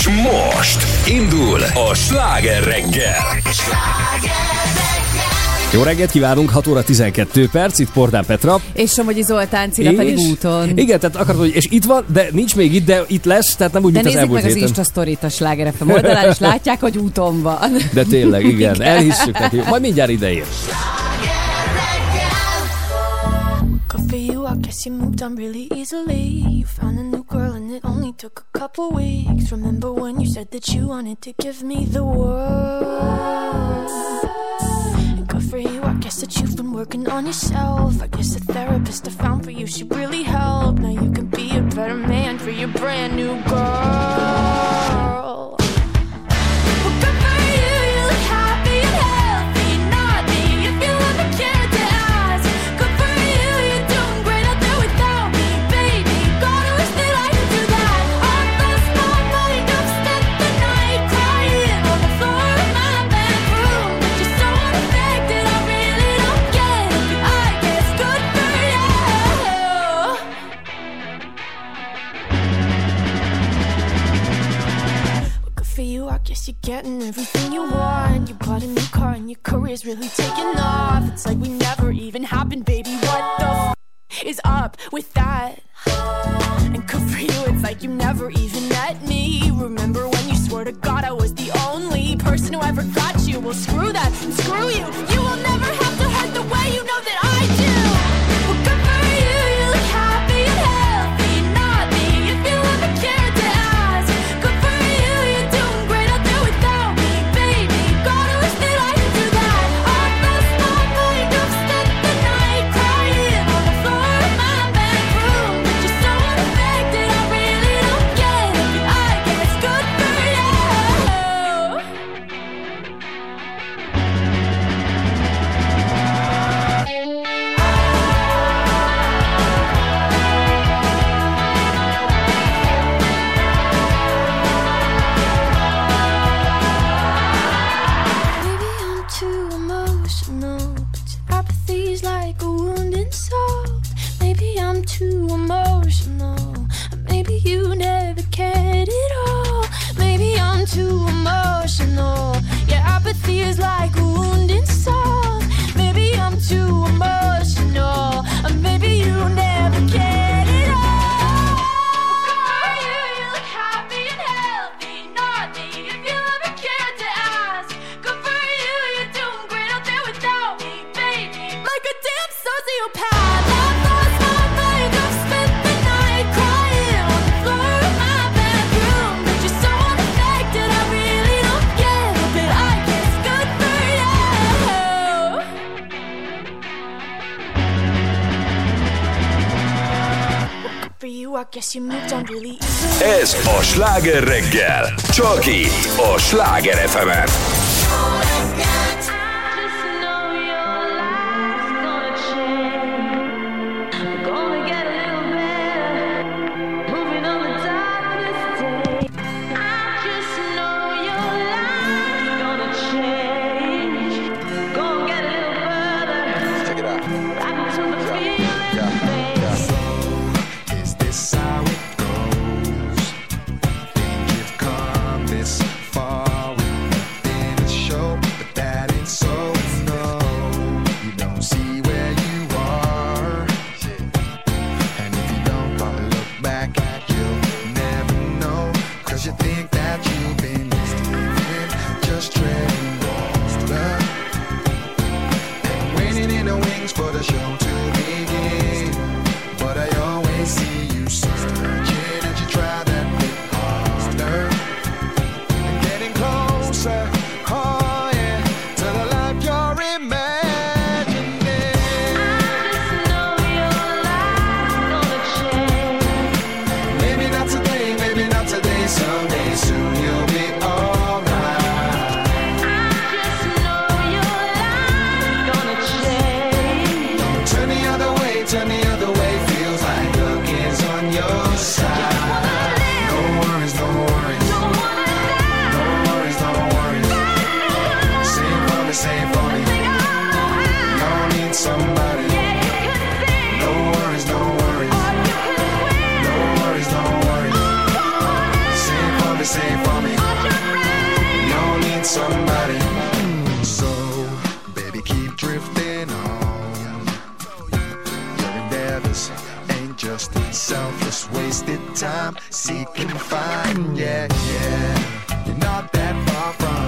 És most indul a Sláger reggel. Jó reggelt kívánunk, 6 óra 12 perc, itt Pordán Petra. És Somogyi Zoltán, Cilla pedig úton. Igen, tehát akartam, hogy és itt van, de nincs még itt, de itt lesz, tehát nem úgy, mint az elmúlt héten. De nézzék meg az Insta-sztorit a Sláger FM oldalán, és látják, hogy úton van. De tényleg, igen, elhisszük neki. Majd mindjárt ideér. I guess you moved on really easily. You found a new girl and it only took a couple weeks. Remember when you said that you wanted to give me the world? And good for you, I guess that you've been working on yourself. I guess the therapist I found for you should really help. Now you can be a better man for your brand new girl. Guess you're getting everything you want. You bought a new car and your career's really taking off. It's like we never even happened, baby. What the is up with that? And good for you, it's like you never even met me. Remember when you swore to God I was the only person who ever got you? Well, screw that and screw you. You will never have to hurt the way you know that I do. Well, good for you, you look happy and healthy. Not me, if you ever cared to ask. Good for you, you're doing great out there without me, baby. Gotta wish that I could do that. I lost my mind, I've spent the night crying on the floor of my bedroom. But you're so unaffected, I really don't get it. But I guess good for you. Maybe I'm too emotional, but your apathy's like a wounded soul. Maybe I'm too emotional, or maybe you never cared at all. Maybe I'm too emotional, your apathy is like a wounded soul. Maybe I'm too emotional, or maybe you never cared at all. Good for you, you look happy and healthy. Not me, if you ever cared to ask. Good for you, you're doing great out there without me, baby. Like a damn sociopath. I've lost my mind, I've spent the night crying on the floor of my bedroom. But you're so unaffected, I really don't get it. But I guess good for you. Good for you, I guess you moved on really easily. Ez a Sláger reggel. Csak itt a Sláger FM-en. Is this how it goes? Think you've come this far within a show? me, say for me. You don't need somebody. So, baby, keep drifting on. Your endeavors ain't just selfless, wasted time. Seek and find, yeah, yeah. You're not that far from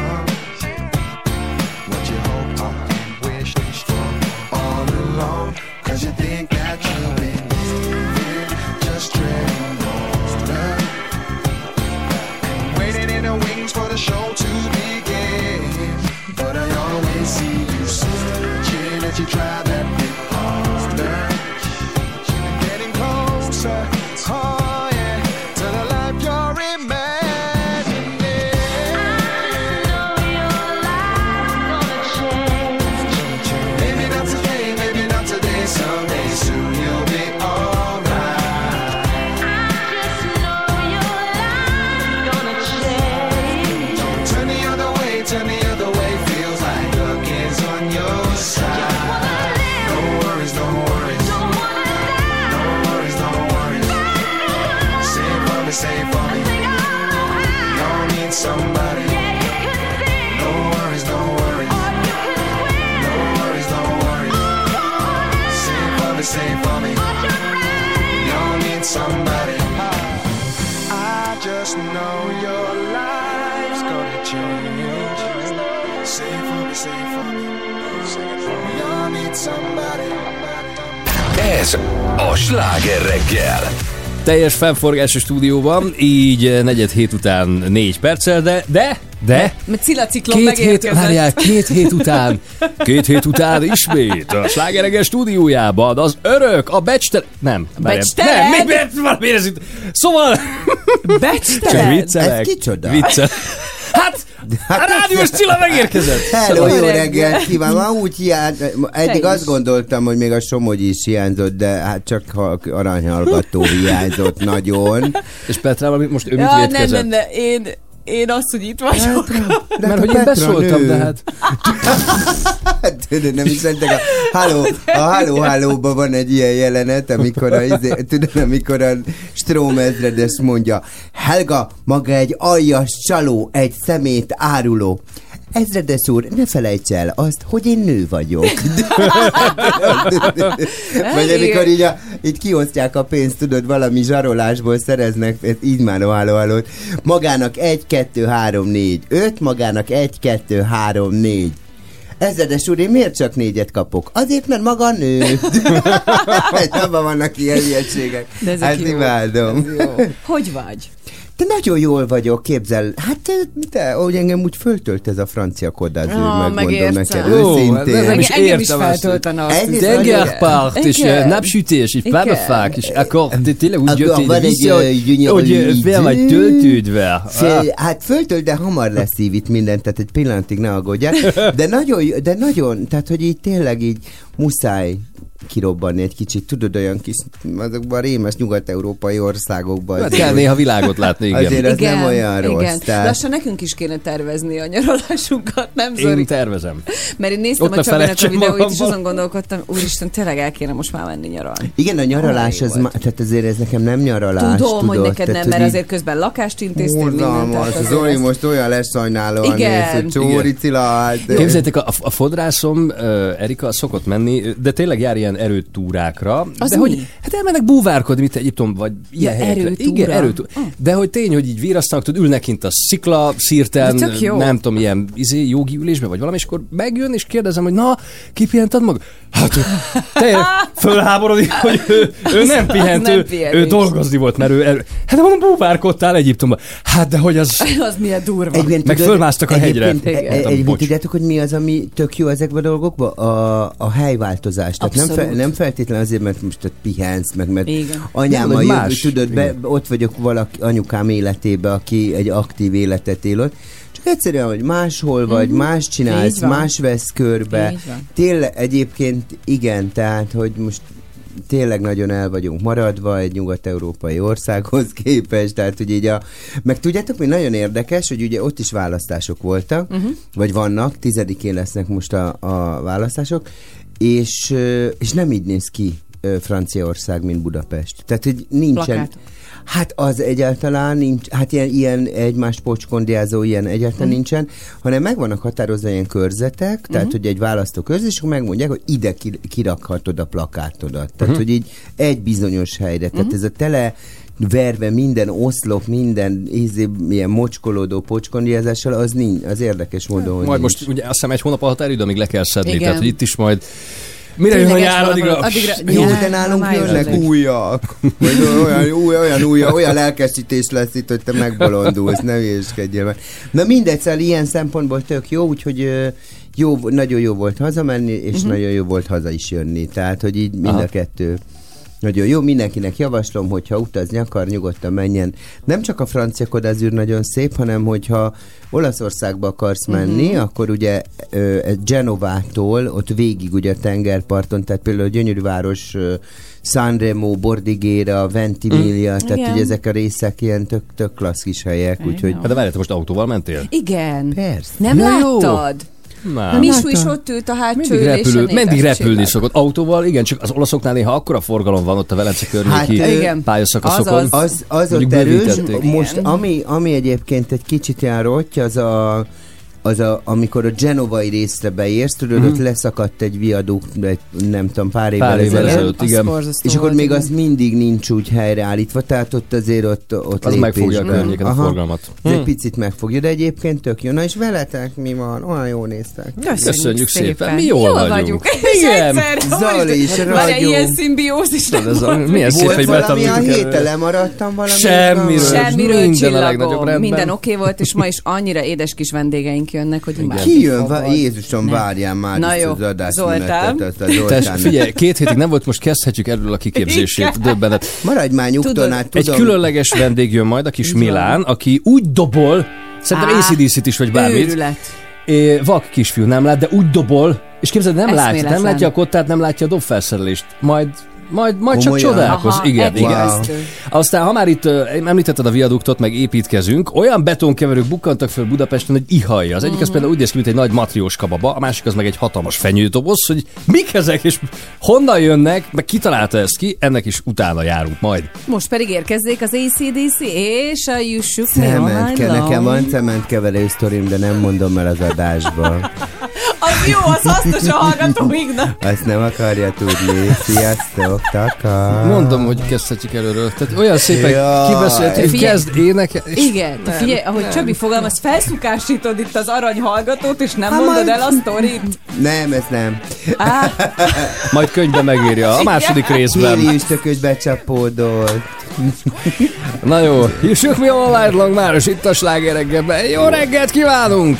what you hope for and wish for all along. 'Cause you think that you've been living, just treading water and waiting in the wings for the show to begin. But I always see you searching as you try that bit harder. You're getting closer, oh yeah, to the life you're imagining. I know your life's gonna change. Maybe not today, maybe not today, someday soon you'll be alright. I just know your life's gonna change. Don't turn the other way, feels like luck is on your side. No worries, no worries, Don't wanna die. no worries, no worries. Say for me, you don't need somebody. Yeah, you can sing No worries, no worries, or you can swim. no worries, no worries. Say for me, you don't need somebody. I just know your life's gonna change. Say for me, say for me, sing it for me. You don't need somebody. Ez a Sláger reggel. Teljes fennforgás a stúdióban, így 4:07 után 4 perccel, de Mert cilaciklon megérkezett. várjál, 2 hét után ismét a Sláger reggel stúdiójában az örök, a becstelen... Nem, Becstelen? Nem, valami ez itt. Szóval... Csak Becstelen? viccelek. Ez kicsoda? Hát, a rádiós Cilla megérkezett. Hello, Jó jó reggelt. reggelt kívánok. Ma úgy eddig azt gondoltam, hogy még a Somogyi is hiányzott, de hát csak aranyhallgató hiányzott nagyon. És Petrával most ő mit Ja, vétkezett? nem, én azt, hogy itt vagyok. Mert hogy én beszóltam, de hát... Tudod, nem is mondták, a Halló-Hallóban van egy ilyen jelenet, amikor a Stróm ezredes mondja, Helga, maga egy aljas csaló, egy szemét áruló. Ezredes úr, ne felejts el azt, hogy én nő vagyok. Vagy amikor így kiosztják a pénzt, tudod, valami zsarolásból szereznek, így már a háló-hálót. Magának 1, 2, 3, 4, 5, magának 1, 2, 3, 4. Ezredes úr, én miért csak 4-et kapok? Azért, mert maga nő. Abban vannak ilyen hülyeségek. De ezek Hát jó. imádom. Hogy vagy? De nagyon jól vagyok, képzel. Hát te, ahogy engem úgy föltölt ez a francia kodáző, megmondom megértem. neked. Ó, Őszintén. nem is Engem is értem azt. feltölt a nap. Egyrészt Tengerpart, és Igen. napsütés, és Igen. plámafák, és akkor tényleg úgy Akkor jöttél van egy, vissza, hogy fel vagy töltődve. Hát föltölt, de hamar lesz így itt mindent, tehát egy pillanatig ne aggódjál. De nagyon, tehát hogy így tényleg így muszáj kirobbanni egy kicsit, tudod, olyan kis, azokban a rémes nyugat-európai országokban. Hát kell néha világot látni, igen. Azért az nem olyan rossz. Igen. Tehát... Lassan nekünk is kéne tervezni a nyaralásunkat, nem Zori? Én tervezem. Mert én néztem Ott a ne Csabinak a felejtsem videóit, és magamban. azon gondolkodtam, úristen, tényleg el kéne most már menni nyaralni. Igen, a nyaralás, Olyan jó volt. tehát azért ez nekem nem nyaralás, Tudom, hogy neked tehát, nem, mert így azért közben lakást intéztél mindent. Borzalmas, tehát Zoli azért most olyan leszajnálóan Igen. néz, hogy Csóri Cilla, hát... Képzeljétek, a fodrászom, Erika szokott menni, de tényleg jár ilyen erőtúrákra. Az de mi? hogy, hát elmennek búvárkodni, mint Egyiptom, vagy ilyen helyekre. erőtúra. Igen, erőtúra. De hogy tény, hogy így virasztanak, tudod, ülnek kint a szikla, szírten, De tök jó. nem tudom, ilyen jogi ülésbe, vagy valami, és akkor megjön, és kérdezem, hogy na, kipihentad maga? Hát tényleg fölháborodik, hogy ő nem pihent, nem ő pihenés. dolgozni volt, mert ő hát mondom, búvárkodtál Egyiptomban. Hát de hogy az... az milyen durva. Egyébként Meg tudod, fölmásztak a hegyre. Egyébként Bocs. tudjátok, hogy mi az, ami tök jó ezekben a dolgokban? A helyváltozás. Tehát Abszolút. nem feltétlenül azért, mert most ott pihensz, meg mert Igen. anyámmal Nem, jövő, más. tudod, ott vagyok anyukám életébe, aki egy aktív életet él. Csak egyszerűen, hogy máshol vagy, más csinálsz, Így van. más vesz körbe. Így van. Tényleg egyébként igen, tehát, hogy most tényleg nagyon el vagyunk maradva egy nyugat-európai országhoz képest, tehát hogy így meg tudjátok, mi nagyon érdekes, hogy ugye ott is választások voltak, vagy vannak, 10-én lesznek most a választások, és nem így néz ki Franciaország, mint Budapest. Tehát, hogy nincsen... Plakát. Hát az egyáltalán nincs, hát ilyen egymást pocskondiázó ilyen egyáltalán nincsen, hanem meg vannak határozva ilyen körzetek, tehát hogy egy választó körzet, és akkor megmondják, hogy ide kirakhatod a plakátodat. Tehát, hogy így egy bizonyos helyre. Tehát ez a tele verve minden oszlop, minden ilyen mocskolódó pocskondiázással, az nincs, az érdekes módon, hogy majd nincs. most ugye azt hiszem egy hónap a határidő, amíg le kell szedni, Igen. tehát hogy itt is majd mire jön a nyár, addigra... Jó, de nálunk jönnek újak. Vagy olyan lelkesítés lesz itt, hogy te megbolondulsz, ne hülyéskedjél meg. Na mindegy, szóval ilyen szempontból tök jó, úgyhogy nagyon jó volt hazamenni, és nagyon jó volt haza is jönni. Tehát, hogy így mind a kettő nagyon jó. Mindenkinek javaslom, hogyha utazni akar, nyugodtan menjen. Nem csak a francia Côte d'Azur nagyon szép, hanem hogyha Olaszországba akarsz menni, akkor ugye Genovától, ott végig ugye a tengerparton, tehát például a gyönyörű város Sanremo, Bordighera, Ventimiglia, tehát ugye ezek a részek ilyen tök klassz kis helyek, úgyhogy... Hát de várj, te most autóval mentél? Igen. Persze. Nem Ja, jó. láttad? Nem. Misu is ott ült a hátsó ülésen. Mindig repülni szokott. Autóval, igen, csak az olaszoknál néha akkora forgalom van ott a Velence környéki igen. pályaszakaszokon. Az Mondjuk ott erős. bővítették. Most ami egyébként egy kicsit ilyen rotty, amikor a genovai részre beérsz, tudod, ott leszakadt egy viadukt, nem tudom, pár évvel ezelőtt. Igen. És akkor még az mindig nincs úgy helyreállítva, tehát ott azért ott az megfogja a lépésben. környéken a forgalmat. Ez egy picit megfogja, de egyébként tök jó. Na és veletek mi van? Olyan jól néztek. Köszönjük szépen. Mi jól vagyunk. Igen. Zoli is Van egy ragyog. ilyen szimbiózis. Milyen szép, Volt hogy valami a betanultuk héten, erről. lemaradtam valami? Semmiről Minden a legnagyobb csillagom. rendben. Minden oké volt, és ma is annyira édes kis vendégeink jönnek, hogy imádjuk. Ki jön? Jézusom, várjál már Na ezt jó, az adásmenetet. Zoltán. Figyelj, 2 hétig nem volt, most kezdhetjük erről a kiképzését. Döbbenet. Maradj már nyugton, hát Egy tudom. különleges vendég jön majd, a kis Milán, aki úgy dobol, szerintem ACDC-t is, vagy bármit. Őrület. Vak kisfiú nem lát, de úgy dobol, és képzeld, nem Eszméletlen. látja a kottát, nem látja a dobfelszerelést. Majd csak Komolyan? csodálkoz. Aha, Igen. elképesztő. Aztán, ha már itt említetted a viaduktot, meg építkezünk, olyan betonkeverők bukkantak föl Budapesten, hogy ihalja. Az egyik az például úgy néz ki, mint egy nagy matrióska baba, a másik az meg egy hatalmas fenyődoboz, hogy mik ezek, és honnan jönnek, meg kitalálta ezt ki, ennek is utána járunk majd. Most pedig érkezzék az ACDC és a You Shook Me All Night Nekem van Long. cementkeverő sztorim, de nem mondom el az adásban. Az jó, az hasznos a hallgatóinknak. Azt nem akarja tudni. Sziasztok, taka. Mondom, hogy kezdhetjük előről. Tehát olyan szépen Jaj. kibeszélt, hogy Figyelj. kezd énekel. Igen, figyelj, ahogy Csabi fogalmaz, felszukásítod itt az arany hallgatót, és nem mondod el a sztorit. Nem, ez nem. Majd könyvbe megírja a második részben. Kéri üstökös becsapódott. Na jó, You Shook Me All Night Long már is itt a Sláger reggelben. Jó reggelt kívánunk!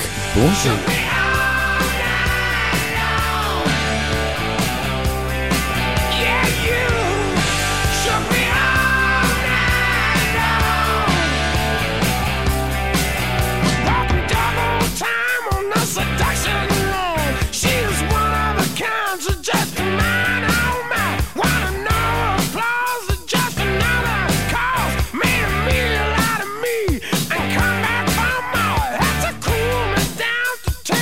Come back for more. That's a cool me down to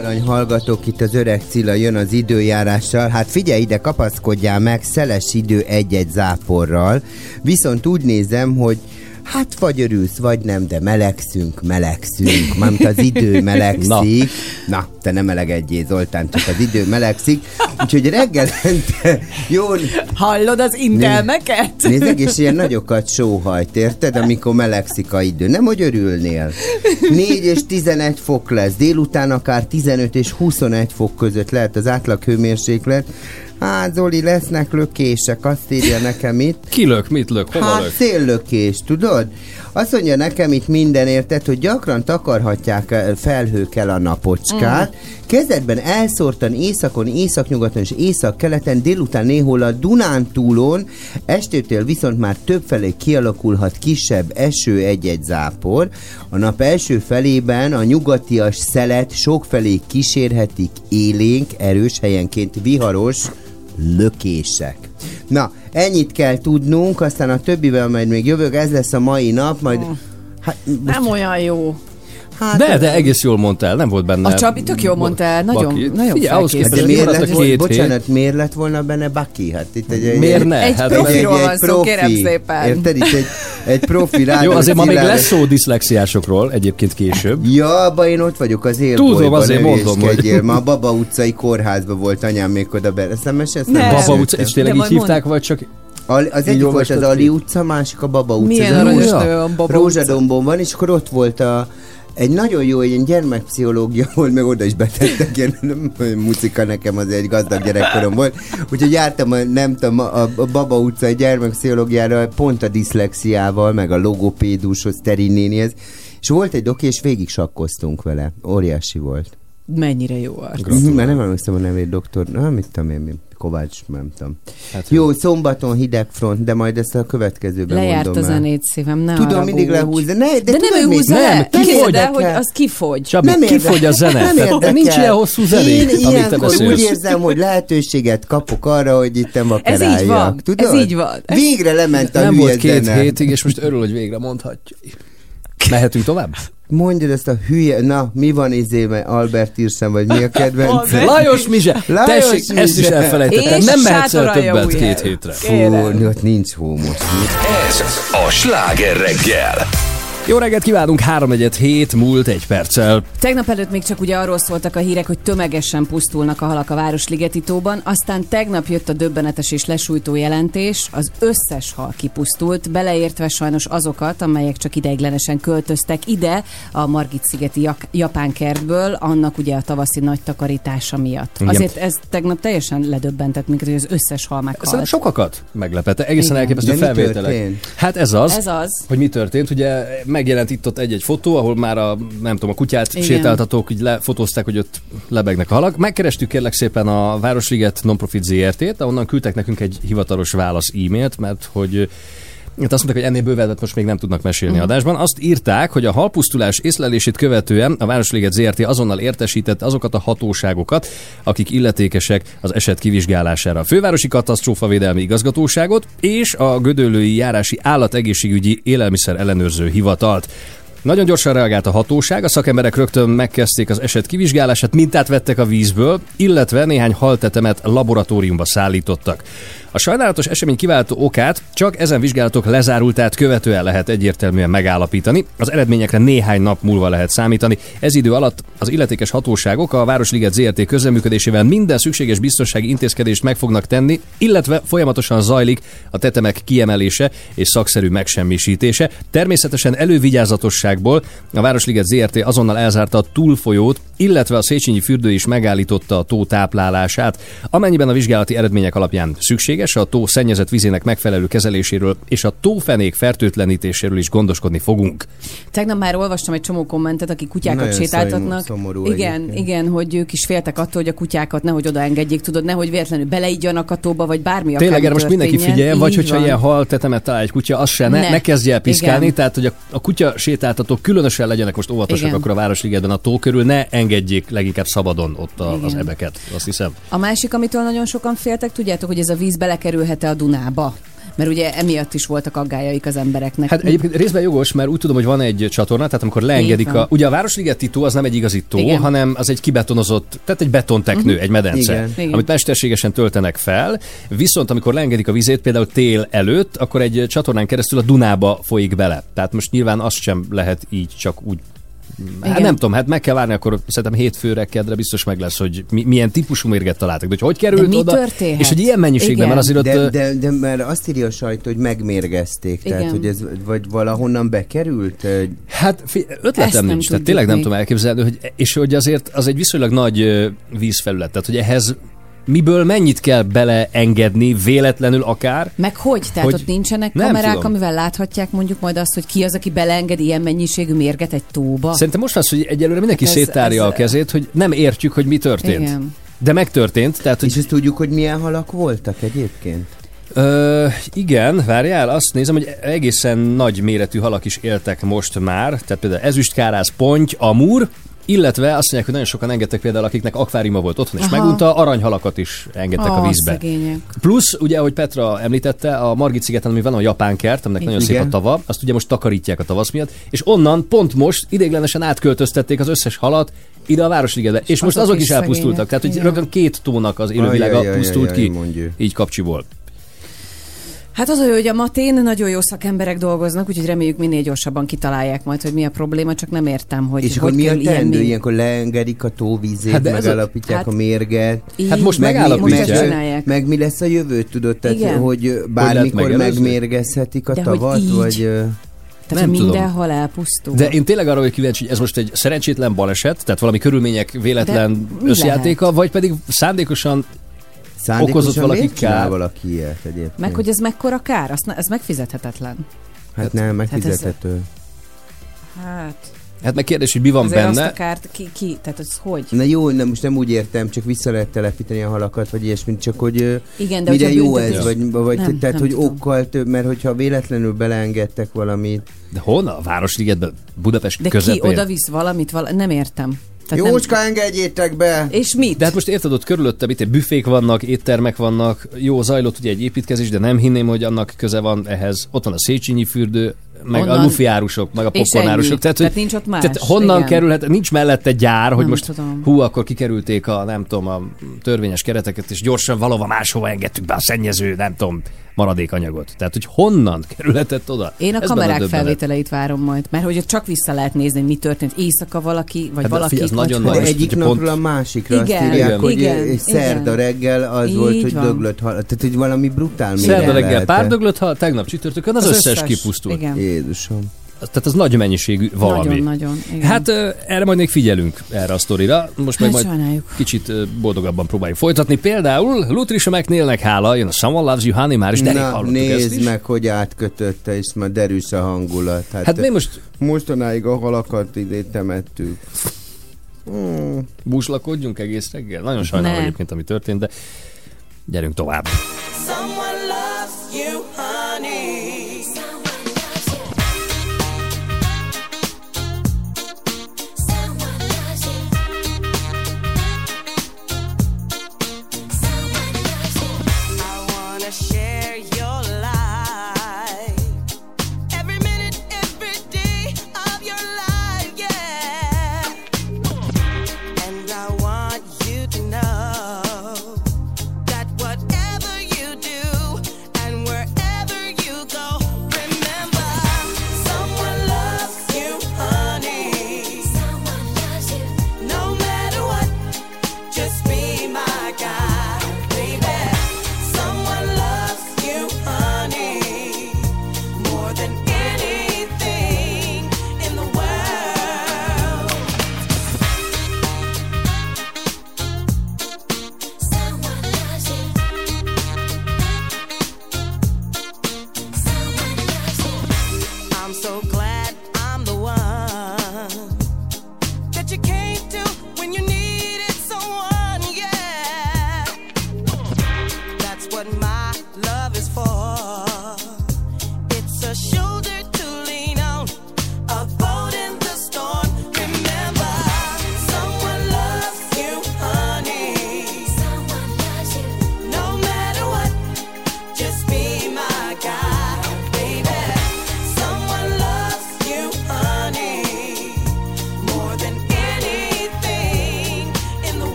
Arany hallgatók, itt az öreg Cilla jön az időjárással. Hát figyelj ide, kapaszkodjál meg, szeles idő egy-egy záporral. Viszont úgy nézem, hogy hát vagy örülsz, vagy nem, de melegszünk. Mármint az idő melegszik. Na, te nem melegedjél, Zoltán, csak az idő melegszik. Úgyhogy reggelente jó... Hallod az intelmeket? Nézd, és ilyen nagyokat sóhajt, érted? Amikor melegszik a idő. Nem, hogy örülnél. 4 és 11 fok lesz. Délután akár 15 és 21 fok között lehet az átlag hőmérséklet. Hát Zoli, lesznek lökések, azt írja nekem itt. Ki lök, mit lök, hova lök? Hát széllökés, tudod? Azt mondja nekem itt minden, érted, hogy gyakran takarhatják felhők el a napocskát. Kezdetben elszórtan északon, északnyugaton és északkeleten, délután néhol a Dunántúlon, estétől viszont már többfelé kialakulhat kisebb eső, egy-egy zápor. A nap első felében a nyugatias szelet sokfelé kísérhetik élénk, erős, helyenként viharos lökések. Na, ennyit kell tudnunk, aztán a többivel majd még jövök, ez lesz a mai nap, majd... Hát, nem olyan jó. Hát, De egész jól mondtál, nem volt benne... A Csabi tök jól mondtál, nagyon Figyelj, ahhoz képest, de miért lett a bocsánat, miért lett volna benne Baki? Hát itt miért ne? Egy profiról van szó, kérem szépen. Érted? Itt egy profi rádió. Jó, azért ma még lesz szó diszlexiásokról, egyébként később. Ja, abban én ott vagyok az élbolyban. Tudom, azért mondom, hogy... Ma a Baba utcai kórházban volt anyám még oda be. Ezt nem mesélsz? Baba utca, és tényleg így hívták, vagy csak... Az egyik volt az Ali utca, másik a Baba utca. Milyen aranyos nő a Baba utca? Rózsadombon van, és akkor ott volt egy nagyon jó, ilyen gyermekpszichológia volt, meg oda is betettek, ilyen mucika nekem, az egy gazdag gyerekkorom volt. Úgyhogy jártam a Baba utcai gyermekpszichológiára pont a diszlexiával, meg a logopédushoz, Teri nénihez, és volt egy doki, és végig sakkoztunk vele. Óriási volt. Mennyire jó arc. Mert nem emlékszem a nevét, doktor. Mit tudom én, Kovács, nem tudom. Hát, jó, szombaton hideg front, de majd ezt a következőben lejárt mondom. Lejárt a zenét szívem, ne tudom, mindig lehúz, de nem ő húzza le. Kifogy, de hogy az kifogy. Csabi, kifogy a zene. Nincs ilyen hosszú zenék, amit te beszélsz. Úgy érzem, hogy lehetőséget kapok arra, hogy itt vakeráljak. Ez így van. Tudod? Ez így van. Végre lement a hülye nem volt 2 zene. hétig, és most örül, hogy végre mondhatja. Mehetünk tovább? Mondjad ezt a hülye... Na, mi van Albert Irsen, vagy mi a kedvenc? Lajos Mizse! Tessék, ezt is elfelejtettem. Nem mehetsz el többet 2 hétre. Fú, ott nincs hómos. Ez a Sláger reggel. Jó reggelt kívánunk, 3:47 múlt 1 perccel. Tegnap előtt még csak ugye arról szóltak a hírek, hogy tömegesen pusztulnak a halak a Városligeti tóban, aztán tegnap jött a döbbenetes és lesújtó jelentés, az összes hal kipusztult, beleértve sajnos azokat, amelyek csak ideiglenesen költöztek ide a Margit-szigeti japán kertből, annak ugye a tavaszi nagy takarítása miatt. Igen. Azért ez tegnap teljesen ledöbbentett minket, hogy az összes hal meghalt. Szerintem sokakat meglepette, egészen elképesztő felvételek. Hát ez az, hogy mi történt, ugye megjelent itt-ott egy-egy fotó, ahol már a kutyát sétáltatók így lefotózták, hogy ott lebegnek a halak. Megkerestük kérlek szépen a Városliget Nonprofit ZRT-t, ahonnan küldtek nekünk egy hivatalos válasz e-mailt, mert hogy azt mondták, hogy ennél bővebbet most még nem tudnak mesélni adásban. Azt írták, hogy a halpusztulás észlelését követően a Városliget ZRT azonnal értesítette azokat a hatóságokat, akik illetékesek az eset kivizsgálására. A Fővárosi Katasztrófavédelmi Igazgatóságot és a Gödöllői Járási Állategészségügyi Élelmiszer Ellenőrző Hivatalt. Nagyon gyorsan reagált a hatóság, a szakemberek rögtön megkezdték az eset kivizsgálását, mintát vettek a vízből, illetve néhány haltetemet laboratóriumba szállítottak. A sajnálatos esemény kiváltó okát csak ezen vizsgálatok lezárultát követően lehet egyértelműen megállapítani. Az eredményekre néhány nap múlva lehet számítani. Ez idő alatt az illetékes hatóságok a Városliget ZRT közreműködésével minden szükséges biztonsági intézkedést meg fognak tenni, illetve folyamatosan zajlik a tetemek kiemelése és szakszerű megsemmisítése. Természetesen elővigyázatosságból a Városliget ZRT azonnal elzárta a túlfolyót, illetve a Széchenyi fürdő is megállította a tó táplálását. Amennyiben a vizsgálati eredmények alapján szükséges, a tó szennyezett vízének megfelelő kezeléséről és a tófenék fertőtlenítéséről is gondoskodni fogunk. Tegnap már olvastam egy csomó kommentet, akik kutyákat nagyon sétáltatnak. Igen, hogy ők is féltek attól, hogy a kutyákat nehogy odaengedjék, tudod, nehogy véletlenül beleígyanak a tóba, vagy bármi akármi. Tényleg, most mindenki figyeljen, vagy hogyha ilyen hal tetemet talál egy kutya, az se ne kezdje el piszkálni, igen. Tehát hogy a kutya sétáltatók különösen legyenek most óvatosak, igen. Akkor a Városligetben a tó körül ne engedjék leginkább szabadon ott az ebeket, azt hiszem. A másik, amitől nagyon sokan féltek, tudjátok, hogy ez a víz belekerülhet-e a Dunába. Mert ugye emiatt is voltak aggájaik az embereknek. Hát egyébként részben jogos, mert úgy tudom, hogy van egy csatorna, tehát amikor leengedik ugye a Városligeti tó az nem egy igazi tó, Igen. hanem az egy kibetonozott, tehát egy betonteknő, egy medence, Igen. amit mesterségesen töltenek fel, viszont amikor leengedik a vizét, például tél előtt, akkor egy csatornán keresztül a Dunába folyik bele. Tehát most nyilván azt sem lehet így csak úgy. Hát Igen. nem tudom, hát meg kell várni, akkor szerintem hétfőre, kedre biztos meg lesz, hogy milyen típusú mérget találtak, de hogy került De mi oda, történhet? és hogy ilyen mennyiségben, Igen. mert azért ott... De mert azt írja a sajtó, hogy megmérgezték, tehát Igen. hogy ez vagy valahonnan bekerült? Hát Ezt ötletem nem nincs, tehát tudjuk tényleg nem még. tudom elképzelni, és hogy azért az egy viszonylag nagy vízfelület, tehát hogy ehhez miből mennyit kell beleengedni, véletlenül akár. Meg hogy? Tehát Hogy- ott nincsenek nem kamerák, tudom. amivel láthatják mondjuk majd azt, hogy ki az, aki beleenged ilyen mennyiségű mérget egy tóba? Szerintem most az, hogy egyelőre mindenki Hát ez- széttárja ez- a kezét, hogy nem értjük, hogy mi történt. Igen. De megtörtént, tehát És hogy ezt tudjuk, hogy milyen halak voltak egyébként? igen, várjál, azt nézem, hogy egészen nagy méretű halak is éltek most már, tehát például ezüstkárász, ponty, amúr, illetve azt mondják, hogy nagyon sokan engedtek például, akiknek akváriuma volt otthon, és Aha. megunta, aranyhalakat is engedtek a vízbe. Szegények. Plusz, ugye, ahogy Petra említette, a Margit szigeten, ami van a japán kert, aminek nagyon szép Igen. a tava, azt ugye most takarítják a tavasz miatt, és onnan pont most ideiglenesen átköltöztették az összes halat ide a Városligetbe. És most azok azok is is elpusztultak. szegények, Tehát, hogy igen. rögtön 2 tónak az élővilága Ajajajajaj, pusztult ki, mondjuk. így kapcsiból. Hát az olyan, hogy a Matén nagyon jó szakemberek dolgoznak, úgyhogy reméljük minél gyorsabban kitalálják majd, hogy mi a probléma, csak nem értem, hogy És akkor hogy mi a kerül ilyen teendő? mély- Ilyenkor leengedik a tóvízét, Hát de ez a- megállapítják hát- a mérget. Így. Hát most Meg mi- megállapítják. Most ezt csinálják. meg mi lesz a jövő, tudod? Tehát, Igen. hogy bármikor megelőzni? megmérgezhetik a De hogy tavat, így? vagy... Tehát, Nem hogy tudom. mindenhol elpusztul. De én tényleg arra vagyok kíváncsi, hogy ez most egy szerencsétlen baleset, tehát valami körülmények véletlen mi összjátéka, vagy pedig szándékosan okozott valaki miért csinál kár? valaki ilyet egyébként? Meg hogy ez mekkora kár, ez megfizethetetlen. Hát nem, megfizethető. Hát, hát meg kérdés, hogy mi van azért azt benne. a kárt ki, tehát ez hogy? Na jó, nem, most nem úgy értem, csak vissza lehet telepíteni a halakat, vagy ilyesmit, csak hogy Igen, de mire hogyha jó büntetés- ez, vagy Nem, tehát, nem hogy tudom. okkal több, mert hogyha véletlenül beleengedtek valamit. De honnan? A Városligetben, Budapest De közepén. ki oda visz valamit, nem értem. Tehát Jócska, engedjétek be! És mit? De hát most érted, ott körülötte, itt büfék vannak, éttermek vannak, jó zajlott ugye egy építkezés, de nem hinném, hogy annak köze van ehhez. Ott van a Széchenyi fürdő, meg Onnan- a lufiárusok, meg a És popcornárusok. ennyi. Tehát, Tehát nincs ott más, Tehát honnan igen. kerülhet, nincs mellette gyár, hogy Nem most tudom. hú, akkor kikerülték a, nem tudom, a törvényes kereteket, és gyorsan valahova máshova engedtük be a szennyező, nem tudom, maradékanyagot. Tehát, hogy honnan kerülhetett oda? Én a Ez benne kamerák döbbenet. felvételeit várom majd, mert hogy ott csak vissza lehet nézni, hogy mi történt. Éjszaka valaki, vagy Hát de valaki. figyelj, ez vagy nagyon hogy. De most, egyik hogyha napról pont- a másikra Igen, azt írják, igen, hogy igen, egy szerda igen. reggel az Így volt, hogy van. döglött hal. Tehát, hogy valami brutál Szerda méreg reggel lehet. pár döglött hal, tegnap csütörtökön az összes kipusztult. Igen. Jézusom. Tehát az nagy mennyiségű valami. Nagyon-nagyon. Igen. Hát erre majd még figyelünk, erre a sztorira. Most meg Hát majd sajnáljuk. kicsit boldogabban próbáljuk folytatni. Például Lutricia McNeilnek hála, jön a Someone Loves You Honey, már is de Na, hallottuk ezt nézd is. meg, hogy átkötötte, és már derűs a hangulat. Hát mi most mostanáig a halakat ide temettük. búslakodjunk egész reggel? Nagyon sajnálom Ne. egyébként, ami történt, de gyerünk tovább. Someone loves you, honey. I wanna share your life. Every minute, every day of your life, yeah. And I want you to know that whatever you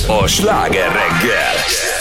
a Sláger reggel.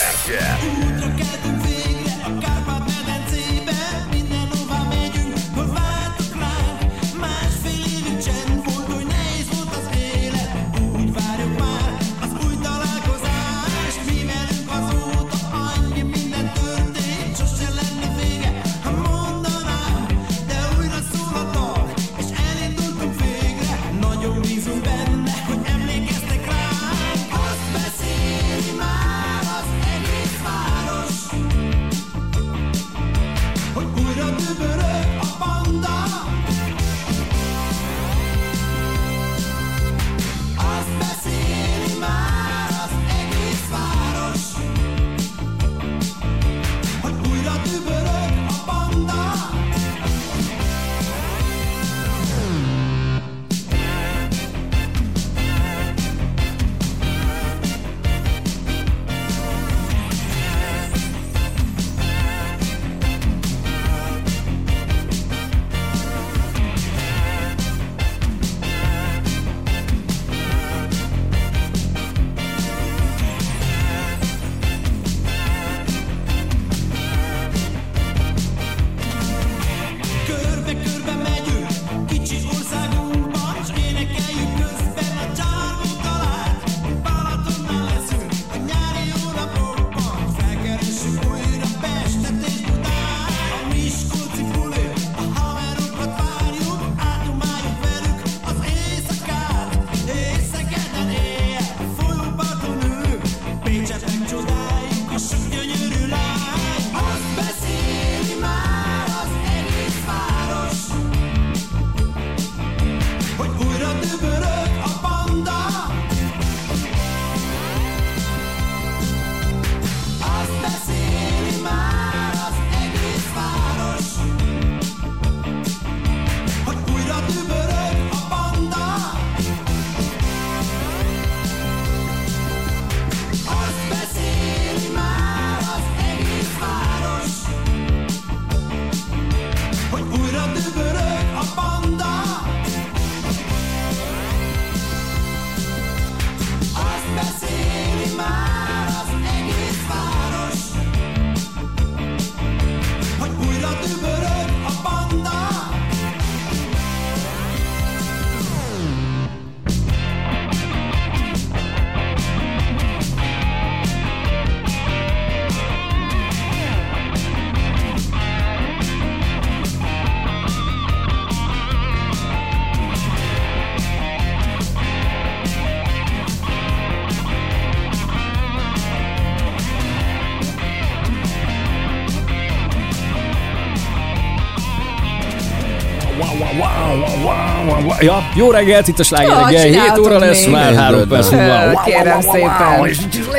Ja, jó reggelt, itt a Sláger reggel, 7 óra lesz, még. már 3 perc múlva. Kérem szépen.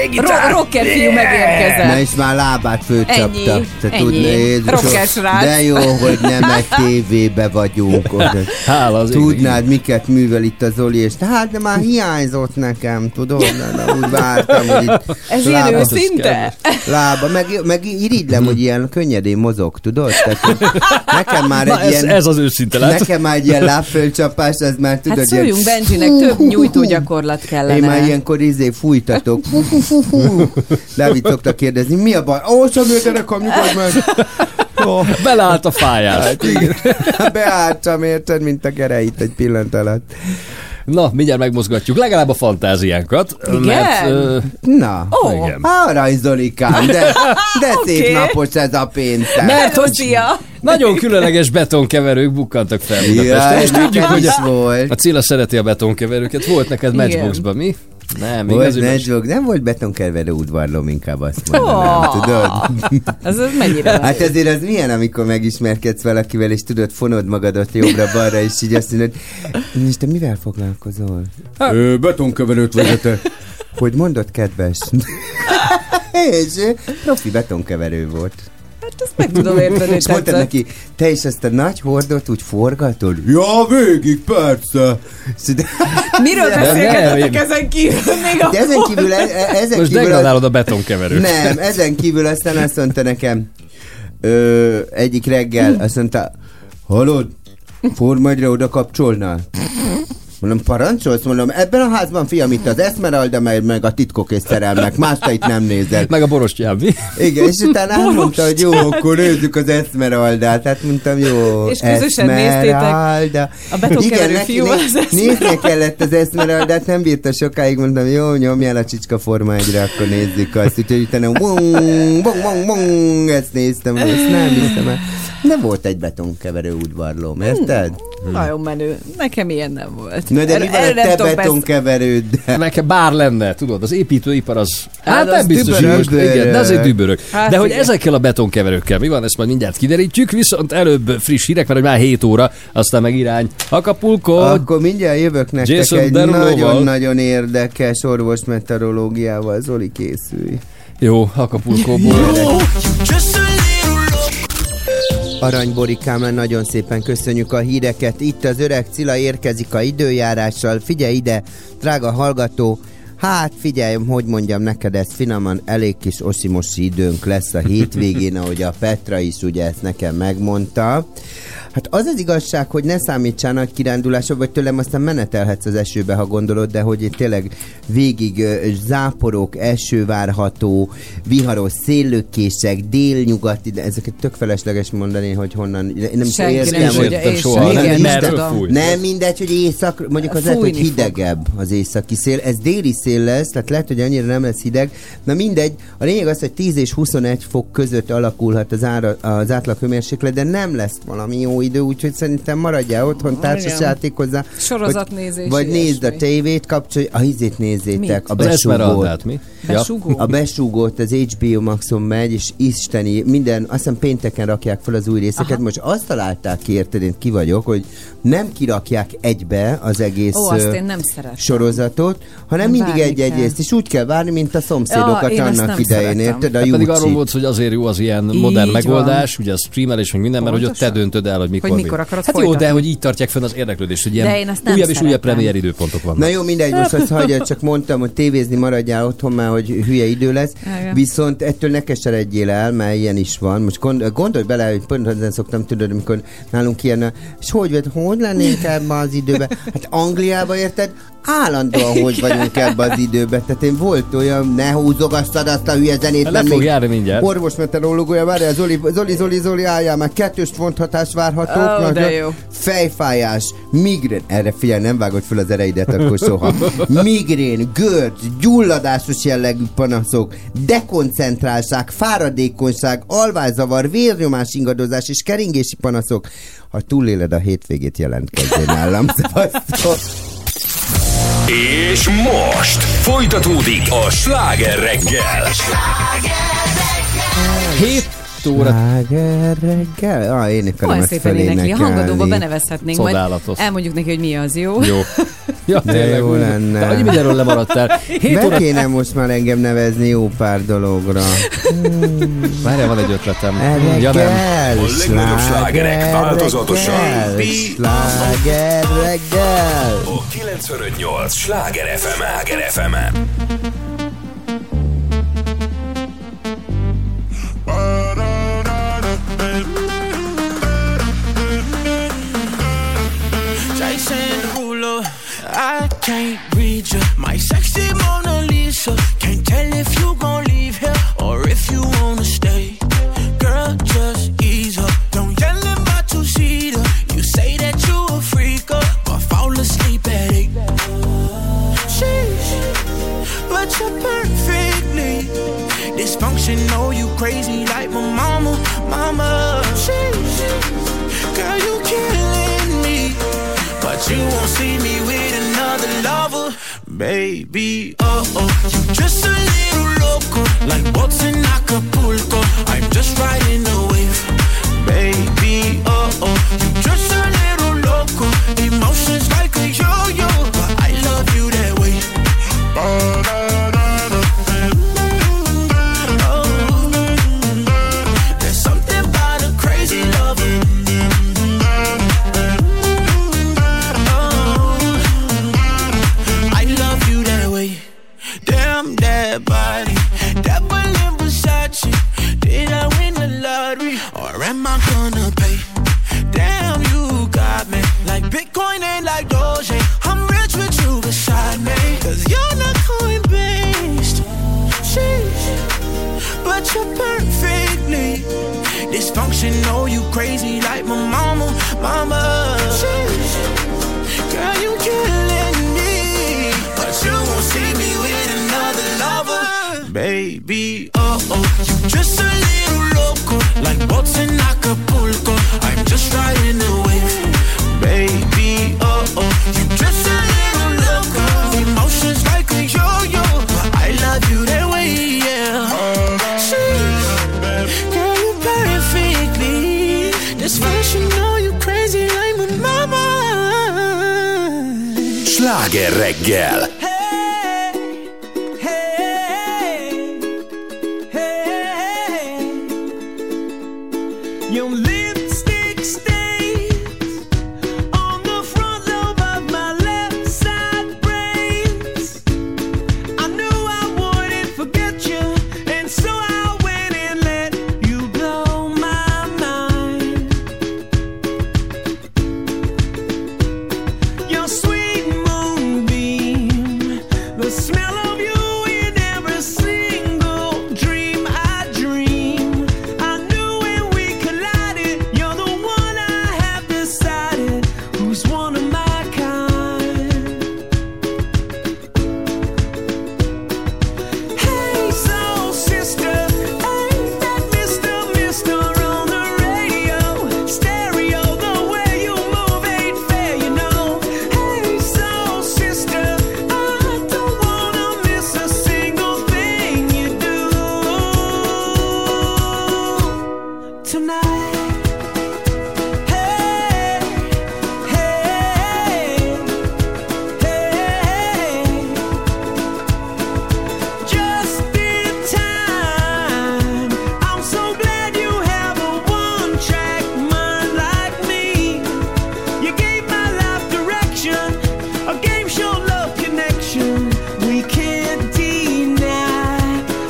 Rocker fiú megérkezett. Na és már lábát fölcsapta. Ennyi, Te ennyi. tudna, Jézusom, Rocker srác. de jó, hogy nem egy tévébe vagyunk. Hála az Tudnád, miket művel itt a Zoli, és hát de már hiányzott nekem, tudod? De úgy vártam, hogy itt Ez ilyen őszinte? lába, meg irigylem, hogy ilyen könnyedén mozog, tudod? Tehát, nekem már Na, egy ilyen... ez az őszinte lett. Nekem már egy ilyen lábfölcsapás, ez már tudod... Hát szóljunk Benjinek, több nyújtó gyakorlat kellene. Én már ilyenkor fújtatok. Dávid szokta kérdezni, mi a baj? Ó, Samérterekam, nyugodj meg! Oh. Beleállt a fájás. Hát igen. Beálltam, érted, mint a gereit egy pillanat alatt. Na, mindjárt megmozgatjuk legalább a fantáziánkat. Igen? Mert, Na, igen. arany Zolikám, de szép Oké. napos ez a péntek. Mert hogy Szia! nagyon különleges betonkeverők bukkantak fel Budapesten, Ja, és tudjuk, nekem hogy is volt. a Cilla szereti a betonkeverőket. Volt neked Igen. Matchboxban, mi? Nem, még Volt az Matchbox, nem volt betonkerverő udvarlóm, inkább azt mondanám, tudod? Ez mennyire van? Hát ezért az milyen, amikor megismerkedsz valakivel, és tudod, fonod magadat jobbra-balra, és így azt mondod, és te mivel foglalkozol? Betonkeverőt vezetek. Hogy mondod, kedves? És profi betonkeverő volt. Hát ezt meg tudom érteni, És mondtad neki, te is ezt a nagy hordot úgy forgatod? Ja, végig, persze. Miről nem, beszélgetetek ezen kívül? Még De ezen kívül, ezen most kívül degradálod a betonkeverőt. nem, ezen kívül aztán azt mondta nekem egyik reggel, azt mondta, hallod, Forma 1-re oda kapcsolnál? Mondom, parancsolsz? Mondom, ebben a házban, fiam, itt az Esmeralda, meg a titkok és szerelmek. Másait nem nézel. Meg a borostyám, mi? Igen, és utána elmondta, hogy jó, akkor nézzük az Esmeraldát. Tehát mondtam, jó, És közösen néztétek a betonkeverő fiú az Esmeralda. Nézni kellett az Esmeraldát, nem bírta sokáig, mondtam, jó, nyomjál a Csicska Forma 1-re, akkor nézzük azt. Úgyhogy utána ezt néztem, ezt nem hiszem el. De volt egy betonkeverő udvarlóm, érted? Nagyon menő. Nekem ilyen nem volt. Na de mi van a te betonkeverőd? Nekem bár lenne, tudod, az építőipar az... Hát nem az biztos, hogy most, dübörög. igen, de azért dübörög. Hát de hogy igen. ezekkel a betonkeverőkkel mi van, ezt majd mindjárt kiderítjük, viszont előbb friss hírek, mert már 7 óra, aztán meg irány Acapulco. Akkor mindjárt jövök nektek Jason egy Derulo-val. nagyon-nagyon érdekes orvosmeteorológiával. Zoli, készülj. Jó, Acapulcóból. Aranyborikám, nagyon szépen köszönjük a híreket. Itt az öreg Cilla érkezik a időjárással. Figyelj ide, drága hallgató. Hát figyelj, hogy mondjam neked, ez finoman, elég kis osimosi időnk lesz a hétvégén, ahogy a Petra is ugye ezt nekem megmondta. Hát az az igazság, hogy ne számítsál nagy kirándulások, vagy tőlem aztán menetelhetsz az esőbe, ha gondolod, de hogy itt tényleg végig záporok, eső várható, viharos széllökések, délnyugati, de ezeket tök felesleges mondani, hogy honnan, nem is Senki nem értem, hogy tudja, én soha, sem. nem, Igen, merről tudom. fúj. nem mindegy, hogy éjszak, mondjuk az lehet, hogy Fújni hidegebb az északi szél. Ez déli szél lesz, tehát lehet, hogy annyira nem lesz hideg. Na mindegy, a lényeg az, hogy 10 és 21 fok között alakulhat az átlag hőmérséklet, de nem lesz valami jó idő, úgyhogy szerintem maradjál otthon, társasjátékozzá. Sorozatnézés, Vagy nézd a ilyesmi. tévét, kapcsolj, a hizét nézzétek, Mit? a Az besúgót. Esmeraldát, mi? Besúgó? A besúgót az HBO Maxon megy, és isteni, minden, azt hiszem pénteken rakják fel az új részeket. Aha. Most azt találták ki, érted, én ki vagyok, hogy nem kirakják egybe az egész Ó, azt én nem szeretem. sorozatot, hanem mindig Várni egy-egy kell. részt, és úgy kell várni, mint a szomszédokat Ja, én ezt annak nem idején, szeretem. érted? A Hát pedig arról Júci. volt, hogy azért jó az ilyen Így modern van. megoldás, ugye a streamelés, meg minden, mert hogy ott te Pontosan. döntöd el, hogy mikor. Hogy mi. mikor akarod Hát jó, folytatni. de hogy így tartják fenn az érdeklődést, hogy De én ilyen azt nem újabb és újabb szeretem. premier időpontok vannak. Na jó, mindegy, most azt hagyja, csak mondtam, hogy tévézni maradjál otthon, mert hogy hülye idő lesz. Igen. Viszont ettől ne keseredjél el, mert ilyen is van. Most gondolj bele, hogy pont ezen szoktam tudod, amikor nálunk ilyen, és hogy lennénk ebben az időben? Hát Angliában, érted? Állandóan hogy vagyunk ebben az időben. Tehát én volt olyan, ne húzogassad azt a hülye zenét. Le fog járni mindjárt. Orvosmeteorológia, várjál, Zoli, álljál már, 2 vonthatás várható. Ó, de jó. Fejfájás, migrén, erre figyelj, nem vágod fel az ereidet akkor soha. Migrén, görcs, gyulladásos jellegű panaszok, dekoncentráltság, fáradékonyság, alvászavar, vérnyomás ingadozás és keringési panaszok. Ha túléled a hétvégét, jelentkezzél nálam, szevasztok! És most folytatódik a Sláger reggel. 7 óra. Sláger reggel? Énekelem Olyan ezt szépen énekli, a hangadóba felénekelni. benevezhetnénk, majd Csodálatos. elmondjuk neki, hogy mi az, jó? Jó. Ja, De tényleg, jó úgy. lenne. De annyi mindenről lemaradtál. 7 Be óra. kéne most már engem nevezni jó pár dologra. Várjál, van egy ötletem. Ja, nem. Reggel, A legnagyobb slágerek változatosan. Sláger reggel. A 95.8 Sláger FM. Jason Derulo, I can't read you. My sexy Mona Lisa. Can't tell if you gon' leave here or if you wanna stay. Girl, just ease up. Don't yell in my two-seater. You say that you a freak up, but fall asleep at 8. Sheesh, but you're perfectly dysfunctional. You crazy like my mama. Sheesh, girl, you killing me. But you won't see me with another lover, baby. You just a little loco, like boats in Acapulco. I'm just riding the wave, baby. You just a little loco, emotions like a yo-yo, but I love you that way. There's something about a crazy lover. I love you that way. Damn that body, that in Versace. Did I win the lottery, or am I gonna pay? Damn, you got me like Bitcoin and like Doge. I'm real picture perfectly. Dysfunctional, you crazy like my mama. Sheesh. Girl, you killing me, but you won't see me with another lover. Baby, you just a little loco, like boats in Acapulco. I'm just riding the wave. Baby, you just a little loco. Emotions like a yo-yo, but I love you that way, yeah. Girl, you perfectly dysfunctional, you crazy like my mama. Sláger reggel. Your lipstick stains on the front lobe of my left side brains. I knew I wouldn't forget you, and so I went and let you blow my mind. Your sweet moonbeam, the smell of you in every single dream I dream. I knew when we collided, you're the one I have decided who's one of my kind. Hey, soul sister, ain't that Mr. on the radio? Stereo, the way you move ain't fair, you know. Hey, soul sister, I don't wanna miss a single thing you do tonight. Hey, hey, hey, just in time. I'm so glad you have a one-track mind like me. You gave my life direction, a game show love connection we can't deny.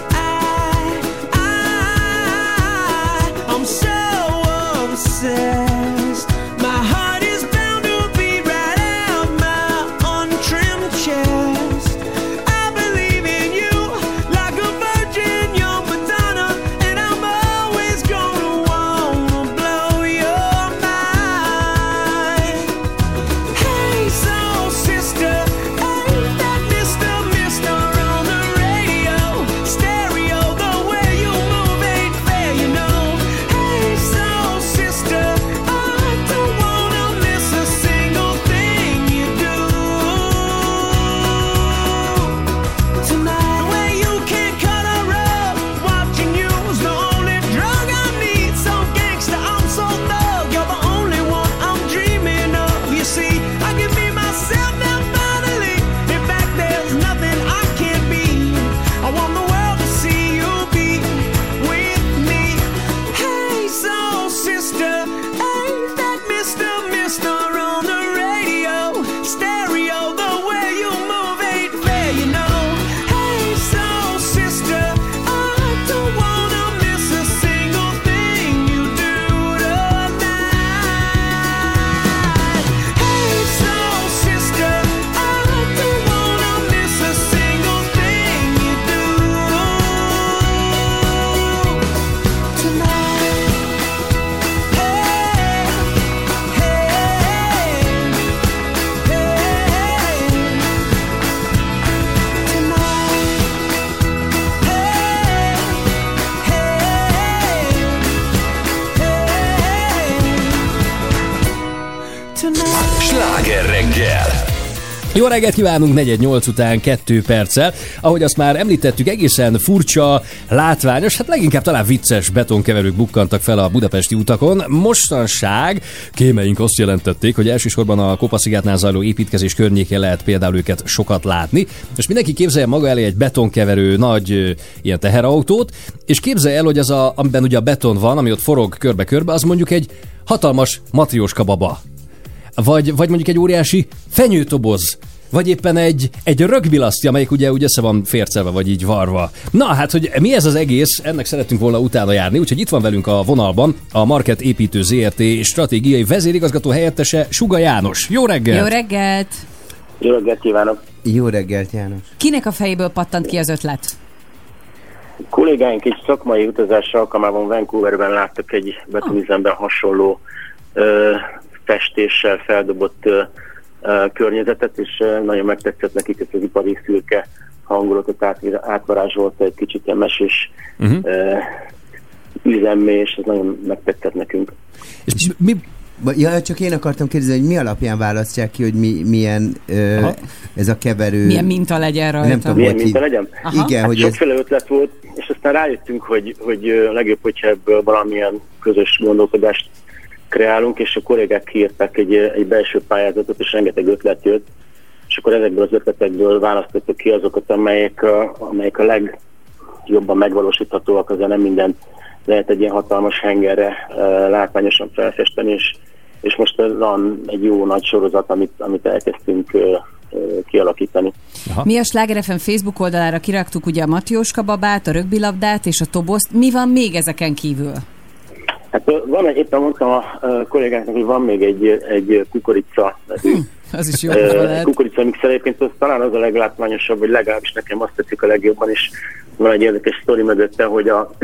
I'm so obsessed. My heart is bound to beat right out my untrimmed chest. I believe in you like a virgin, young Madonna, and I'm always gonna wanna blow your mind. Hey, soul sister, ain't that Mr. on the radio? Stereo, the way you move ain't fair, you know. Hey, soul sister, I don't wanna miss a single thing you do tonight. The way you can cut a rug, watching you's the only drug I need. So gangsta, I'm so thug, you're the only one I'm dreaming of. You see, I can be myself now finally. In fact, there's nothing I can't be. I want the world to see you be with me. Hey, soul sister, ain't that Mr. on the radio? Stereo, the way you move ain't fair, you know. Hey, soul sister, I don't wanna miss a single thing you do tonight. Hey, soul sister, I don't wanna miss a single thing you do tonight. Hey, tonight. Sláger reggel. Jó reggelt kívánunk, 4:08 után 2 perccel. Ahogy azt már említettük, egészen furcsa, látványos, hát leginkább talán vicces betonkeverők bukkantak fel a budapesti utakon. Mostanság kémeink azt jelentették, hogy elsősorban a Kopaszigátnál zajló építkezés környékén lehet például őket sokat látni. És mindenki képzelje maga elé egy betonkeverő nagy ilyen teherautót, és képzelje el, hogy az amiben ugye a beton van, ami ott forog körbe-körbe, az mondjuk egy hatalmas matrioska baba. Vagy mondjuk egy óriási fenyőtoboz, vagy éppen egy rögbilasztja, amelyik ugye össze van fércelve, vagy így varva. Na hát, hogy mi ez az egész, ennek szeretünk volna utána járni, úgyhogy itt van velünk a vonalban a Market Építő Zrt. Stratégiai vezérigazgató helyettese, Suga János. Jó reggelt! Jó reggelt! Jó reggelt kívánok! Jó reggelt, János! Kinek a fejéből pattant ki az ötlet? Kollégáink egy szakmai utazás alkalmában Vancouverben láttak egy betonüzemben hasonló festéssel feldobott környezetet, és nagyon megtetszett nekik ezt az ipari szürke hangulatot átvarázsolta egy kicsit ilyen mesés üzemmé, és ez nagyon megtetszett nekünk. És mi... Ja, csak én akartam kérdezni, hogy mi alapján választják ki, hogy milyen ez a keverő... Milyen minta legyen rajta. Nem tudom, milyen minta legyen? Igen, hát hogy sokféle ötlet volt, és aztán rájöttünk, hogy legjobb, hogyha ebből valamilyen közös gondolkodást kreálunk, és a kollégák kiírták egy belső pályázatot, és rengeteg ötlet jött, és akkor ezekből az ötletekből választottuk ki azokat, amelyek a legjobban megvalósíthatóak, azért nem minden lehet egy ilyen hatalmas hengerre látványosan felfesteni, és most van egy jó nagy sorozat, amit elkezdtünk kialakítani. Aha. Mi a Sláger FM Facebook oldalára kiraktuk ugye a Matrjóska babát, a rögbilabdát és a tobozt. Mi van még ezeken kívül? Hát éppen mondtam a kollégáknak, hogy van még egy kukorica az is jó lehet. Kukorica mixer, egyébként talán az a leglátványosabb, vagy legalábbis nekem azt tetszik a legjobban, és van egy érdekes sztori mögötte, hogy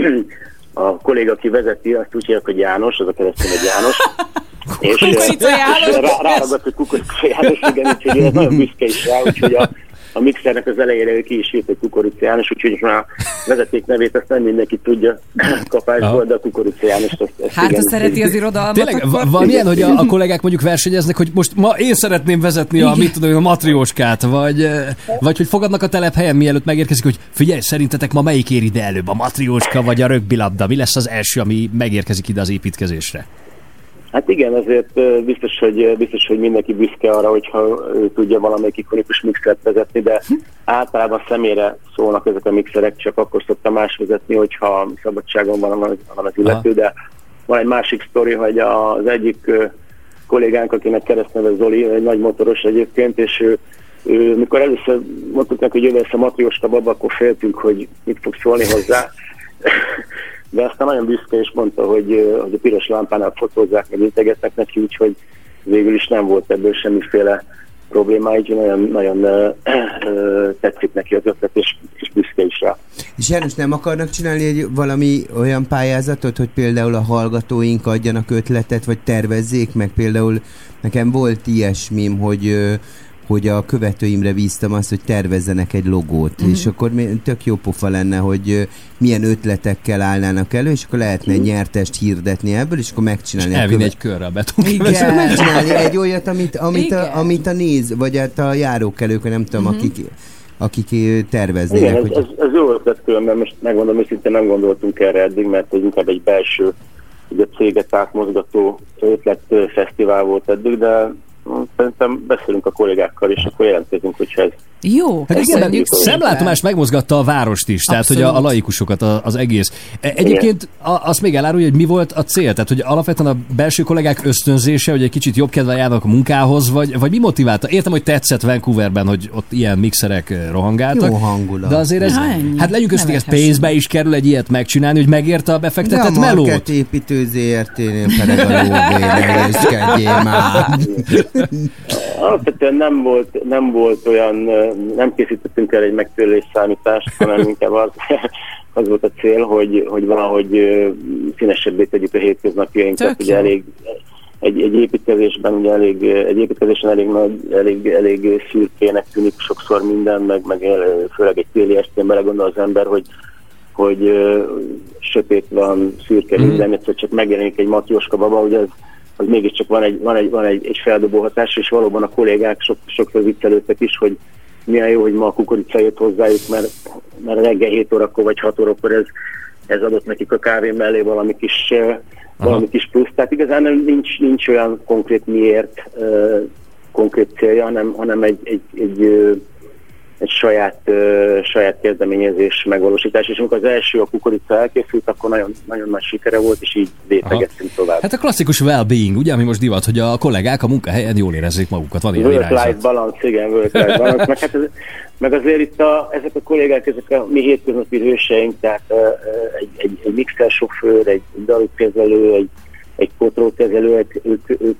a kolléga, aki vezeti, azt úgy hívják, hogy János, az a keresztény, hogy János. Kukorica János? Ráragadt, hogy Kukorica János, igen, úgyhogy ez nagyon büszke is rá, úgyhogy a mixernek az elejére ő ki is írt, hogy Kukorica János, úgyhogy már a vezeték nevét azt nem mindenki tudja kapásból, de a Kukorica János azt hát, igen. Ha szereti az irodalmat, tényleg, van ilyen, hogy a kollégák mondjuk versenyeznek, hogy most ma én szeretném vezetni a Matrjóskát, vagy hogy fogadnak a telephelyen, mielőtt megérkezik, hogy figyelj, szerintetek ma melyik ér ide előbb, a Matrjóska vagy a rögbilabda? Mi lesz az első, ami megérkezik ide az építkezésre? Hát igen, azért biztos, hogy mindenki büszke arra, hogyha ő tudja valamelyik ikonikus mixert vezetni, de általában személyre szólnak ezek a mixerek, csak akkor szoktam más vezetni, hogyha szabadságon van az illető, de van egy másik sztori, hogy az egyik kollégánk, akinek keresztneve Zoli, egy nagy motoros egyébként, és ő mikor először mondtuk neki, hogy jövő lesz a Matrjóska baba, akkor féltünk, hogy mit fog szólni hozzá. De aztán nagyon büszke, és mondta, hogy a piros lámpánál fotózzák, meg integetnek neki, úgyhogy végül is nem volt ebből semmiféle probléma, így nagyon tetszik neki az ötlet, és büszke is rá. És János, nem akarnak csinálni valami olyan pályázatot, hogy például a hallgatóink adjanak ötletet, vagy tervezzék meg? Például nekem volt ilyesmim, hogy a követőimre bíztam azt, hogy tervezzenek egy logót, és akkor tök jó pofa lenne, hogy milyen ötletekkel állnának elő, és akkor lehetne nyertest hirdetni ebből, és akkor megcsinálni. És elvinni egy körre a beton. És megcsinálni egy olyat, amit a néz, vagy hát a járókelők, nem tudom, akik terveznének. Igen, ez jó ötlet különben, most megmondom, hogy szinte nem gondoltunk erre eddig, mert ez inkább egy belső, ugye a céget átmozgató ötletfesztivál volt eddig, de szerintem beszélünk a kollégákkal, és akkor jelentkezünk, hogyha ez... Jó, hát igen, szemlátomás megmozgatta a várost is, tehát hogy a laikusokat az egész. Egyébként azt még elárulja, hogy mi volt a cél? Tehát, hogy alapvetően a belső kollégák ösztönzése, hogy egy kicsit jobb kedvel járnak a munkához, vagy mi motiválta? Értem, hogy tetszett Vancouverben, hogy ott ilyen mixerek rohangáltak. Jó hangulat. De azért ez, hát legyünk köztük, ez pénzbe is kerül egy ilyet megcsinálni, hogy megérte a befektetett melót. De a Market építő ZRT-nél pedig a lóvére, és kedjél már. Alapvetően nem volt olyan, nem készítettünk el egy megtérülés számítást, hanem inkább az volt a cél, hogy valahogy színesebbé tegyük a hétköznapjainkat. Ugye egy építkezésben ugye elég szürkének tűnik sokszor minden, meg főleg egy téli estén belegondol az ember, hogy sötét van, szürke minden, egyszer csak megjelenik egy Matrjóska baba, ugye az mégiscsak van egy feldobó hatás, és valóban a kollégák sokszor viccelődtek is, hogy milyen jó, hogy ma a kukorica jött hozzájuk, mert reggel 7 órakor vagy 6 órakor ez adott nekik a kávé mellé valami kis plusz. Tehát igazán nincs olyan konkrét miért, konkrét célja, hanem egy saját kezdeményezés megvalósítás, és amikor az első a kukorica elkészült, akkor nagyon, nagyon nagy sikere volt, és így létegettünk tovább. Hát a klasszikus well-being, ugye, ami most divat, hogy a kollégák a munkahelyen jól érezzék magukat, van ilyen irányzat. Work-life balance, igen, work-life balance, meg azért itt ezek a kollégák, ezek a mi hétköznapi hőseink, tehát egy mixer sofőr, egy dalútkezelő, egy potrókezelő,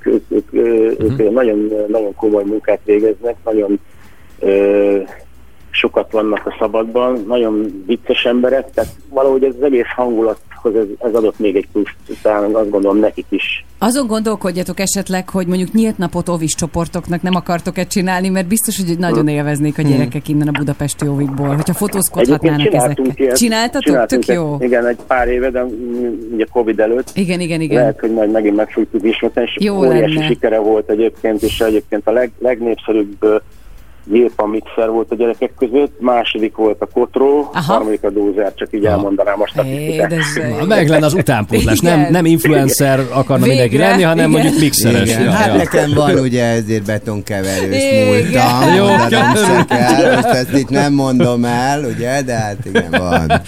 ők nagyon, nagyon komoly munkát végeznek, nagyon sokat vannak a szabadban, nagyon vicces emberek, tehát valahogy ez az egész hangulathoz ez adott még egy pluszt, talán azt gondolom nekik is. Azon gondolkodjatok esetleg, hogy mondjuk nyílt napot óvis csoportoknak nem akartok-e csinálni, mert biztos, hogy nagyon élveznék a gyerekek innen a budapesti óvikból, hogyha fotózkodhatnának ezekkel. Csináltatok? Tök jó. Igen, egy pár éve, de ugye Covid előtt. Igen. Lehet, hogy majd megint meg fogjuk ismerteni, és Jó óriási lenne. sikere volt egyébként, és egyébként a legnépszerűbb Jépa mixer volt a gyerekek között, második volt a Kotró, harmadik a Dózer, csak így elmondanám a statisztikát. Meg lenne az utánpótlás, nem influencer akarna Végre, mindenki lenni, hanem igen. mondjuk mixeres. Igen. Ja, Hát ja. nekem van ugye ezért betonkeverős Igen. múltam. Jó, mondanom se köszönöm. kell. Most ezt itt nem mondom el, ugye, de hát igen, van.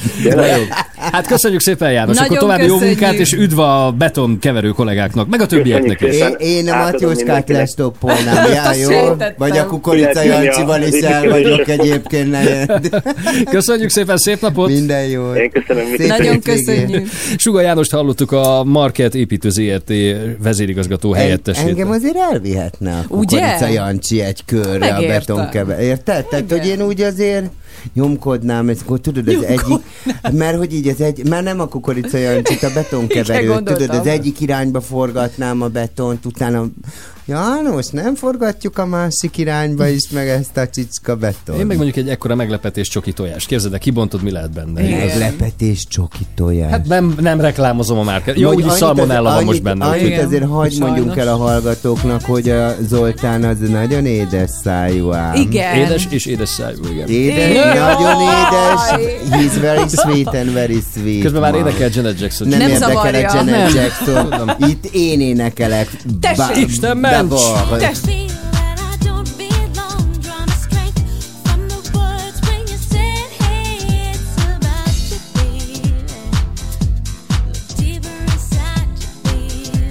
Hát köszönjük szépen, János, Nagyon akkor további jó köszönjük. munkát, és üdv a betonkeverő kollégáknak, meg a többieknek Köszönjük is. szépen. Én a Átadom Matyóskát mindenkinek. lestoppolnám, já, jó? Sejtettem. Vagy a Kukorica Illetve Jancsival is a- el vagyok egyébként. Köszönjük szépen, szép napot! Minden jó. Én köszönöm, Szép viszont. Nagyon hétvégét. köszönjük. Suga Jánost hallottuk, a Market Építő ZRT vezérigazgató helyettesét. Engem azért elvihetne a Ugye? Kukorica Jancsi egy körre a Megértem. betonkeverő. Érted? Tehát, hogy én úgy azért nyomkodnám, ezt, akkor tudod, az egyik, mert hogy így az egy, már nem a Kukorica Jancsit, a Igen, betonkeverőt, tudod, gondoltam. az egyik irányba forgatnám a betont, utána János, nem forgatjuk a másik irányba is, meg ezt a csicska betont. Én meg mondjuk egy ekkora meglepetés csoki tojás. Képzeld el, kibontod, mi lehet benne. Igen. Meglepetés csoki tojás. Hát nem reklámozom a márkát. Jó, úgyis szalmonella van most benne. Annyit Igen. azért hagyd Sajnos. mondjunk el a hallgatóknak, hogy a Zoltán az nagyon édes szájú ám. Igen. Édes és édes szájú, igen. Édes, Jaj. nagyon édes. He's very sweet and very sweet. Közben már ma. énekel Janet Jackson. Nem Nem érdekel zavarja. a Janet Nem. Jackson. Itt én énekelek. Tessék. Isten ments! Tessék. Feel that I don't belong, draw my strength from the words when you said, hey, it's about you, baby. Look deeper inside you, baby.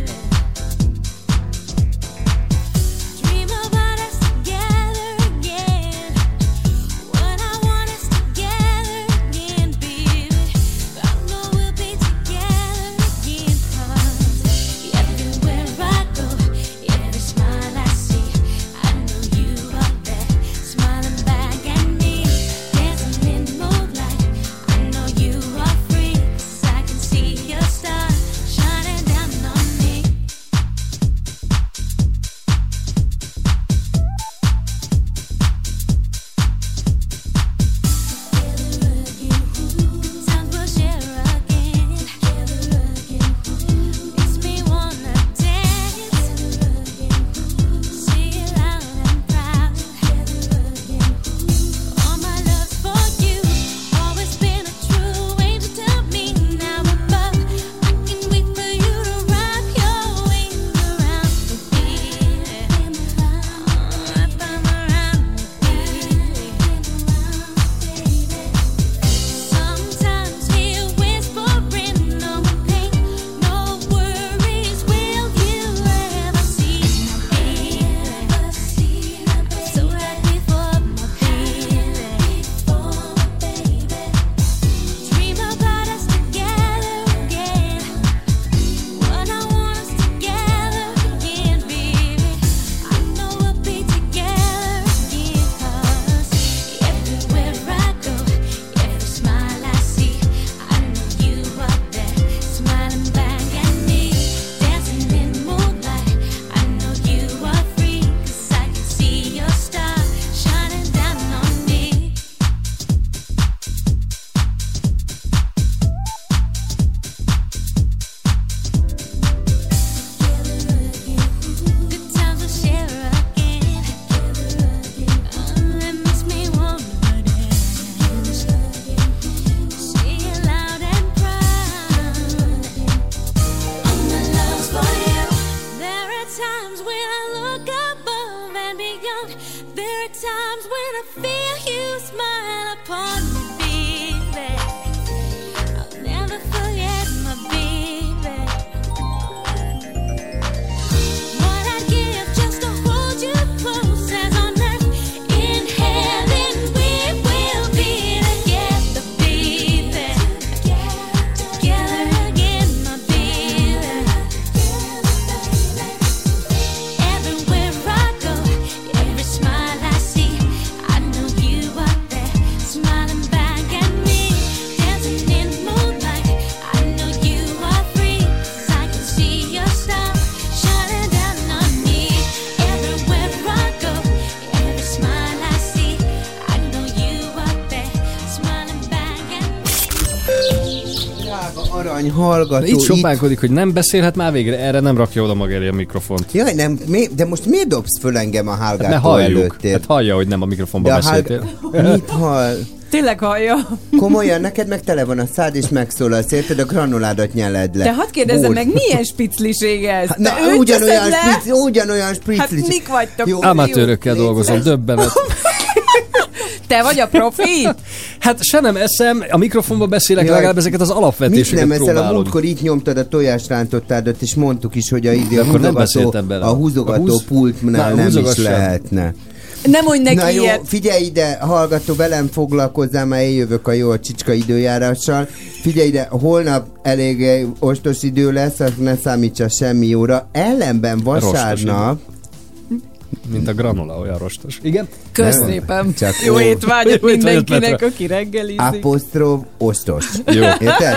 Dream about us together again. What I want is together again, baby. I know we'll be together again, 'cause everywhere I go, every smile I see, I know you are there, smiling back at me, dancing in moonlight. I know you are free, 'cause I can see your star shining down on me. Time will share again. Makes me wanna dance. See it loud and proud. All my love's for you. Always been a true angel to me. Now above, I can wait for you to wrap your wings around me. Wrap them around me. Sometimes hear whispering, no pain, no worries. Will you ever see my baby? So happy for my baby. Dream about us together again. What I want is together again, baby. I know we'll be together again, 'cause everywhere I go, every smile I see, I know you are there, smiling back at me, dancing in moonlight. I know you are free, 'cause I can see your star shining down on me. Good times we'll share again. That makes me wanna dance. Say it loud and proud. All my love's for you. There are times when I look above and beyond. There are times when I feel you smile upon me, baby. I'll never forget my baby. What I'd give just to hold you close as on earth. In heaven we will be together, baby. Together again, my baby. Everywhere I go, every smile I see, I know you are there, arany hallgató Itt sopánkodik, hogy nem beszélhet már végre, erre nem rakja oda maga elé a mikrofont. Jaj, nem, de most miért dobsz föl engem a hallgató Ne halljuk. előttér? Hát hallja, hogy nem a mikrofonba De a beszéltél. mit hall? Tényleg hallja. Komolyan, neked meg tele van a szád, és megszólalsz, érted? A granuládat nyeled le. De hadd kérdezzem Bór. meg, milyen spicliség ez? Na, Te őt teszed le? ugyanolyan spriclis. Hát mik vagytok? Jó, Amatőrökkel jó, dolgozom, döbbenet. Te vagy a profi? Hát se nem eszem, a mikrofonba beszélek, Jaj, legalább ezeket az Mit alapvetéseket nem eszel? A próbálod. múltkor így nyomtad a tojásrántottádat, és mondtuk is, hogy Akkor nem beszéltem bele. a húzogató pultnál Na, nem húzogass is sem. lehetne. Nem mondj neki Na jó, ilyet. figyelj ide, hallgató, velem foglalkozzál, mert én jövök a jó a csicska időjárással. Figyelj ide, holnap elég ostos idő lesz, azt ne számítsa semmi jóra. Ellenben vasárnap... Mint a granola, olyan rostos. Igen? Kösz Nem, szépen. csak Jó ó. étvágyat Jó étvágyat, mindenkinek, Petra. aki reggelizik. Apostrof ostos. Jó. Érted?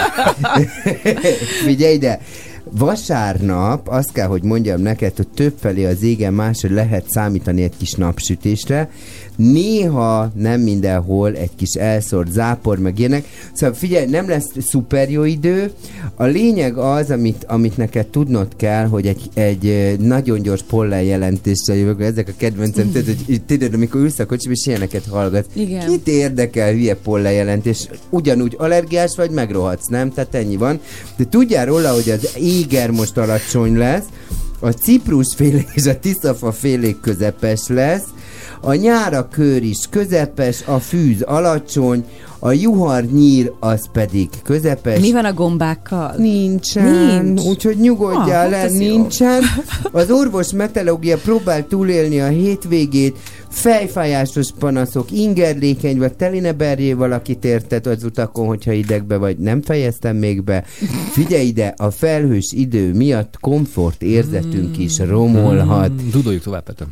Figyelj ide! Vasárnap azt kell, hogy mondjam neked, hogy többfelé az égen máshogy lehet számítani egy kis napsütésre. Néha, nem mindenhol, egy kis elszórt zápor, meg ilyenek. Szóval figyelj, nem lesz szuper jó idő. A lényeg az, amit neked tudnod kell, hogy egy nagyon gyors pollen jelentéssel jövök, ezek a kedvencem, tudod, amikor ülsz a kocsiba, és ilyeneket hallgatsz. Igen. Kit érdekel hülye pollen jelentés? Ugyanúgy allergiás vagy, megrohadsz, nem? Tehát ennyi van. De tudjál róla, hogy az éger most alacsony lesz, a ciprusfélék és a tiszafafélék közepes lesz, a nyárakőr is közepes, a fűz alacsony, a juharnyír az pedig közepes. Mi van a gombákkal? Nincsen. Nincs. Úgyhogy nyugodjál Hát le, ez jó. nincsen. Az orvos meteorológia próbál túlélni a hétvégét, fejfájásos panaszok, ingerlékeny vagy telineberjé valakit érted az utakon, hogyha idegbe vagy, nem fejeztem még be. Figyelj ide, a felhős idő miatt komfort érzetünk is romolhat. Dudoljuk tovább, Petra.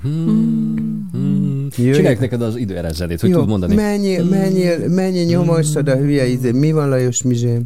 Jöjjön. Csináljuk neked az időerezzenét, hogy Jó, tud mondani. menjél, nyomossad a hülye izé. Mi van, Lajos Mizsém?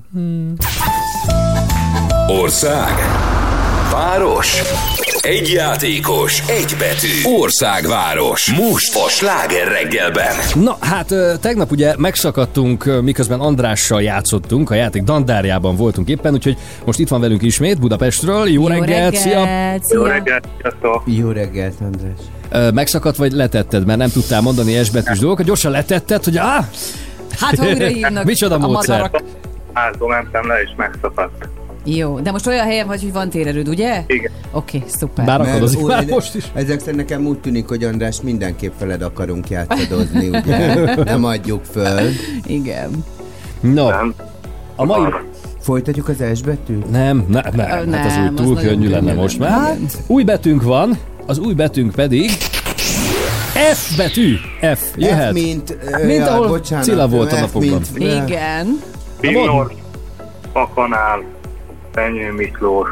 Ország. Város. Egy játékos, egy betű. Országváros. Most a Sláger reggelben. Na, hát tegnap ugye megszakadtunk, miközben Andrással játszottunk, a játék dandárjában voltunk éppen, úgyhogy most itt van velünk ismét Budapestről. Jó reggelt, szia! Jó reggelt, sziasztok! Jó reggelt, András. Megszakadt vagy letetted, mert nem tudtál mondani S-betűs dolgokat, gyorsan letetted, hogy Hát, ha újra hívnak Micsoda a módszer? madarak. Házból mentem le, és megszakadt. Jó, de most olyan helyen vagy, hogy van térerőd, ugye? Igen. Oké, szuper. Bár akadozik Mert már úgy- most is. Ezek szerint nekem úgy tűnik, hogy András mindenképp veled akarunk játszadozni, ugye? Nem adjuk föl. Igen. No, Nem. a mai... Folytatjuk az S betűt? Nem, hát az Nem, úgy túl az könnyű nagyon lenne könnyű most lenne. már. Új betűnk van, az új betűnk pedig F betű. F, jöhet. F mint... Mint ahol bocsánat, Cilla volt a F napokban. mint- Igen. Pinnor, Pakanál, Fenyő Miklós,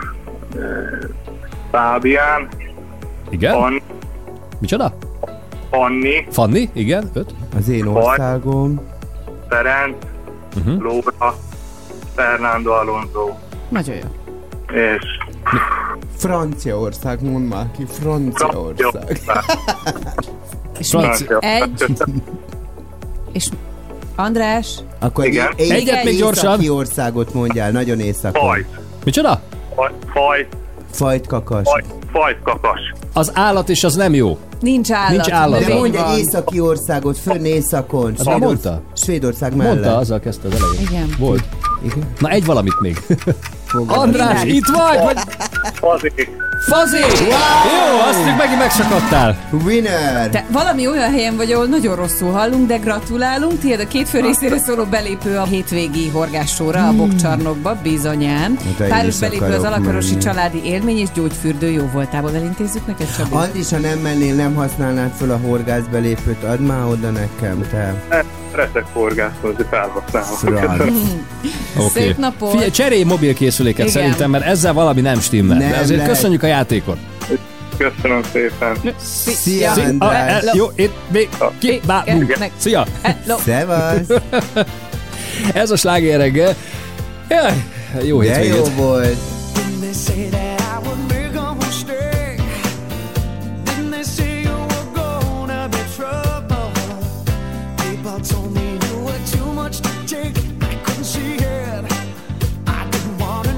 Fábián, Igen? Micsoda? Fanni, Fanni? Igen? 5? Az én országom. Ferenc, Lóra, Fernando Alonso, Nagyon jó. és Franciaország, mondd már ki, Franciaország. És Francia. egy... És András? Akkor Igen. Egyet még gyorsan. északi országot mondjál, nagyon északon. Fajt, Micsoda? Fajt kakas. Fajt kakas. Az állat és az nem jó. Nincs állat. Nincs állat. De növény mondj egy van. északi országot, fönn északon. Az már mondta? Svédország mellett. Mondta, azzal kezdte az elején. Igen. Volt. Igen. Na, egy valamit még. Fogadj. András, itt vagy? Fazik, Fazi! Jó, azt még megint megszakadtál. Winner! Te valami olyan helyen vagy, ahol nagyon rosszul hallunk, de gratulálunk. Tiéd a két fő részére szóló belépő a hétvégi horgássóra a Bokcsarnokba, bizonyán. én Páros is belépő az akarok Alakarosi menni. családi élmény és gyógyfürdő jó voltából. Elintézzük neked, Csabi? Andis, ha nem mennél, nem használnád föl a horgászbelépőt, add már oda nekem, te. Reszek forgászni, felhasználom. Franc. Oké. Szép napot! Figyelj, cserélj mobilkészüléket Igen. szerintem, mert ezzel valami nem stimmel. Nem De azért lehet. köszönjük a játékot. Köszönöm szépen. Szia, András! Jó, itt, ki, bá, bú. Meg. Szia! Hello. Szevasz! Ez a Sláger reggel. Jaj, jó De jó hétvégét. volt! Didn't they say that I would make a mistake? Didn't they say you were gonna be trouble? People told me you were too much to take. I couldn't see it. I didn't wanna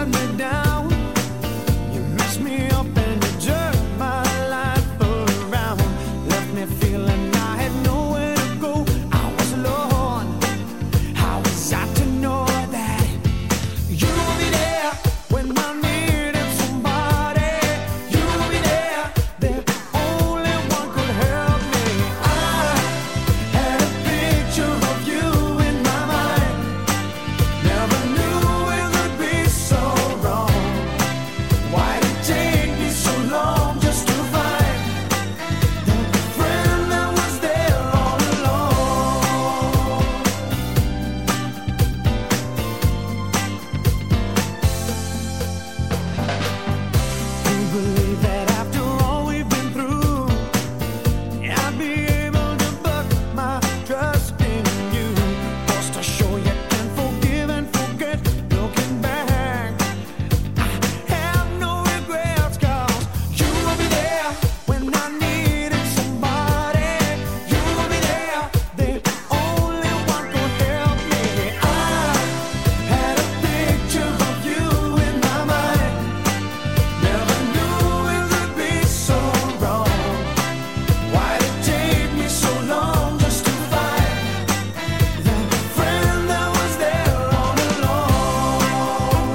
let me down. You messed me up and you jerked my life around. Left me feeling I had nowhere to go. I was alone. How was I to know that you would be there when I needed somebody? You would be there, the only one could help me. I had a picture of you in my mind. Never knew it would be so wrong. Why did it take me so long just to find the friend that was there all along? You believe that after all we've been through, I'd be able to put my trust in you. Just to show you can forgive and forget. Looking back, I have no regrets, 'cause you will be there when I needed somebody. You will be there, the only one could help me. I had a picture of you in my mind. Never knew it would be so wrong. Why did it take me so long just to find the friend that was there all along?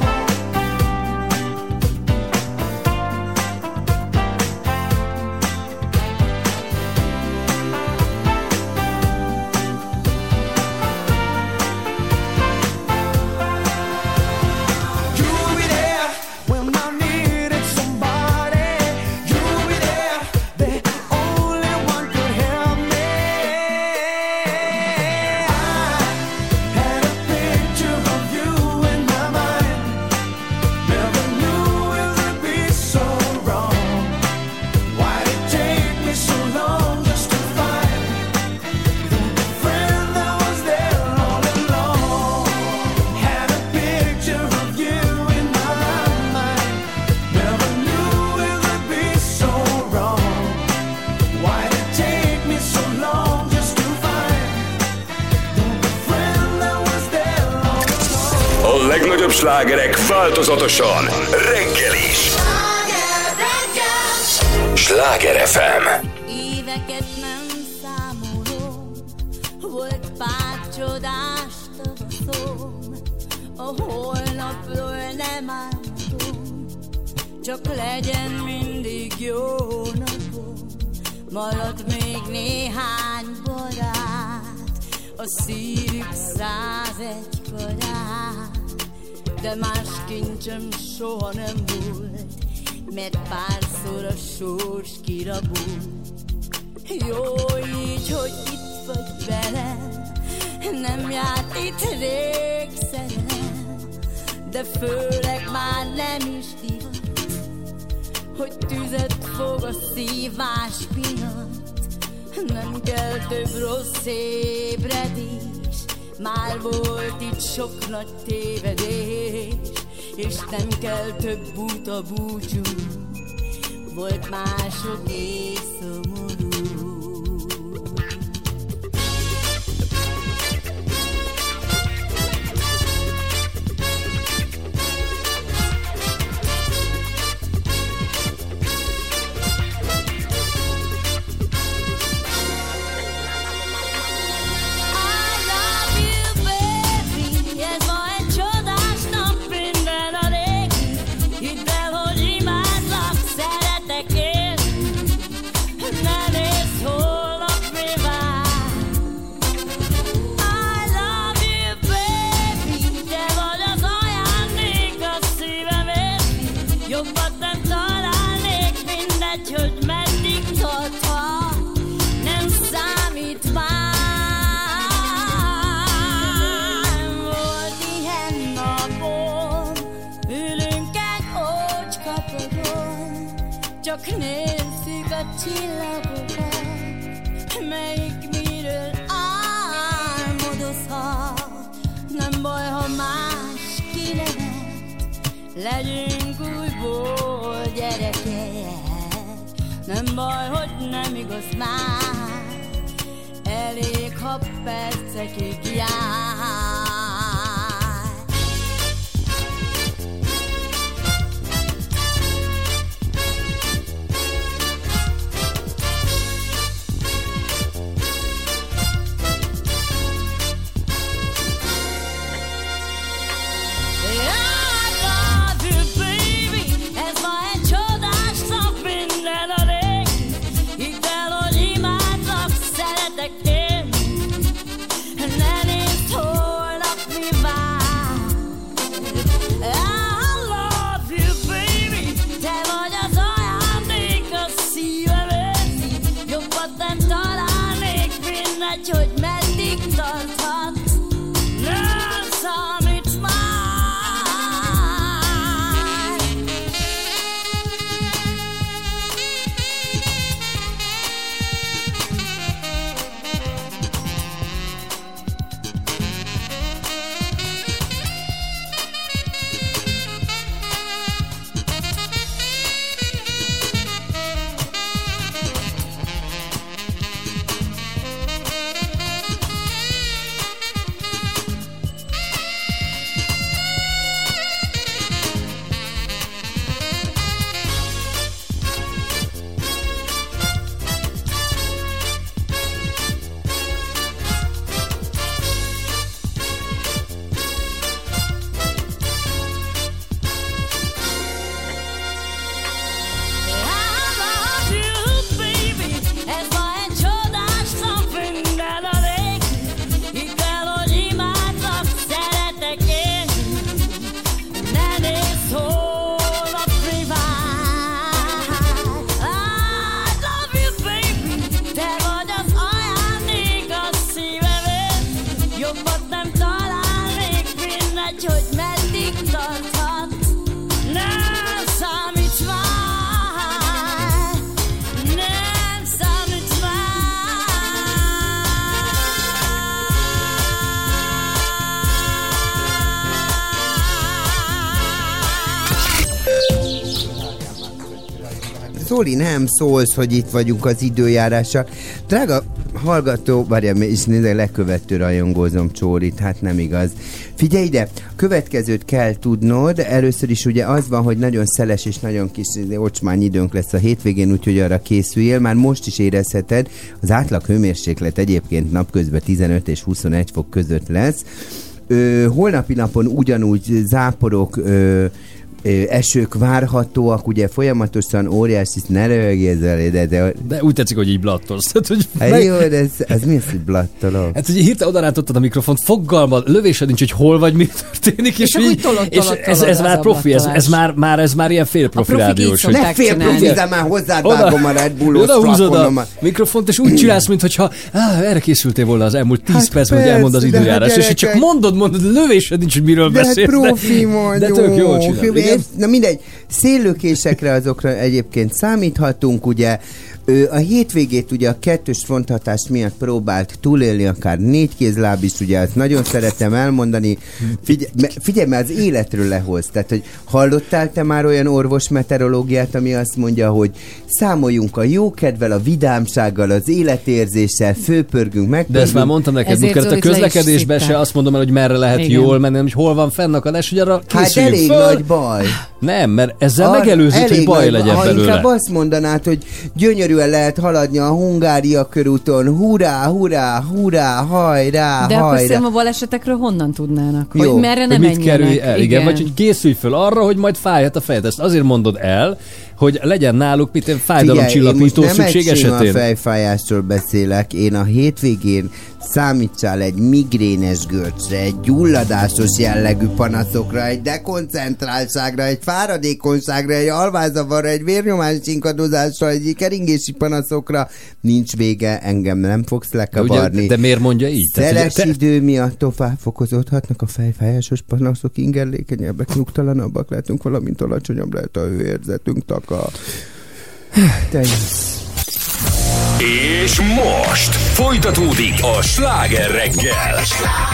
You will be there when I needed somebody. You will be there, the only one could help me. I had a picture of you in my mind. Never knew it would be so wrong. Why did it take me so long just to find the friend that was there all along? Had a picture of you in my mind. Never knew it would be so wrong. Why did it take me so long just to find the friend that was there all along? A legnagyobb slágerek változatosan reggel is. Sláger FM. Éveket nem számolom, volt pár csodás tavaszom, a holnapról nem álmodom, csak legyen mindig jó napom. Maradt még néhány barát, a szívük 101 karát, de más kincsem soha nem volt, mert párszor a sors kirabult. Jó így, hogy itt vagy velem, nem járt itt rég szerelem, de főleg már nem is divat, hogy tüzet fog a szívás miatt. Nem kell több rossz ébredés, már volt itt sok nagy tévedés, és nem kell több buta búcsú, volt másodé szomorú. Csak nézzük a csillagokat, melyik miről álmodozhat. Nem baj, ha más kinevet, legyünk újból gyerekek. Nem baj, hogy nem igaz már, elég, ha percekig jár. Szóli, nem szólsz, hogy itt vagyunk az időjárással. Drága hallgató, várjál, és nézd, lekövető rajongózom Csólit, hát nem igaz. Figyelj ide, következőt kell tudnod, először is ugye az van, hogy nagyon szeles és nagyon kis ocsmány időnk lesz a hétvégén, úgyhogy arra készüljél, már most is érezheted, az átlag hőmérséklet egyébként napközben 15 és 21 fok között lesz. Holnapi napon ugyanúgy záporok, esők várhatóak, ugye folyamatosan óriási, ne röhögjél, de úgy tetszik, hogy így blattolsz. Jó, de ez mi az, hogy blattolok? Hát, hogy hirtelen odarátottad a mikrofont, fogalmad, lövésed nincs, hogy hol vagy, mi történik, és ez már profi, ez már ilyen félprofi rádiós. Ne félprofizál, már hozzád vágom a Red Bullos flakonomat. A mikrofont, és úgy csinálsz, mintha erre készültél volna az elmúlt 10 percben, hogy elmond az időjárás, és csak mondod, lövésed nincs, hogy miről beszélsz. De profi vagy, de tök jól csinál. Na mindegy, széllökésekre azokra egyébként számíthatunk, ugye a hétvégét ugye a kettős fronthatás miatt próbált túlélni, akár 4 kézláb is, ugye ezt nagyon szeretem elmondani. Figyelj, mert az életről lehoz. Tehát, hogy hallottál te már olyan orvos meteorológiát, ami azt mondja, hogy számoljunk a jókedvel, a vidámsággal, az életérzéssel, főpörgünk, megpörgünk. De ezt már mondtam neked, mikor a közlekedésben se azt mondom el, hogy merre lehet jól menni, hogy hol van fennakadás, hogy arra készüljünk. Hát elég nagy baj. Nem, mert ezzel megelőzött, hogy baj legyen belőle. Inkább azt mondanád, hogy gyönyörűen lehet haladni a Hungária körúton, hurrá, hurrá, hurrá, hajrá, de hajrá. akkor szerintem a balesetekről honnan tudnának? Jó. Hogy merre nem mit kerülj menjenek? el, igen, vagy hogy készülj föl arra, hogy majd fájhat a fejed. Ezt azért mondod el, hogy legyen náluk fájdalomcsillapító szükség esetén. Nem egy fejfájásról beszélek, én a hétvégén számítsál egy migrénes görcsre, egy gyulladásos jellegű panaszokra, egy dekoncentráltságra, egy fáradékonyságra, egy alvászavarra, egy vérnyomásinkadozásra, egy keringési panaszokra. Nincs vége, engem nem fogsz lekavarni. De miért mondja így? Szeles idő miatt tovább fokozódhatnak a fejfájásos panaszok, ingerlékenyebbek, nyugtalanabbak lehetünk, valamint alacsonyabb lehet a hőérzetünk, taka. És most folytatódik a Sláger reggel.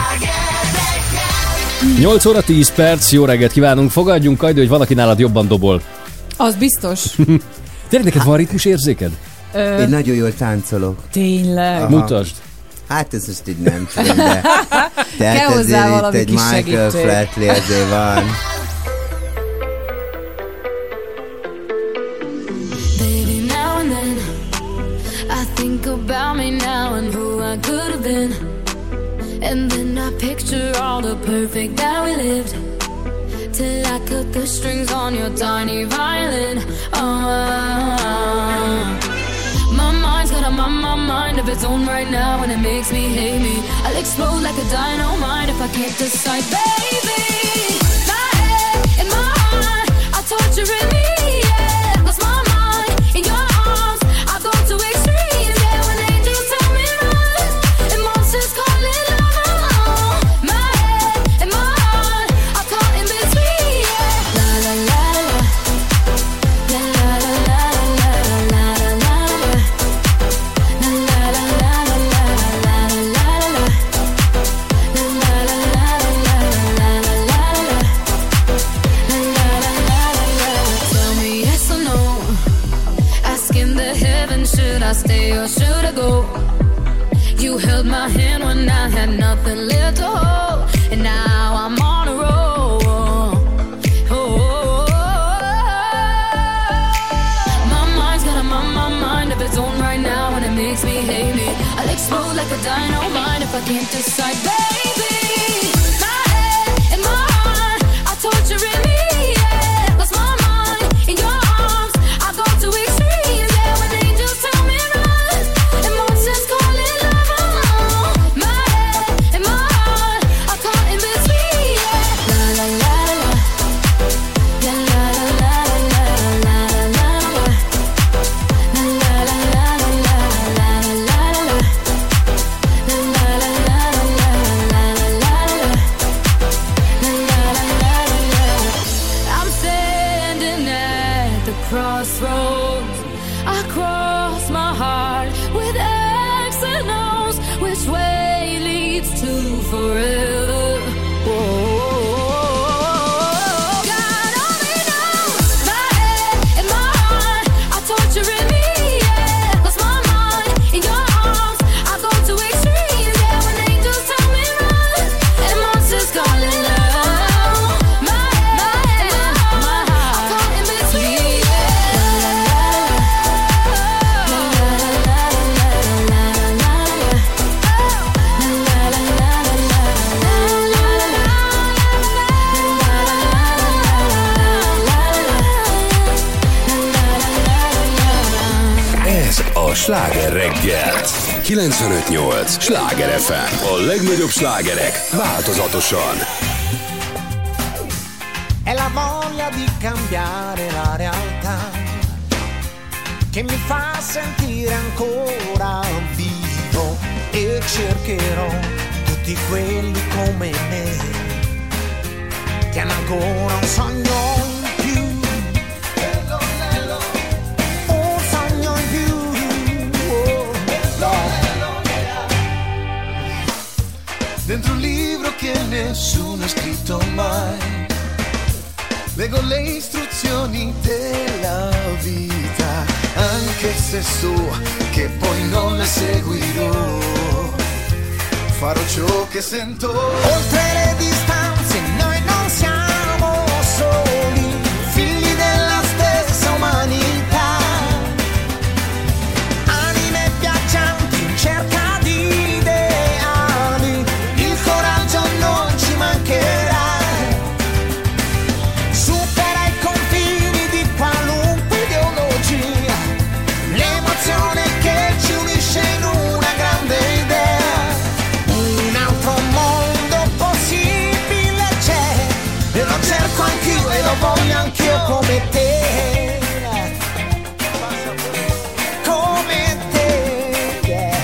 8 óra 10 perc, jó reggelt kívánunk, fogadjunk, Kajdi, hogy valaki nálad jobban dobol. Az biztos. Tényleg neked van ritmusérzéked? Én nagyon jól táncolok. Tényleg? Aha. Mutasd. Hát ez most így nem tudom, de kell hozzá valami egy kis Michael segítség. Flatley azért van. Baby, now and then I think about me now and who I could have been. And then I picture all the perfect that we lived, till I cut the strings on your tiny violin. My mind's got my mind of its own right now, and it makes me hate me. I'll explode like a dynamite if I can't decide, baby. My head and my heart are torturing me. Yeah, lost my mind in your arms. I've gone to extremes. Yeah, when angels tell me run and monsters call it love. My head and my heart are caught in between. Yeah, la la la la, la la la la la la la la. Should I stay or should I go? You held my hand when I had nothing left to hold, and now I'm on a roll. My mind's got my mind of its own right now, and it makes me hate me. I'll explode like a dynamite if I can't decide, baby. My head and my heart are torturing me. Yeah, lost my mind in your arms. I go to extremes. Yeah, when angels tell me run and monsters call it love. My head and my heart are caught in between. Yeah, la la la la, la la la la la la la la. I'm standing at the crossroads. I cross my heart with X and O's. Which way leads to forever? God only knows. My head and my heart are torturing. Sláger reggel. 95.8 Sláger FM. A legnagyobb slágerek változatosan. È la voglia di cambiare la realtà che mi fa sentire ancora vivo e cercherò tutti quelli come me che hanno ancora un sogno in più, un sogno in più, dentro un libro che nessuno ha scritto mai. Leggo le istruzioni della vita, anche se so che poi non le seguirò. Farò ciò che sento. Oltre le distanze noi non siamo soli, figli della stessa umanità, anime viaggianti in cerca di ideali, il coraggio non ci mancherà. Voglio anch'io come te, come te, yeah.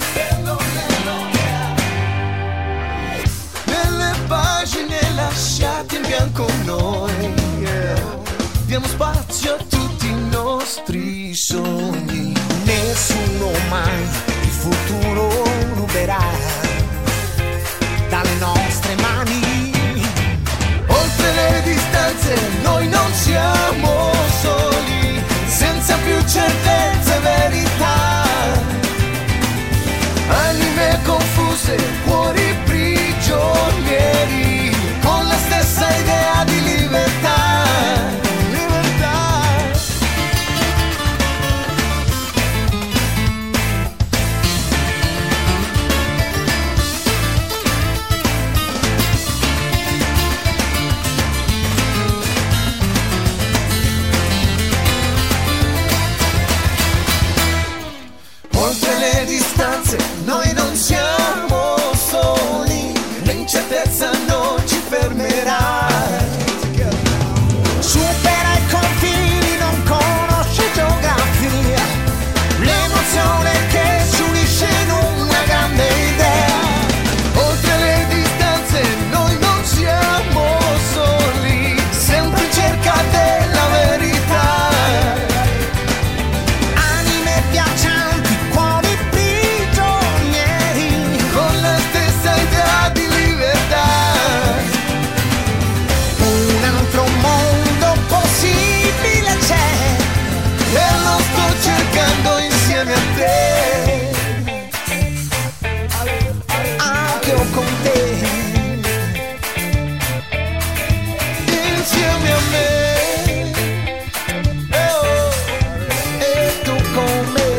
Nelle pagine lasciate in bianco noi, yeah, diamo spazio a tutti i nostri sogni. Nessuno mai il futuro ruberà dalle nostre mani. Oltre le distanze noi non siamo soli, senza più certezze e verità, anime confuse, cuori prigionieri, con la stessa idea di libertà. Noi non siamo soli, l'incertezza non ci fermerà. Supera i confini, non conosce geografia, l'emozione che ci unisce in una grande idea. Oltre le distanze noi non siamo soli, sempre in cerca della verità. Anime viaggianti, cuori prigionieri, con la stessa idea di libertà. un altro mondo possibile c'è, E lo sto cercando insieme a te, anche io con te, insieme a me. e tu con me.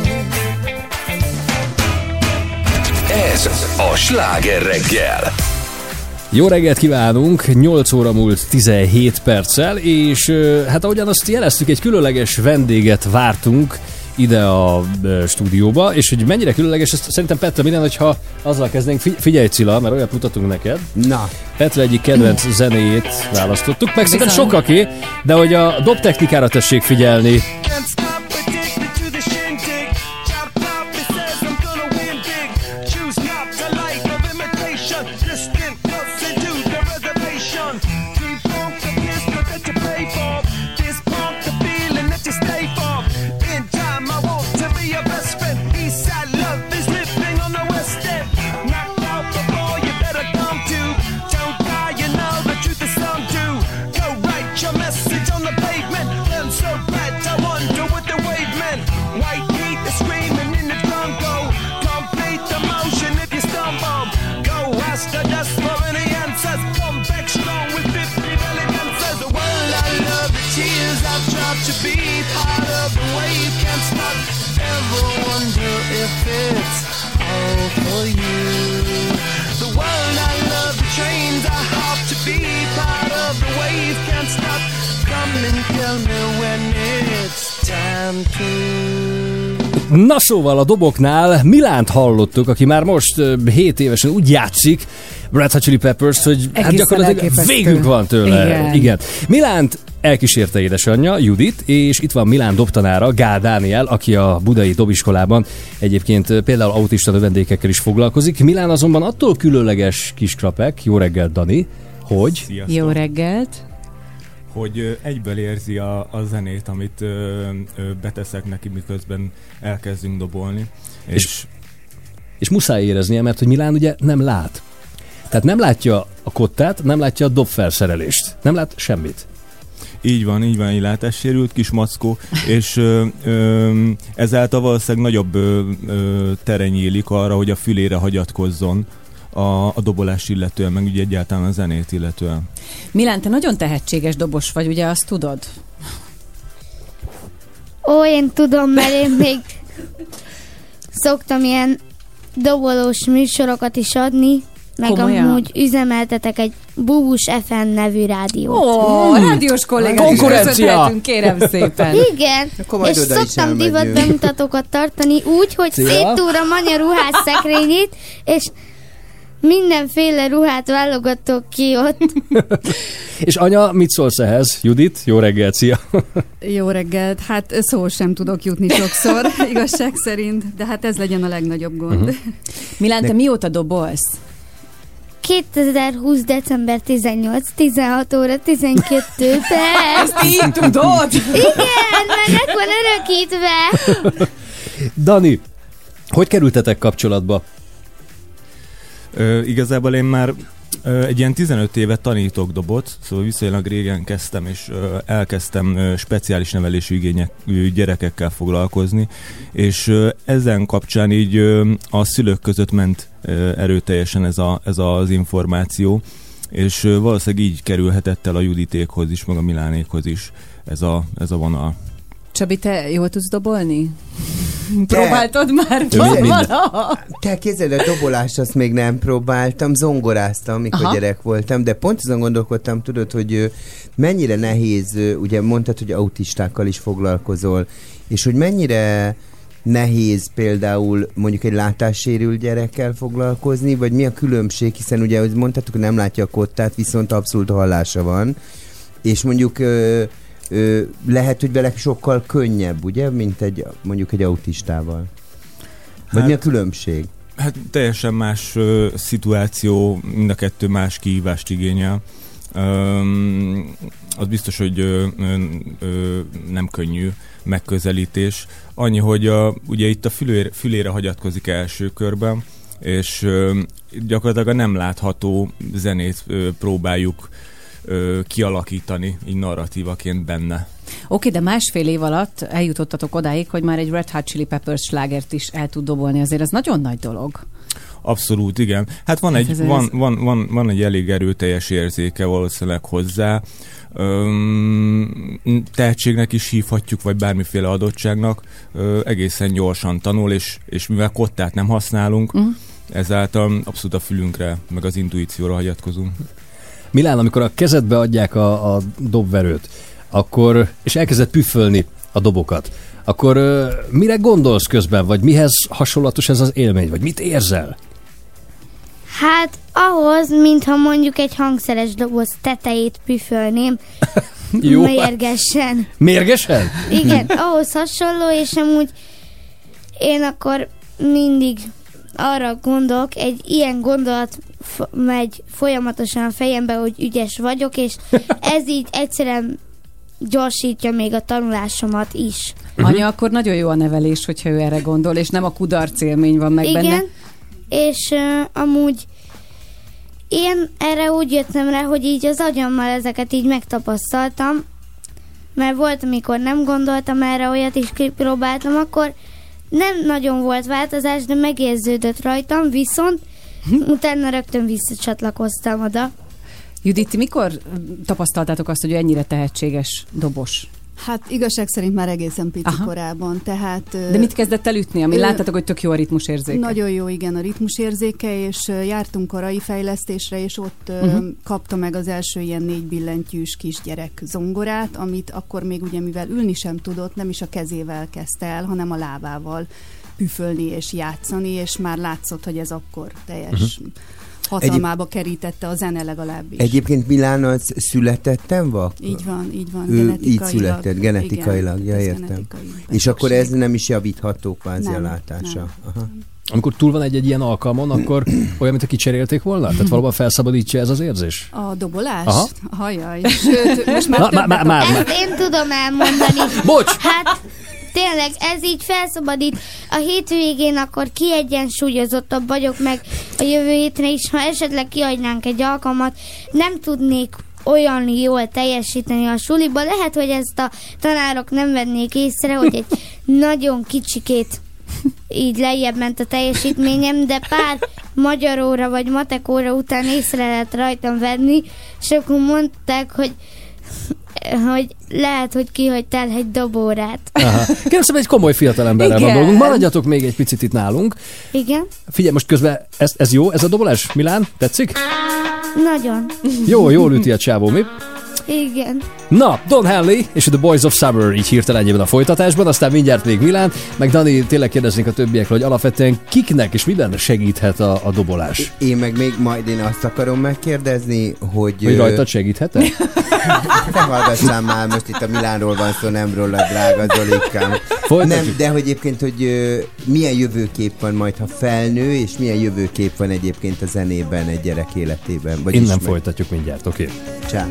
Ez a Sláger reggel. Jó reggelt kívánunk, 8 óra múlt 17 perccel, és hát ahogyan azt jeleztük, egy különleges vendéget vártunk ide a stúdióba, és hogy mennyire különleges, ezt szerintem Petra minden, hogyha azzal kezdnénk, figyelj Cilla, mert olyat mutatunk neked. Na, Petra egyik kedvenc zenéjét választottuk, meg szerintem Bizony. sokaké, de hogy a dobtechnikára tessék figyelni. Can't stop, addicted to the shindig. Chop top, it says I'm gonna win big. Choose not the life of imitation. Distant, closer to the reservation. Deep funk the business that you pay for. This pump the feeling that you stay for. In time, I want to be your best friend. Eastside love is living on the west end. Knocked out before you better come to. Don't die, you know the truth is some do. Go write your message on the pavement. I'm so glad I wonder what the wave meant. White heat is screaming in the jungle. Complete the motion if you stumble. Go ask the dust for any answers. Come back strong with 50 belly dancers. The world I love, the tears I've dropped to be part of the wave can't stop. Ever wonder if it's all for you? The world I love, the trains I hop to be part of the wave can't stop. Come and tell me when it's time to. Na szóval a doboknál Milánt hallottuk, aki már most 7 évesen úgy játszik Red Hot Chili Peppers, hogy hát gyakorlatilag végünk van tőle. Igen. Milánt elkísérte édesanyja, Judit, és itt van Milán dobtanára, Gál Dániel, aki a budai dobiskolában egyébként például autista növendékekkel is foglalkozik. Milán azonban attól különleges kiskrapek, jó reggelt Dani, hogy... Sziasztok. Jó reggelt! Hogy egyből érzi a zenét, amit beteszek neki, miközben elkezdünk dobolni. És muszáj éreznie, mert hogy Milán ugye nem lát. Tehát nem látja a kottát, nem látja a dobfelszerelést. Nem lát semmit. Így van, így látássérült kis mackó, és ezáltal valószínűleg nagyobb tere nyílik arra, hogy a fülére hagyatkozzon a dobolást illetően, meg ugye egyáltalán a zenét illetően. Milán, te nagyon tehetséges dobos vagy, ugye azt tudod? Ó, én tudom, mert én még szoktam ilyen dobolós műsorokat is adni, meg Komolyan? amúgy üzemeltetek egy Bubus FM nevű rádiót. Ó, rádiós kollégát is köszönhetünk, kérem szépen. Igen, és oda is szoktam elmegyünk. divat bemutatókat tartani úgy, hogy széttúrom anya ruhás szekrényét, és mindenféle ruhát válogatok ki ott. És anya, mit szólsz ehhez? Judit, jó reggelt, szia! Jó reggelt, hát szó sem tudok jutni sokszor, igazság szerint, de hát ez legyen a legnagyobb gond. Milán, te mióta dobolsz? 2020. december 18, 16 óra 12 perc. Ezt így tudod? Igen, mert meg van örökítve. Dani, hogy kerültetek kapcsolatba? Igazából én már egy ilyen 15 éve tanítok dobot, szóval viszonylag régen kezdtem, és elkezdtem speciális nevelésű igényekű gyerekekkel foglalkozni, és ezen kapcsán így a szülők között ment erőteljesen ez az információ, és valószínűleg így kerülhetett el a Juditékhoz is, meg a Milánékhoz is ez a vonal. Csabi, te jól tudsz dobolni? Próbáltad már Te képzeld, a dobolást azt még nem próbáltam, zongoráztam, mikor gyerek voltam, de pont azon gondolkodtam, tudod, hogy mennyire nehéz, ugye mondtad, hogy autistákkal is foglalkozol, és hogy mennyire nehéz például mondjuk egy látássérült gyerekkel foglalkozni, vagy mi a különbség, hiszen ugye, hogy mondtátok, hogy nem látja a kottát, viszont abszolút hallása van, és mondjuk lehet, hogy vele sokkal könnyebb, ugye, mint mondjuk egy autistával. Vagy mi a különbség? Hát teljesen más szituáció, mind a kettő más kihívást igényel. Az biztos, hogy nem könnyű megközelítés. Annyi, hogy ugye itt a fülére hagyatkozik első körben, és gyakorlatilag a nem látható zenét próbáljuk kialakítani így narratívaként benne. Oké, de másfél év alatt eljutottatok odáig, hogy már egy Red Hot Chili Peppers slágert is el tud dobolni, azért ez nagyon nagy dolog. Abszolút, igen. Hát van egy elég erőteljes érzéke valószínűleg hozzá. Tehetségnek is hívhatjuk, vagy bármiféle adottságnak. Egészen gyorsan tanul, és mivel kottát nem használunk, ezáltal abszolút a fülünkre, meg az intuícióra hagyatkozunk. Milán, amikor a kezedbe adják a dobverőt, akkor, és elkezded püffölni a dobokat, akkor mire gondolsz közben, vagy mihez hasonlatos ez az élmény, vagy mit érzel? Hát ahhoz, mintha mondjuk egy hangszeres doboz tetejét püfölném, mérgesen. Mérgesen? Igen, ahhoz hasonló, és amúgy én akkor mindig arra gondolok, egy ilyen gondolat megy folyamatosan a fejembe, hogy ügyes vagyok, és ez így egyszerűen gyorsítja még a tanulásomat is. Anya, akkor nagyon jó a nevelés, hogyha ő erre gondol, és nem a kudarc élmény van meg benne. Igen, és amúgy én erre úgy jöttem rá, hogy így az agyammal ezeket így megtapasztaltam, mert volt, amikor nem gondoltam erre, olyat is kipróbáltam, akkor nem nagyon volt változás, de megérződött rajtam, viszont utána rögtön visszacsatlakoztam oda. Judit, mikor tapasztaltátok azt, hogy ennyire tehetséges dobos? Hát igazság szerint már egészen pici korában, tehát... De mit kezdett el ütni, ami láttatok, hogy tök jó a ritmusérzéke? Nagyon jó, igen, a ritmusérzéke, és jártunk korai fejlesztésre, és ott kapta meg az első ilyen 4 billentyűs kisgyerek zongorát, amit akkor még ugye, mivel ülni sem tudott, nem is a kezével kezdte el, hanem a lábával püfölni és játszani, és már látszott, hogy ez akkor teljes hatalmába kerítette a zene legalábbis. Egyébként Milán az születettem vak? Így van, Ő így született, genetikailag, igen, értem. És akkor ez nem is javítható kvázi a látása. Aha. Amikor túl van egy ilyen alkalmon, akkor olyan, mint aki cserélték volna? Tehát valóban felszabadítja ez az érzés? A dobolás? Aha. Hajjaj. Sőt, most már Ezt én tudom elmondani. Bocs! Hát tényleg, ez így felszabadít. A hétvégén akkor kiegyensúlyozottabb vagyok, meg a jövő hétre is, ha esetleg kiadnánk egy alkalmat, nem tudnék olyan jól teljesíteni a suliba. Lehet, hogy ezt a tanárok nem vennék észre, hogy egy nagyon kicsikét így lejjebb ment a teljesítményem, de pár magyar óra vagy matek óra után észre lehet rajtam venni, és akkor mondták, hogy lehet, hogy kihagytál egy dobórát. Kérem szépen, egy komoly fiatalemberrel van dolgunk. Maradjatok még egy picit itt nálunk. Igen. Figyelj, most közben ez jó, ez a dobolás? Milán? Tetszik? Nagyon. Jól üti a csávó, mi? Igen. Na, Don Henley és The Boys of Summer így hirtelenjében a folytatásban, aztán mindjárt még Milán, meg Dani, tényleg kérdeznénk a többiekről, hogy alapvetően kiknek és miben segíthet a dobolás? Én meg még majd én azt akarom megkérdezni, hogy rajtad segíthet-e? Ne hallgassál már, most itt a Milánról van szó, nem róla, drága Zolikám. Nem, de hogy egyébként, hogy milyen jövőkép van majd, ha felnő, és milyen jövőkép van egyébként a zenében egy gyerek életében. Innen folytatjuk mindjárt, oké? Csá.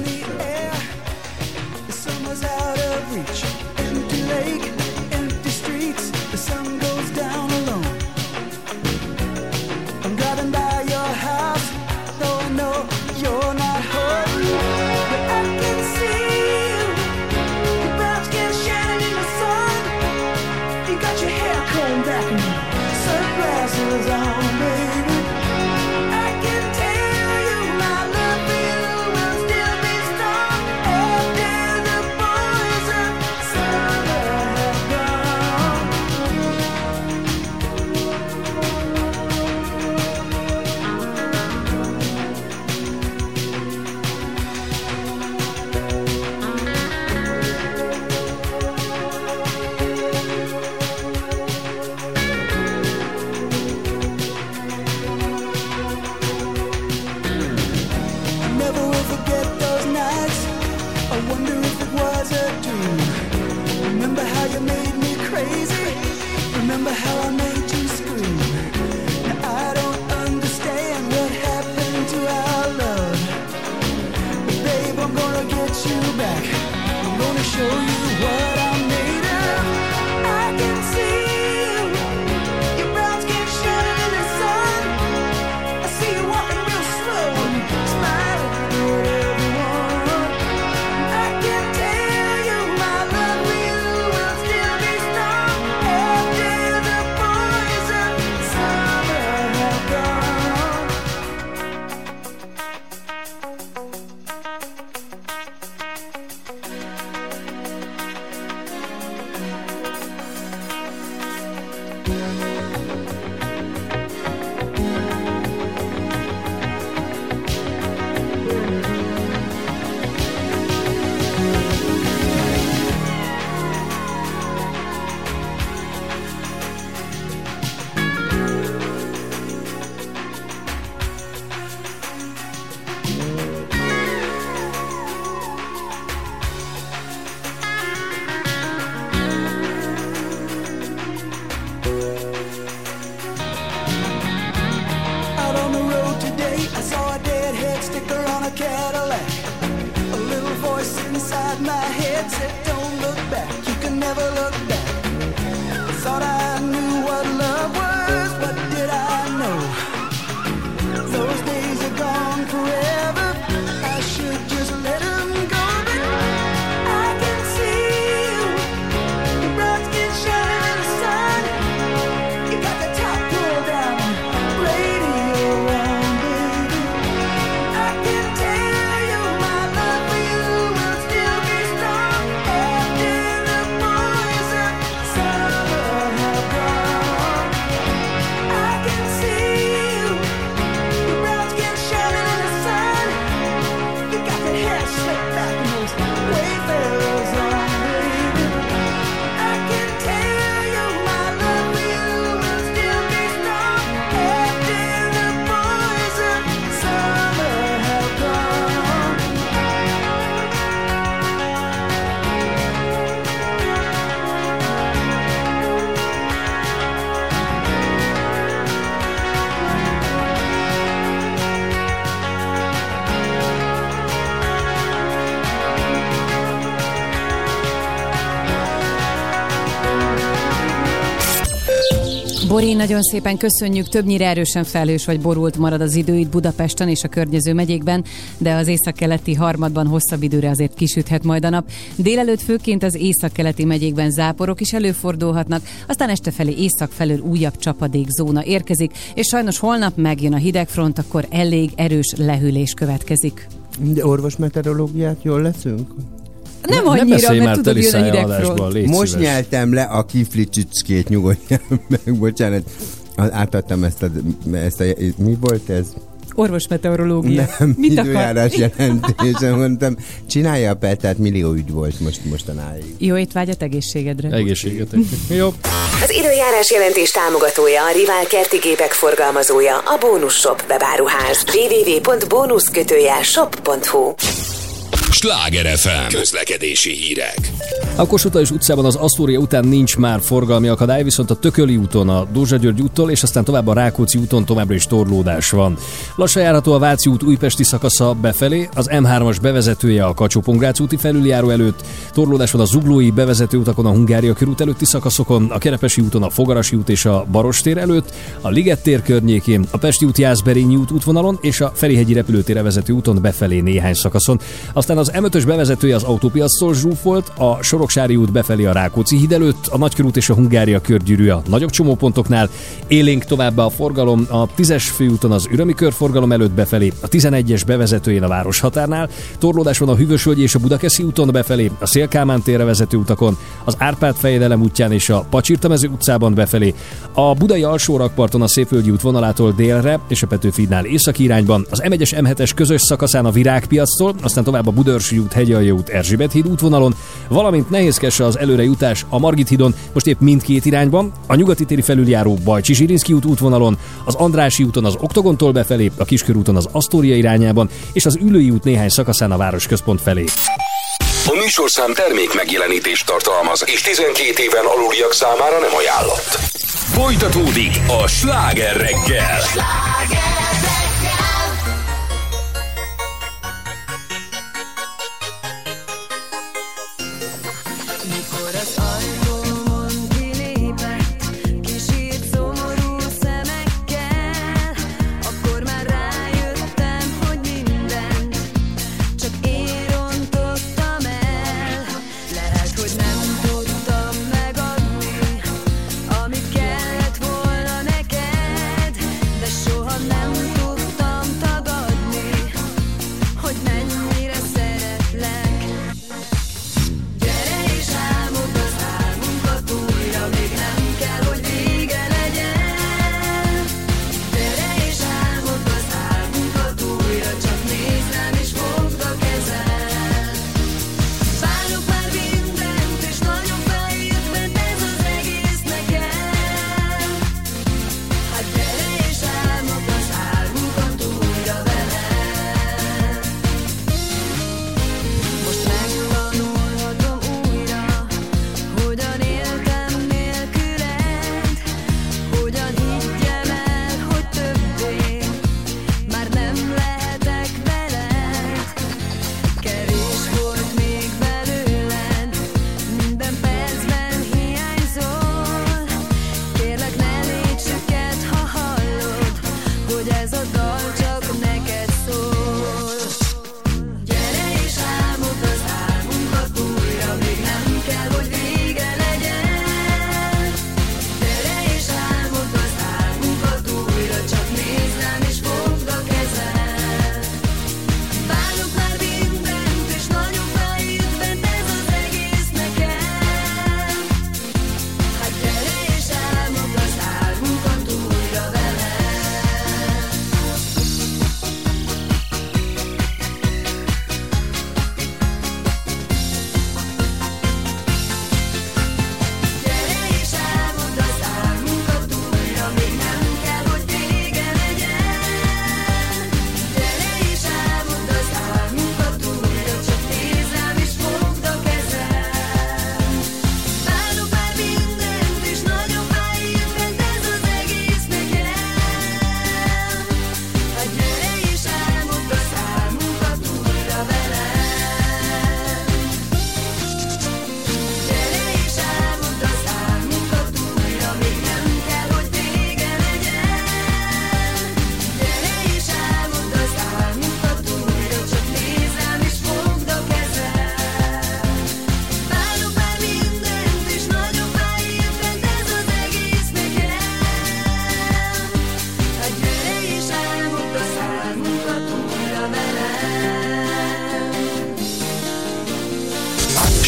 Bori, nagyon szépen köszönjük, többnyire erősen felhős vagy borult marad az idő itt Budapesten és a környező megyékben, de az északkeleti harmadban hosszabb időre azért kisüthet majd a nap. Délelőtt főként az északkeleti megyékben záporok is előfordulhatnak, aztán este felé észak felől újabb csapadékzóna érkezik, és sajnos holnap megjön a hidegfront, akkor elég erős lehűlés következik. De orvosmeteorológiát jól leszünk? Nem annyira, mert tudod, jön a hidegfront. Most nyeltem le a kifli csücskét, nyugodjál meg, bocsánat. Átadtam ezt a mi volt ez? Orvosmeteorológia. Nem, időjárás jelentésen mondtam. Csinálja a Petát, millió ügy volt mostanáig. Jó étvágyat egészségedre. Egészségetek. Jó. Az időjárás jelentés támogatója a Rivál kerti gépek forgalmazója, a Bónusz Shop webáruház. www.bonusz-shop.hu. Sláger FM. Közlekedési hírek. A Kossuth Lajos utcában az Asztória után nincs már forgalmi akadály, viszont a Tököli úton a Dózsa György úttól és aztán tovább a Rákóczi úton továbbra is torlódás van. Lassan járható a Váci út újpesti szakasza befelé, az M3-as bevezetője a Kacsó-Pongrác úti felüljáró előtt, torlódás van a Zuglói bevezető utakon a Hungária körút előtti szakaszokon, a Kerepesi úton a Fogarasi út és a Barostér előtt, a Liget tér környékén, a Pesti út Jászberényi út útvonalon és a Ferihegyi repülőtérre vezető úton befelé néhány szakaszon. Aztán az M5-ös bevezetője az autópiactól zsúfolt, a Soroksári út befelé a Rákóczi híd előtt, a Nagykörút és a Hungária körgyűrű a nagyobb csomópontoknál, élénk továbbá a forgalom a 10-es főúton az Ürömi körforgalom előtt befelé, a 11-es bevezetőjén a városhatárnál, torlódás van a Hűvösvölgyi és a Budakeszi úton befelé, a Széll-Kálmán térre vezető utakon, az Árpád fejedelem útján és a Pacsirtamező utcában befelé, a Budai alsórakparton a Szépvölgyi út vonalától délre és a Petőfi hídnál északi irányban, az M1-es M7-es közös szakaszán a Virágpiactól, aztán tovább a Budaörsi út, Hegyaljó út, Erzsébet híd útvonalon, valamint nehézkes az előrejutás a Margit hídon, most épp mindkét irányban, a nyugati téri felüljáró Bajcsi Zsirinszky út útvonalon, az Andrássy úton az Oktogontól befelé, a Kiskörúton az Asztória irányában, és az Üllői út néhány szakaszán a városközpont felé. A műsorszám termék megjelenítést tartalmaz, és 12 éven aluliak számára nem ajánlott. Folytatódik a Sláger reggel. Amit kellett volna neked, de soha nem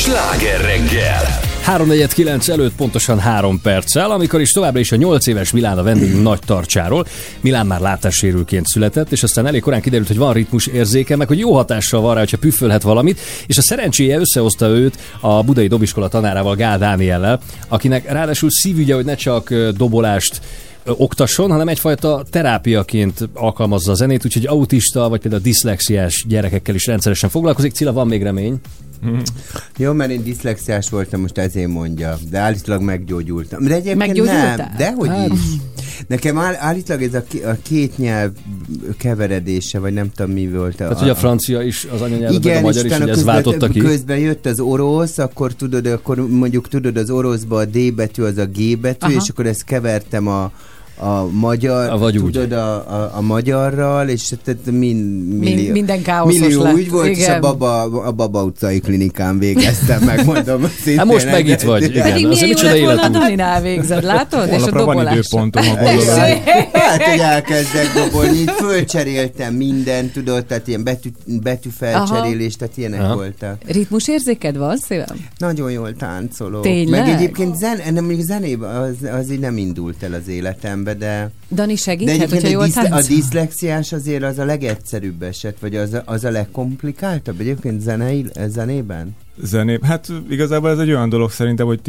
Sláger reggel. 3:49 előtt pontosan 3 perccel, amikor is továbbra is a 8 éves Milán a vendégünk nagy tartsáról. Milán már látássérülként született, és aztán elég korán kiderült, hogy van ritmus érzéke, meg hogy jó hatással van rá, hogyha püffölhet valamit, és a szerencséje összehozta őt a budai dobiskola tanárával, Gál Dániellel, akinek ráadásul szívügye, hogy ne csak dobolást oktasson, hanem egyfajta terápiaként alkalmazza a zenét, úgyhogy autista, vagy például diszlexiás gyerekekkel is rendszeresen foglalkozik. Cilla, van még remény? Jó, mert én diszlexiás voltam, most ezért mondja, de állítólag meggyógyultam. De egyébként nem, dehogy is. Nekem állítólag ez a két nyelv keveredése, vagy nem tudom mi volt. Tehát, hogy a francia is az anyanyelv, igen, meg a magyar is, hogy ez váltotta ki. Közben jött az orosz, akkor mondjuk az oroszba a D betű, az a G betű, és akkor ezt kevertem a magyar, tudod, a magyarral, és tehát minden káoszos millió lett. úgy volt, igen. És a Baba utcai klinikán végeztem, megmondom szintén. Hát most meg itt vagy, igen. Pedig milyen jó lett volna a Daninál végzed, látod? És a dobolás. Van időpontom, ha gondolom. Hát, hogy elkezdek dobolni, így fölcseréltem mindent, tudod, tehát ilyen betűfelcserélés, tehát ilyenek voltak. Ritmusérzéked van, szívem? Nagyon jól táncolok. Tényleg? Meg egyébként zenében az így nem indult el az életembe, de Dani segíthet, hogyha jól táncol? A diszlexiás azért az a legegyszerűbb eset, vagy az a legkomplikáltabb egyébként zenében? Hát igazából ez egy olyan dolog szerintem, hogy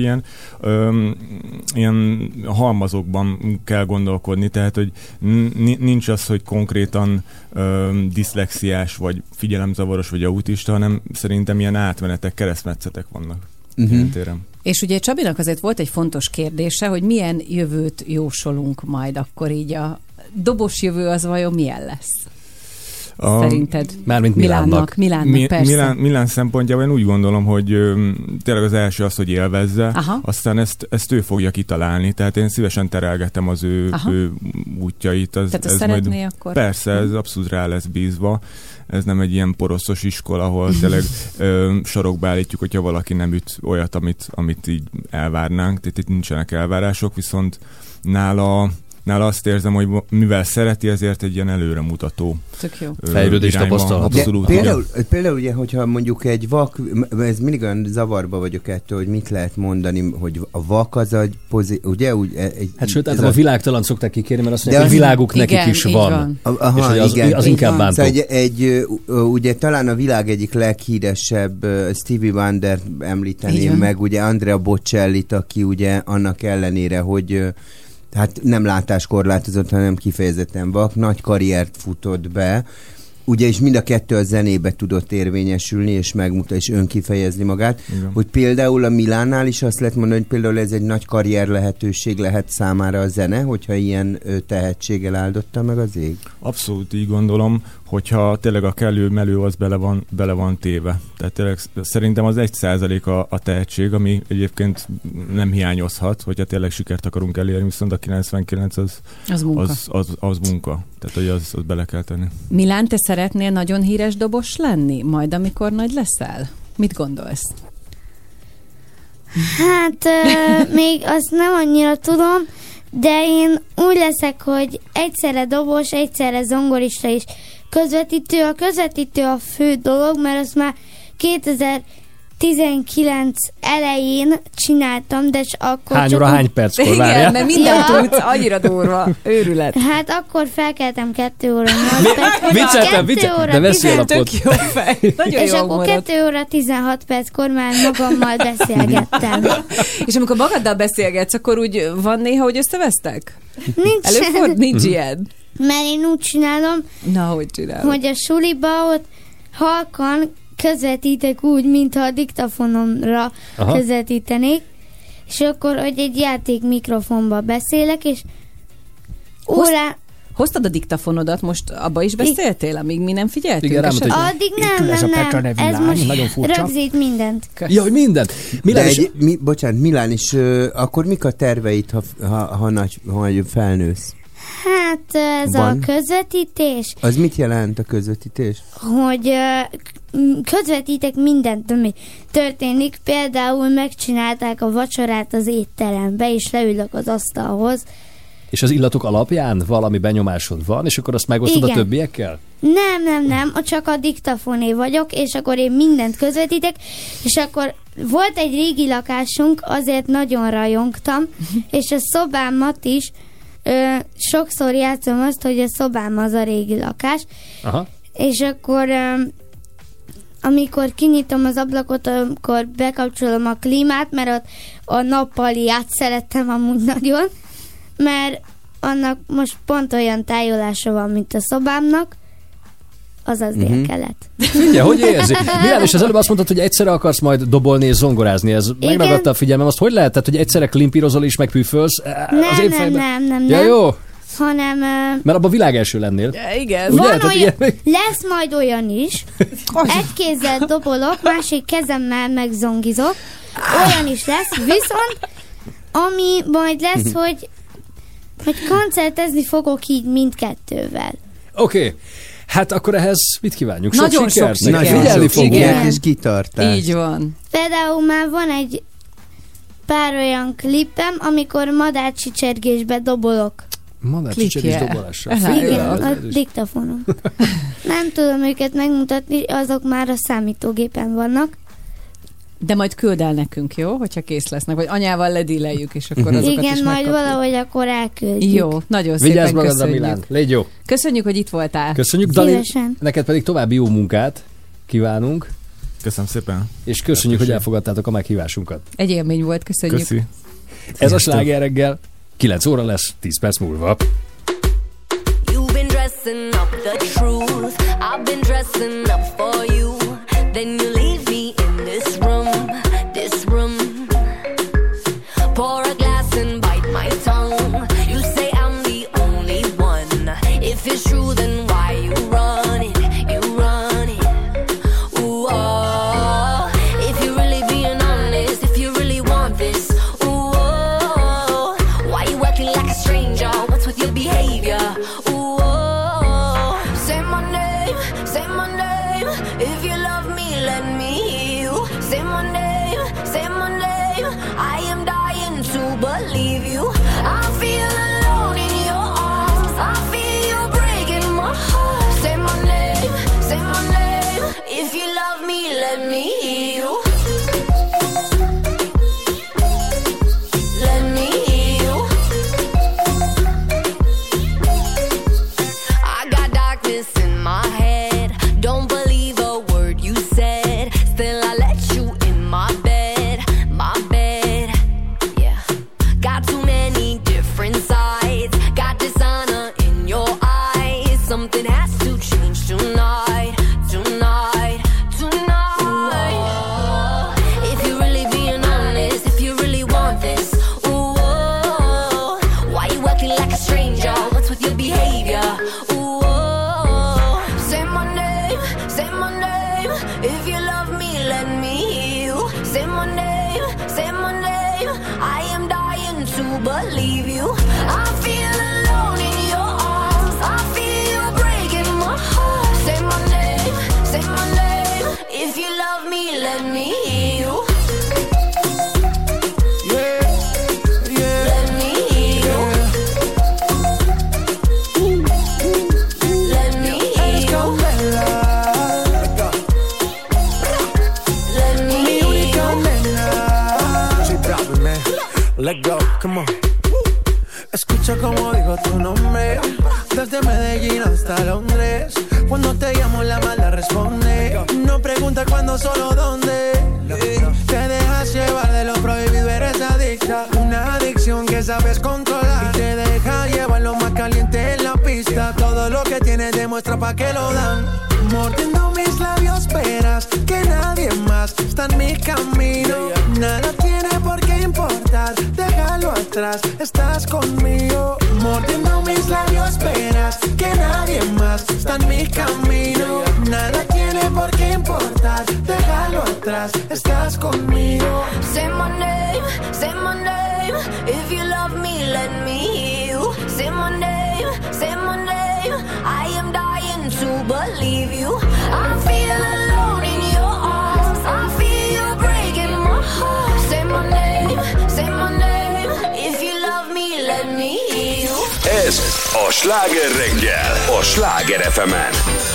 ilyen halmazokban kell gondolkodni, tehát hogy nincs az, hogy konkrétan diszlexiás, vagy figyelemzavaros, vagy autista, hanem szerintem ilyen átmenetek, keresztmetszetek vannak. És ugye Csabinak azért volt egy fontos kérdése, hogy milyen jövőt jósolunk majd akkor így a dobos jövő az vajon milyen lesz? Szerinted? Mármint Milánnak, persze. Milán szempontjából én úgy gondolom, hogy tényleg az első az, hogy élvezze, aztán ezt ő fogja kitalálni, tehát én szívesen terelgetem az ő útjait. Tehát ezt szeretné akkor? Persze, ez abszolút rá lesz bízva. Ez nem egy ilyen poroszos iskola, ahol tényleg sarokba állítjuk, hogyha valaki nem üt olyat, amit így elvárnánk. Tehát itt nincsenek elvárások, viszont nála azt érzem, hogy mivel szereti, ezért egy ilyen előremutató fejlődés tapasztalható. Abszolút. Például ugye, hogyha mondjuk egy vak, ez mindig olyan zavarba vagyok ettől, hogy mit lehet mondani, hogy a vak az ugye? Hát sőt, a világtalan szokták kikérni, mert azt mondják, hogy világuk nekik is van. Az inkább bántó. Szóval ugye talán a világ egyik leghíresebb Stevie Wonder említeném meg, ugye Andrea Bocellit, aki ugye annak ellenére, hogy hát nem látáskorlátozott, hanem kifejezetten vak, nagy karriert futott be, ugye, és mind a kettő a zenébe tudott érvényesülni, és megmutatni, és önkifejezni magát, igen. Hogy például a Milánnál is azt lehet mondani, hogy például ez egy nagy karrier lehetőség lehet számára a zene, hogyha ilyen tehetséggel áldotta meg az ég? Abszolút így gondolom, hogyha tényleg a kellő melő az bele van téve. Tehát tényleg szerintem az 1% a tehetség, ami egyébként nem hiányozhat, hogyha tényleg sikert akarunk elérni, viszont a 99 az munka. Tehát, hogy az bele kell tenni. Milán, te szeretnél nagyon híres dobos lenni? Majd amikor nagy leszel? Mit gondolsz? Hát még azt nem annyira tudom, de én úgy leszek, hogy egyszerre dobos, egyszerre zongorista is közvetítő. A közvetítő a fő dolog, mert azt már 2019 elején csináltam, de akkor hány óra, hány perckor várja? Igen, mert mindent tudsz, annyira durva, őrület. Hát akkor felkeltem 2 óra 8 perckor. Vicceltem, de veszi alapot. Tök jó fej. Nagyon és jó akkor marad. 2 óra 16 perckor már magammal beszélgettem. És amikor magaddal beszélgetsz, akkor úgy van néha, hogy összevesztek? Nincs. Nincs ilyen. Mert én úgy csinálom, hogy csinálom? Hogy a suliba ott halkan közvetítek úgy, mintha a diktafonomra közvetítenék, és akkor, hogy egy játék mikrofonba beszélek, és Hoztad a diktafonodat, most abba is beszéltél, amíg mi nem figyeltünk? Igen, addig nem. Ez most rögzít mindent. Ja, hogy mindent. Milán is, akkor mik a terveid, ha felnősz? Hát ez a közvetítés. Az mit jelent a közvetítés? Hogy közvetítek mindent, ami történik. Például megcsinálták a vacsorát az étterembe, és leülök az asztalhoz, És az illatok alapján valami benyomásod van, és akkor azt megosztod a Igen. többiekkel? Nem, csak a diktafoné vagyok, és akkor én mindent közvetítek, és akkor volt egy régi lakásunk, azért nagyon rajongtam, és a szobámat is sokszor játszom azt, hogy a szobám az a régi lakás, Aha. és akkor amikor kinyitom az ablakot, akkor bekapcsolom a klímát, mert ott a nappaliát szerettem amúgy nagyon, mert annak most pont olyan tájolása van, mint a szobámnak, azaz délkelet. Figyelj, hogy érzi? Milyen, és az előbb azt mondtad, hogy egyszerre akarsz majd dobolni és zongorázni. Ez megragadta a figyelmem. Azt hogy lehetett, hogy egyszerre klimpírozol és megpűfölsz? Nem. Ja, jó. Hanem... Mert abban világ első lennél. Igen. Ugye? Van Tehát olyan, ilyen... lesz majd olyan is. Egy kézzel dobolok, másik kezemmel megzongizok. Olyan is lesz, viszont ami majd lesz, hogy koncertezni fogok így mindkettővel. Oké. Hát akkor ehhez mit kívánjuk? Nagyon sok sikert. Figyelni fogunk. Igen. És kitartás. Így van. Például már van egy pár olyan klipem, amikor madárcsicsergésbe dobolok. Madárcsicsergés dobolással. Igen, a diktafonon. Nem tudom őket megmutatni, azok már a számítógépen vannak. De majd küld el nekünk, jó? Hogyha kész lesznek, vagy anyával ledíleljük, és akkor azokat Igen, is majd megkapjuk. valahogy akkor elküldjük. Jó, nagyon Vigyázz szépen magadra, köszönjük. Milán. Légy jó. Köszönjük, hogy itt voltál. Köszönjük, Dani. Szívesen. Neked pedig további jó munkát kívánunk. Köszönöm szépen. És köszönjük, hogy elfogadtátok a meghívásunkat. Egy élmény volt, köszönjük. Köszi. Ez a Sláger reggel. 9 óra lesz, 10 perc múlva. You've been dressing up the truth. I've been dressing up for you. Then you leave me in this room, this room. Pour a glass and bite my tongue. You say I'm the only one. If it's true, then why you run it? You run it. Ooh, oh. If you're really being honest, if you really want this, ooh, oh. Why you acting like a stranger? What's with your behavior? Ooh, oh. Say my name, say my name. If you love me, let me hear you. Say my name, say my name. I am dying to believe you. I feel alone in your arms. I feel you breaking my heart. Say my name, say my name. If you love me, let me hear you. Let me hear you. I got darkness in my head. Don't believe a word you said. Still I let you in my bed, my bed. Yeah. Got too many different sides. Got dishonor in your eyes. Something has to change tonight, tonight, tonight. Ooh, if you're really being honest, if you really want this, ooh, oh, why you acting like a stranger? What's with your behavior? Ooh, oh, say my name, say my name. If you love me, let me hear you. Say my name, say my name. I am dying to believe you. I feel alone in your arms. I feel you breaking my heart. Say my name, say my name. If you love me, let me hear you. Let me hear you. Let me hear you. Let me hear you. Let go, come on. Escucha como digo tu nombre. Desde Medellín hasta Londres. Cuando te llamo la mala responde. No pregunta cuándo, solo dónde. Te dejas llevar de lo prohibido, eres adicta. Una adicción que sabes controlar. Y te deja llevar lo más caliente en la pista. Todo lo que tienes demuestra pa' que lo dan. Mordiendo mis labios verás que nadie más está en mi camino. Nada tiene por qué importar, déjalo atrás, estás conmigo. Mordiendo mis labios verás que nadie más está en mi camino. Nada tiene por qué importar, déjalo atrás, estás conmigo. Say my name, say my name. If you love me, let me hear you. Say my name, say my name. I am dying to believe you. I feel alone in your arms. I feel you breaking my heart. Say my name, say my name. If you love me, let me hear you. Sláger reggel, a Sláger FM-en.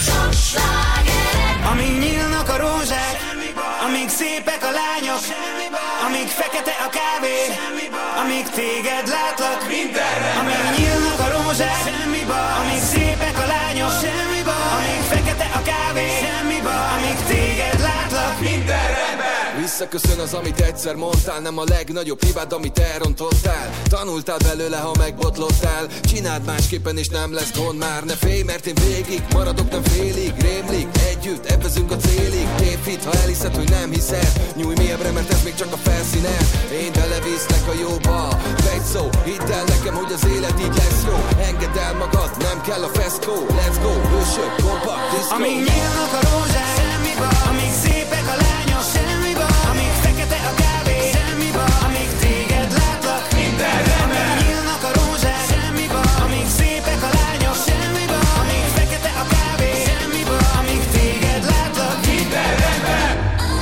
Amíg nyílnak a rózsák, amíg szépek a lányok, amíg fekete a kávé, amíg téged látlak, amíg nyílnak a rózsák, amíg szépek a lányok, amíg fekete a kávé, amíg téged látlak, minden rendben. Visszaköszön az, amit egyszer mondtál, nem a legnagyobb hibád, amit elrontottál. Tanultál belőle, ha megbotlottál. Csináld másképpen és nem lesz gond már. Ne félj, mert én végig maradok, nem félig. Rémlik, együtt, ebbezünk a célig. Tévhit, ha elhiszed, hogy nem hiszed. Nyújj mélyebbre, mert ez még csak a felszínen. Én beleviszlek a jóba. Vegy szó, hidd el nekem, hogy az élet így lesz jó. Engedd el magad, nem kell a feszkó. Let's go, hősök, kompakt, diszkó. Amíg nyílnak a rózsák, amíg szépek a lányok, amíg fekete a kávé, amíg téged látlak, minden rendben. Amíg nyílnak a rózsák, amíg szépek a lányok, amíg fekete a kávé, amíg téged látlak, minden rendben.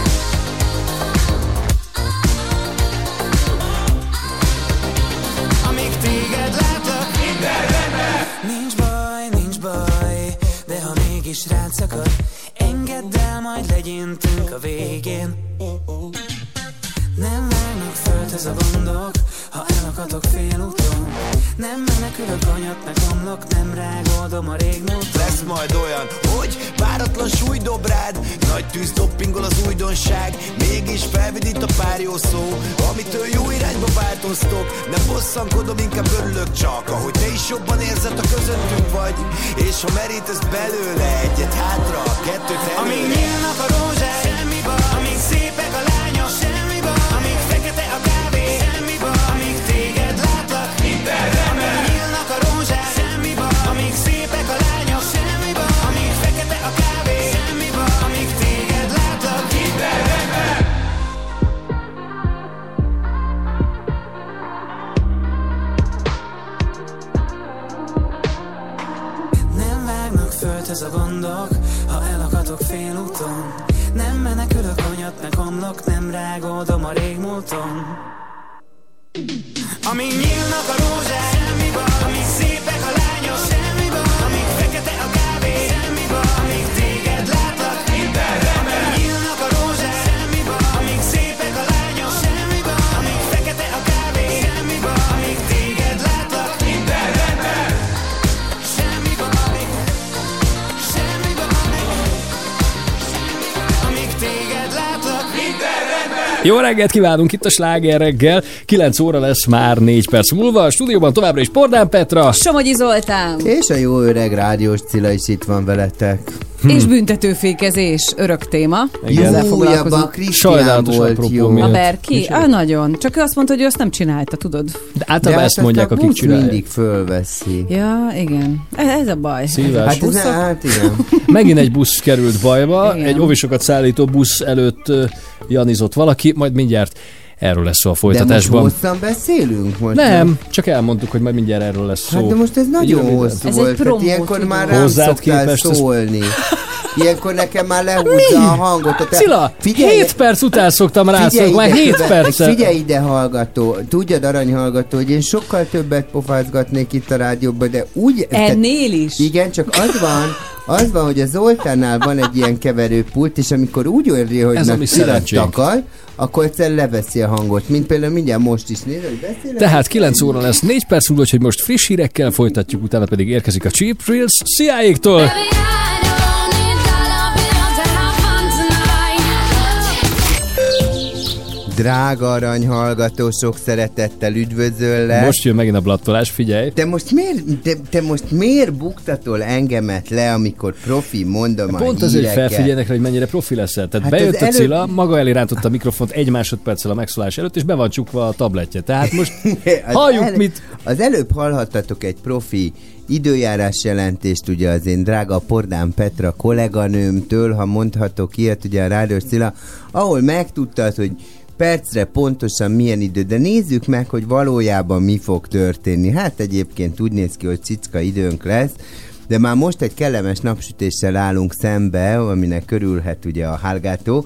Amíg téged látlak, minden rendben. Nincs baj, de ha mégis rád szakad, engedd el, majd legyintünk a végén. Nem vágnak földhöz a gondok, ha elakadok félúton. Nem menekülök, anyat meg omlok, nem rágódom a régmúlton. Lesz majd olyan, hogy váratlan súly dob rád, nagy tűz doppingol az újdonság, mégis felvidít a pár jó szó, amitől jó irányba változtok. Nem bosszankodom, inkább örülök csak, ahogy te is jobban érzed, a közöttünk vagy. És ha merítesz belőle egyet hátra, kettőt előre. Amíg nyílnak a rózsák, amíg szépek a lányok, amíg fekete a kávé, amíg téged látlak, minden rendben. Amíg nyílnak a rózsák, amíg szépek a lányok, amíg fekete a kávé, amíg téged látlak, minden rendben. Nem vágnak földhöz a gondok, ha elakadok félúton. Nem menekülök, anyat meg omlok, nem rágódom a régmúlton. Amíg nyílnak a rózsák, amíg szépek a lányok, amíg fekete a kávé, amíg téged látlak, minden rendben. Amíg nyílnak a rózsák, amíg szépek a lányok, amíg fekete a kávé, amíg téged látlak, minden rendben. Semmi baj, semmi baj, amíg téged látlak, minden rendben. Jó reggelt kívánunk itt a Sláger reggel. 9 óra lesz már 4 perc múlva. A stúdióban továbbra is Pordán Petra. Somogyi Zoltán. És a jó öreg rádiós Cilla is itt van veletek. És büntetőfékezés, örök téma. Ezzel foglalkozunk. Krisztián volt jó. A Berki? Nagyon. Csak ő azt mondta, hogy ő azt nem csinálta, tudod? De általában ezt mondják, akik csinálják. Mindig fölveszi. Ja, igen. Ez a baj. Szívás. Hát igen. Megint egy busz került bajba. Igen. Egy ovisokat szállító busz előtt janizott valaki, majd mindjárt erről lesz szó a folytatásban. De most hosszan beszélünk? Most nem, csak elmondtuk, hogy majd mindjárt erről lesz szó. Hát de most ez nagyon hosszú volt, tehát ilyenkor már rám szoktál szólni. Ilyenkor nekem már lehúzza a hangot. Cilla, 7 perc után szoktam rászólni, már 7 percet. Figyelj ide, hallgató, tudjad, aranyhallgató, hogy én sokkal többet pofázgatnék itt a rádióban, de úgy... Ennél is? Igen, csak az van, hogy a Zoltánnál van egy ilyen keverőpult, és amikor úgy érzi, hogy Cilla takar, akkor egyszer leveszi a hangot, mint például mindjárt most is nézd, hogy beszélek. Tehát 9 óra lesz 4 perc múlva, hogy most friss hírekkel folytatjuk, utána pedig érkezik a Cheap Thrills CIA-któl. Drága aranyhallgató, sok szeretettel üdvözöllek. Most jön megint a blattolás, figyelj. Te most miért buktatol engemet le, amikor profi mondom a pont azért, hogy felfigyelnek rá, hogy mennyire profi leszel. Tehát hát bejött a Cilla, maga elé rántotta a mikrofont 1 másodperccel a megszólás előtt, és be van csukva a tabletje. Tehát most halljuk mit... Az előbb hallhattatok egy profi időjárás jelentést, ugye az én drága Pordán Petra kolléganőmtől, ha mondhatok ilyet, ugye a Rádiós Cilla, ahol megtudtad, hogy percre pontosan milyen idő, de nézzük meg, hogy valójában mi fog történni. Hát egyébként úgy néz ki, hogy cicka időnk lesz, de már most egy kellemes napsütéssel állunk szembe, aminek körülhet ugye a hallgató.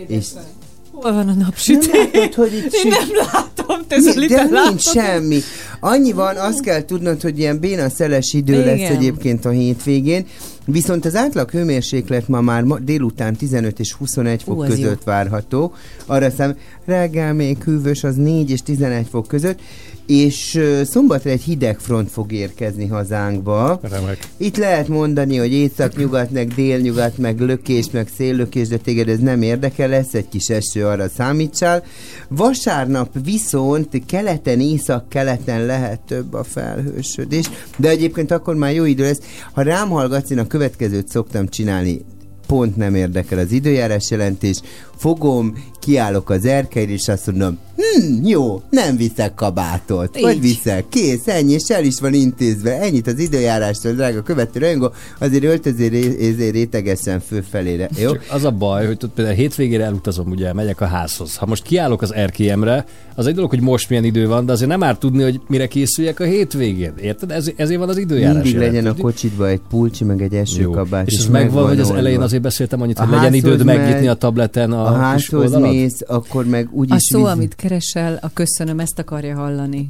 Hol van a napsütés? Nem látod, hogy itt én nem látom, te de nincs semmi. Annyi van, azt kell tudnod, hogy ilyen béna szeles idő lesz Igen. egyébként a hétvégén, viszont az átlag hőmérséklet ma már délután 15 és 21 fok az között várható. Arra reggel még hűvös, az 4 és 11 fok között, és szombatra egy hideg front fog érkezni hazánkba. Remek. Itt lehet mondani, hogy észak-nyugat, meg délnyugat, meg lökés, meg széllökés, de téged ez nem érdekel, lesz egy kis eső, arra számítsál. Vasárnap viszont keleten, észak-keleten lehet több a felhősödés, de egyébként akkor már jó idő lesz. Ha rám hallgatsz, én a következőt szoktam csinálni. Pont nem érdekel az időjárás jelentés, fogom, kiállok az erkelyre, és azt mondom, jó, nem viszek kabátot, vagy viszek, kész, ennyi, és el is van intézve, ennyit az időjárásról, drága követő rajongó, azért öltözél rétegesen fölfelére, jó? Csak az a baj, hogy például hétvégére elutazom, ugye megyek a házhoz. Ha most kiállok az erkélyemre, az egy dolog, hogy most milyen idő van, de azért nem árt tudni, hogy mire készüljek a hétvégén. Érted? Ezért van az időjárás. Mindig legyen jelentés. a kocsidba egy pulcsi, meg egy esőkabát. És ez megvan, hogy az elején azért beszéltem annyit, hogy legyen időd megnyitni a tableten a kis házhoz oldalat? mész, akkor meg úgyis... A szó, amit keresel, a köszönöm, ezt akarja hallani.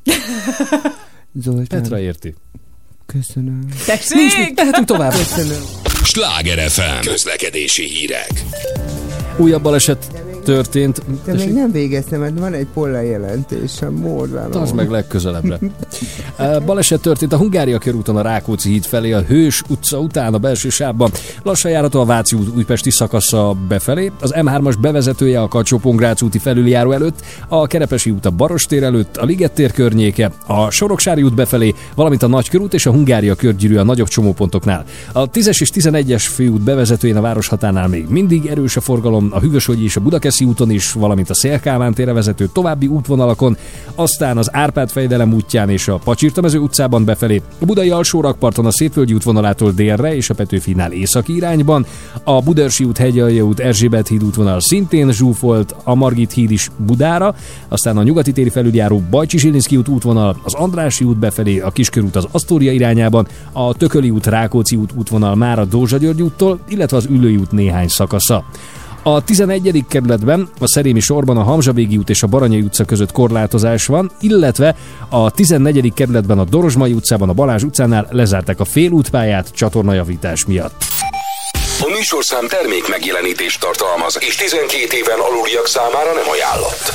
Zoltán. Petra érti. Köszönöm. Tessék! Tehetünk tovább. Köszönöm. Sláger FM. Közlekedési hírek. Újabb baleset történt. De még nem végeztem, mert van egy polla jelentésem, Mordván. Tartsd meg legközelebbre. Baleset történt a Hungária körúton a Rákóczi híd felé, a Hős utca után a belső sávban. Lassan járható a Váci út újpesti szakasza befelé, az M3-as bevezetője a Kacsó-Pongrác úti felüljáró előtt, a Kerepesi út a Barostér előtt, a Liget tér környéke, a Soroksári út befelé, valamint a Nagykörút és a Hungária körgyűrű a nagyobb csomópontoknál. A 10-es és 11-es főút bevezetőjén a városhatárnál még mindig erős a forgalom, a Hűvösvölgyi és a Budakeszi úton is, valamint a Széll-Kálmán térre vezető további útvonalakon, aztán az Árpád-fejdelem útján és a Pacsirtamező utcában befelé, a Budai Alsórakparton a Szépvölgyi útvonalától délre és a Petőfinál északi irányban, a Budaörsi út, Hegyalja út, Erzsébet híd útvonal szintén zsúfolt, a Margit híd is Budára, aztán a nyugati téri felüljáró Bajcsi-Zsilinszky út útvonal, az Andrássy út befelé, a Kiskörút az Asztória irányában, a Tököli út, Rákóczi út útvonal már a Dózsa-György úttól, illetve az Üllői út néhány szakasza. A 11. kerületben a Szerémi sorban a Hamzsabégi út és a Baranyai utca között korlátozás van, illetve a 14. kerületben a Dorozsmai utcában a Balázs utcánál lezárták a félútpályát csatornajavítás miatt. A műsorszám termék megjelenítést tartalmaz, és 12 éven aluliak számára nem ajánlott.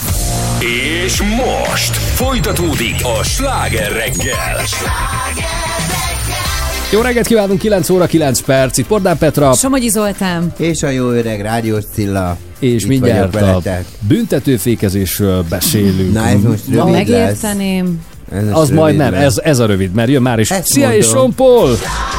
És most folytatódik a Sláger reggel. Jó reggelt kívánunk, 9 óra 9 perc, itt Pordán Petra. Somogyi Zoltán. És a jó öreg Rádiós Cilla. És Itt mindjárt vagyok a veletek. büntetőfékezésről beszélünk. Na, ez most Ha rövid lesz. megérteném. Ez most Az rövid majd nem, lesz. ez a rövid, mert jön már is. Ezt Szia, és mondom. Sean Paul!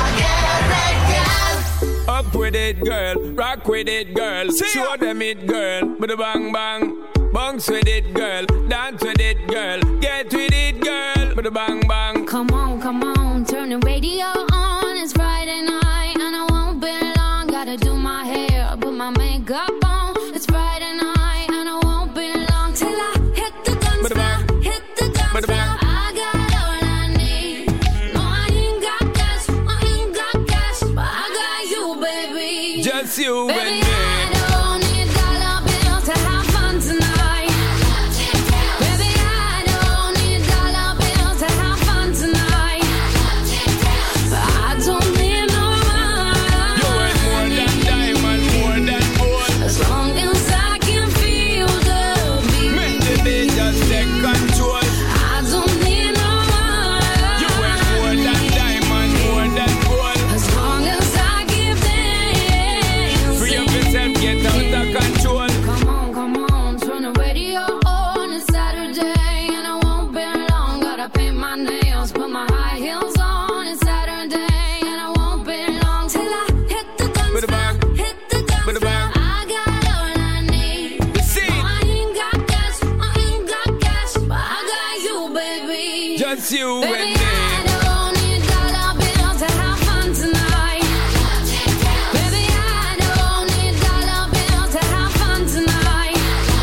Up with it, girl. Rock with it, girl. Show them it, girl. Bada bang bang. Bounce with it, girl. Dance with it, girl. Get with it, girl. Bada bang bang. Come on, turn the radio on. It's Friday night and I won't be long. Gotta do my hair, put my makeup on. It's Friday night and I won't be long till I hit the dance floor, hit the dance floor. I got all I need. No, I ain't got cash, but I got you, baby. Just you and Baby, me. I don't need dollar bills to have fun tonight. Baby, I don't need dollar bills to have fun tonight. I don't need no money. You ain't more than diamond, more than gold. As long as I can feel the beat. Make the beat just take control. I don't need no money. You ain't more than diamond, more than gold. As long as I give them. Free up yourself, get out of control. Come on, turn the radio on. It's Saturday and I won't be long. Gotta paint my nails, put my high heels on. It's Saturday and I won't be long till I hit the dance floor, hit the dance floor. I got all I need. See, I ain't got cash, but I got you, baby. just you Baby, and me. I don't need dollar bills to have fun tonight. Baby, I don't need dollar bills to have fun tonight.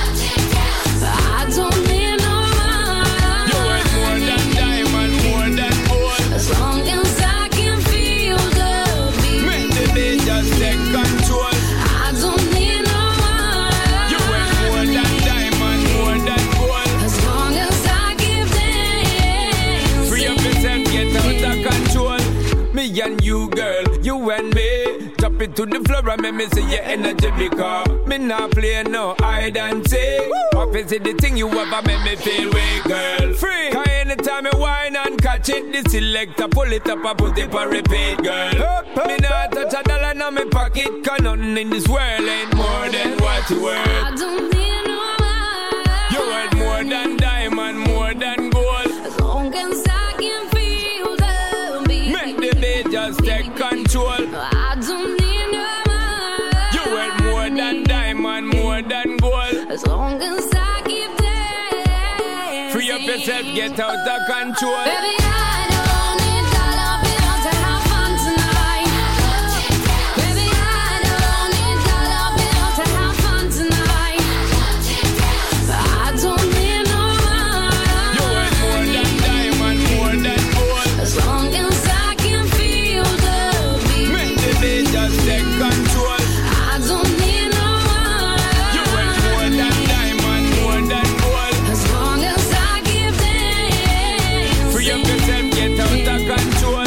I don't need no You ain't more money. than diamond, more than gold. As long as I can feel the beat. Make the beat just take control. I don't need no You ain't more money. than diamond, more than gold. As long as I give them. and you, girl, you and me. Drop it to the floor and make me see your energy because me not play no hide and seek. Office is the thing you ever make me feel weak, girl. Free. Cause anytime I whine and catch it, the selector pull it up and put it for repeat, girl. Me not touch a dollar in my pocket, cause nothing in this world ain't more than what you worth. I don't need no man. You worth more than diamond, more than gold. As long as I can feel the beat, make the beat just take control. I don't need no man. You worth more than diamond, more than gold. As long as I keep dancing. Free up yourself, get out of control. Baby, I don't need dollar bills to have fun tonight. Baby, I don't need dollar bills to have fun tonight. I don't need no man. You worth more than diamond, more than gold. As long as I can feel the beat, make the beat just take control. I don't need no man. You worth more than diamond, more than gold. As long as I keep dancing. Free up yourself, get out of control.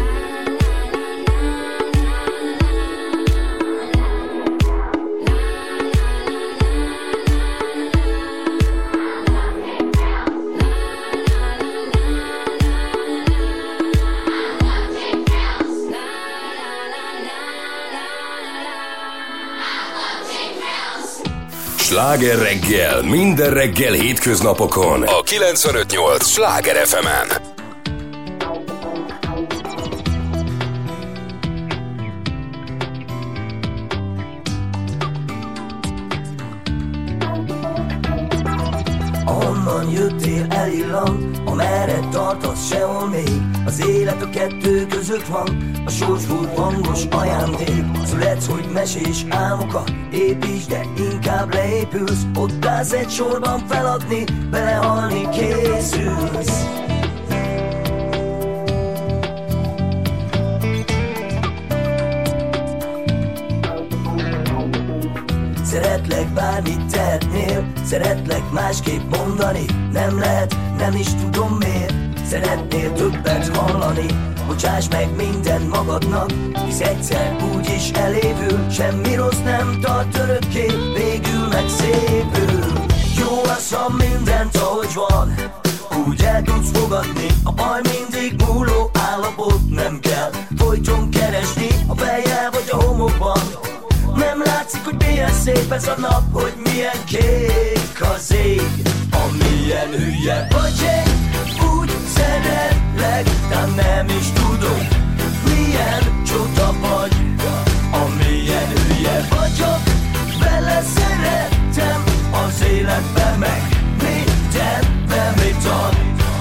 Sláger reggel, minden reggel hétköznapokon a 95.8 Sláger FM-en. Ahonnan jöttél elillant, amerre tartasz sehol még. Az élet a kettő között van, a sors volt hangos ajándék. Születsz, hogy mesés álmokat építs, de inkább leépülsz. Ott állsz egy sorban feladni, belehalni készülsz. Szeretlek bármit tehetnél, szeretlek másképp mondani. Nem lehet, nem is tudom miért. Szeretnél többet hallani. Bocsáss meg minden magadnak, hisz egyszer úgyis elévül. Semmi rossz nem tart örökké, végül meg szépül. Jó az, ha mindent ahogy van, úgy el tudsz fogadni. A baj mindig múló állapot, nem kell folyton keresni a fejjel vagy a homokban. Nem látszik, hogy milyen szép ez a nap, hogy milyen kék az ég. Amilyen hülye vagy én, úgy szeretlek, de nem is tudom, milyen csoda vagy. Amilyen hülye vagyok, vele szeretem az életbe, meg mindenbe, mit ad.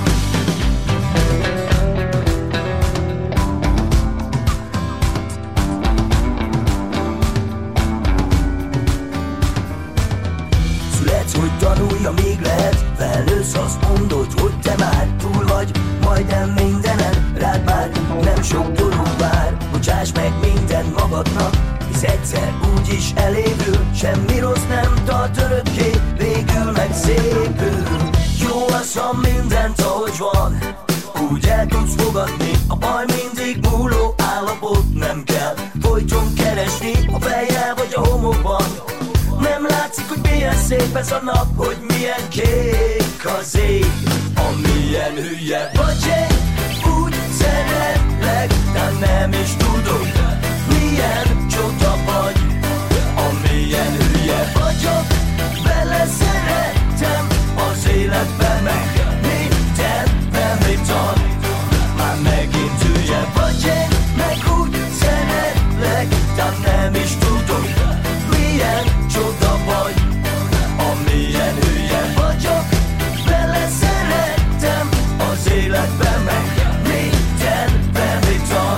Hogy tanulj, amíg lehet, felnősz, azt mondod, hogy te már túl vagy majdnem mindenen, rád már nem sok dolog vár. Bocsáss meg minden magadnak, hisz egyszer úgyis elévül. Semmi rossz nem tart örökké, végül meg szépül. Jó az, ha mindent ahogy van, úgy el tudsz fogadni. A baj mindig múló állapot, nem kell folyton keresni a fejjel vagy a homokban. Nem látszik, hogy milyen szép ez a nap, hogy milyen kék az ég. Amilyen hülye vagy én, úgy szeretlek, de nem is tudom, milyen csoda vagy. Amilyen hülye vagyok, vele szeretem az életbe, meg mindenbe, mit ad. Már megint hülye vagy én, meg úgy szeretlek, de nem is tudom, milyen csoda vagy. Amilyen hülye vagyok, vele szeretem az életbe, meg mindenbe, mit ad.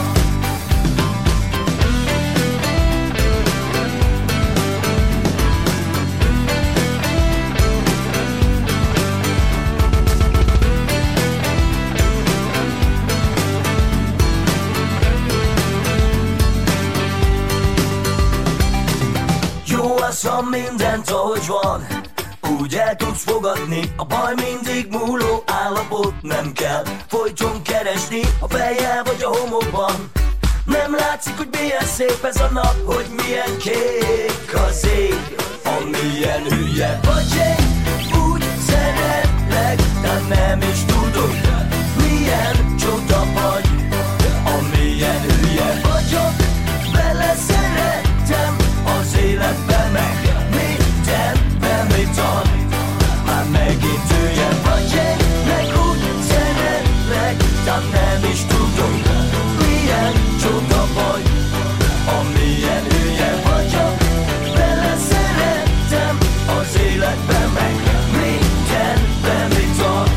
Ha mindent ahogy van, úgy el tudsz fogadni. A baj mindig múló állapot, nem kell folyton keresni a fejjel vagy a homokban. Nem látszik, hogy milyen szép ez a nap, hogy milyen kék az ég, amilyen hülye vagy én. Úgy szeretlek, de nem is tudod, milyen csoda vagy, amilyen hülye vagyok. Beleszerettem az életbe, meg mindenbe, mit ad. Már megint hülye vagy én, meg úgy szeretlek, de nem is tudom, milyen csoda vagy, amilyen hülye vagyok. Beleszerettem az életbe, meg mindenbe, mit ad.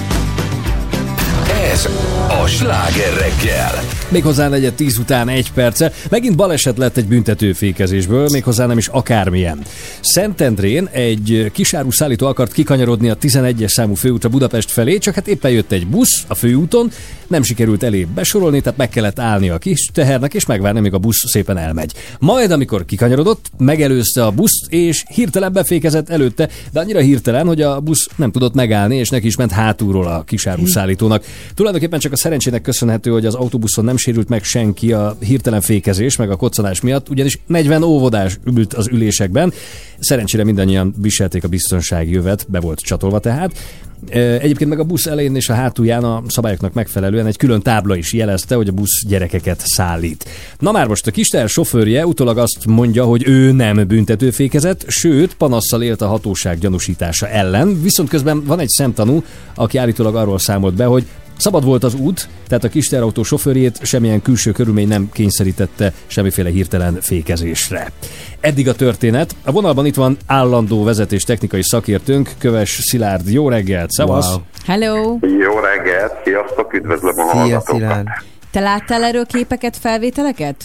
Ez a Sláger reggel. Méghozzá 9:10 után 1 perce. Megint baleset lett egy büntetőfékezésből, méghozzá nem is akármilyen. Szentendrén egy kisáru szállító akart kikanyarodni a 11-es számú főútra Budapest felé, csak hát éppen jött egy busz a főúton, nem sikerült elébb besorolni, tehát meg kellett állni a kis tehernek, és megvárni, amíg a busz szépen elmegy. Majd, amikor kikanyarodott, megelőzte a buszt, és hirtelen befékezett előtte, de annyira hirtelen, hogy a busz nem tudott megállni, és neki is ment hátulról a kisáru szállítónak. Tulajdonképpen csak a szerencsének köszönhető, hogy az autóbuszon nem sérült meg senki a hirtelen fékezés, meg a koccanás miatt, ugyanis 40 óvodás ült az ülésekben. Szerencsére mindannyian viselték a biztonsági jövet, be volt csatolva tehát. Egyébként meg a busz elején és a hátulján a szabályoknak megfelelően egy külön tábla is jelezte, hogy a busz gyerekeket szállít. Na már most a kisteher sofőrje utólag azt mondja, hogy ő nem büntetőfékezett, sőt, panasszal élt a hatóság gyanúsítása ellen, viszont közben van egy szemtanú, aki állítólag arról számolt be, hogy szabad volt az út, tehát a kisterrautó sofőrjét semmilyen külső körülmény nem kényszerítette semmiféle hirtelen fékezésre. Eddig a történet. A vonalban itt van állandó vezetés technikai szakértőnk, Köves Szilárd. Jó reggelt, szevasz! Wow. Hello! Jó reggelt, sziasztok, üdvözlöm a hallgatókat! Te láttál erről képeket, felvételeket?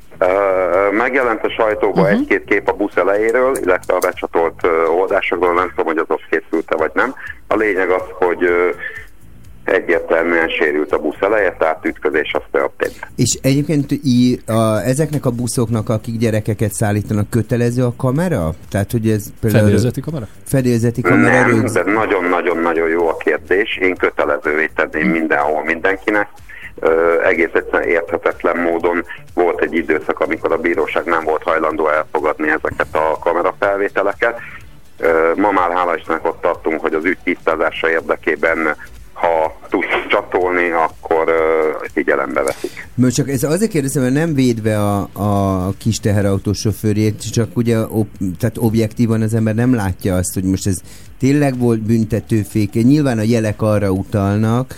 Megjelent a sajtóban egy-két kép a busz elejéről, illetve a becsatolt oldásokról, nem tudom, hogy azok készült-e vagy nem. A lényeg az, hogy egyértelműen sérült a busz eleje, tehát ütközés az történt. És egyébként ezeknek a buszoknak, akik gyerekeket szállítanak, kötelező a kamera? Tehát, hogy ez például... Fedélzeti kamera? Fedélzeti kamera. Nem, de nagyon-nagyon-nagyon jó a kérdés. Én kötelezővé tenném mindenhol mindenkinek. Egész egyszerűen érthetetlen módon volt egy időszak, amikor a bíróság nem volt hajlandó elfogadni ezeket a kamerafelvételeket. Ma már hála Istennek ott tartunk, hogy az ügy tisztázása érdekében, ha tudsz csatolni, akkor figyelembe veszik. Most csak ez azért kérdezem, hogy nem védve a kis teherautós sofőrjét, csak ugye tehát objektívan az ember nem látja azt, hogy most ez tényleg volt büntetőféke. Nyilván a jelek arra utalnak,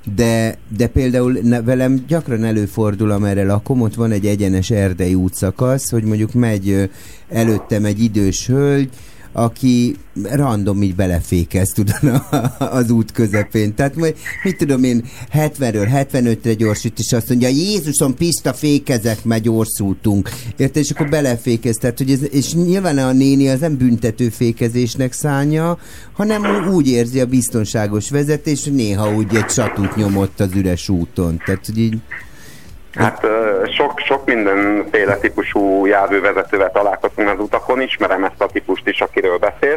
de például velem gyakran előfordul, amerre lakom, ott van egy egyenes erdei útszakasz, hogy mondjuk megy előttem egy idős hölgy, aki random így belefékez, tudod, az út közepén. Tehát majd, mit tudom én, 70-ről 75-re gyorsít, és azt mondja, Jézusom, Pista, fékezek, mert gyorsultunk. Érted? És akkor belefékez. Tehát, hogy és nyilván a néni az nem büntető fékezésnek szánja, hanem úgy érzi a biztonságos vezetés, hogy néha úgy egy csatút nyomott az üres úton. Tehát, hogy így... Hát sok mindenféle típusú járművezetővel találkoztunk az utakon, ismerem ezt a típust is, akiről beszélsz.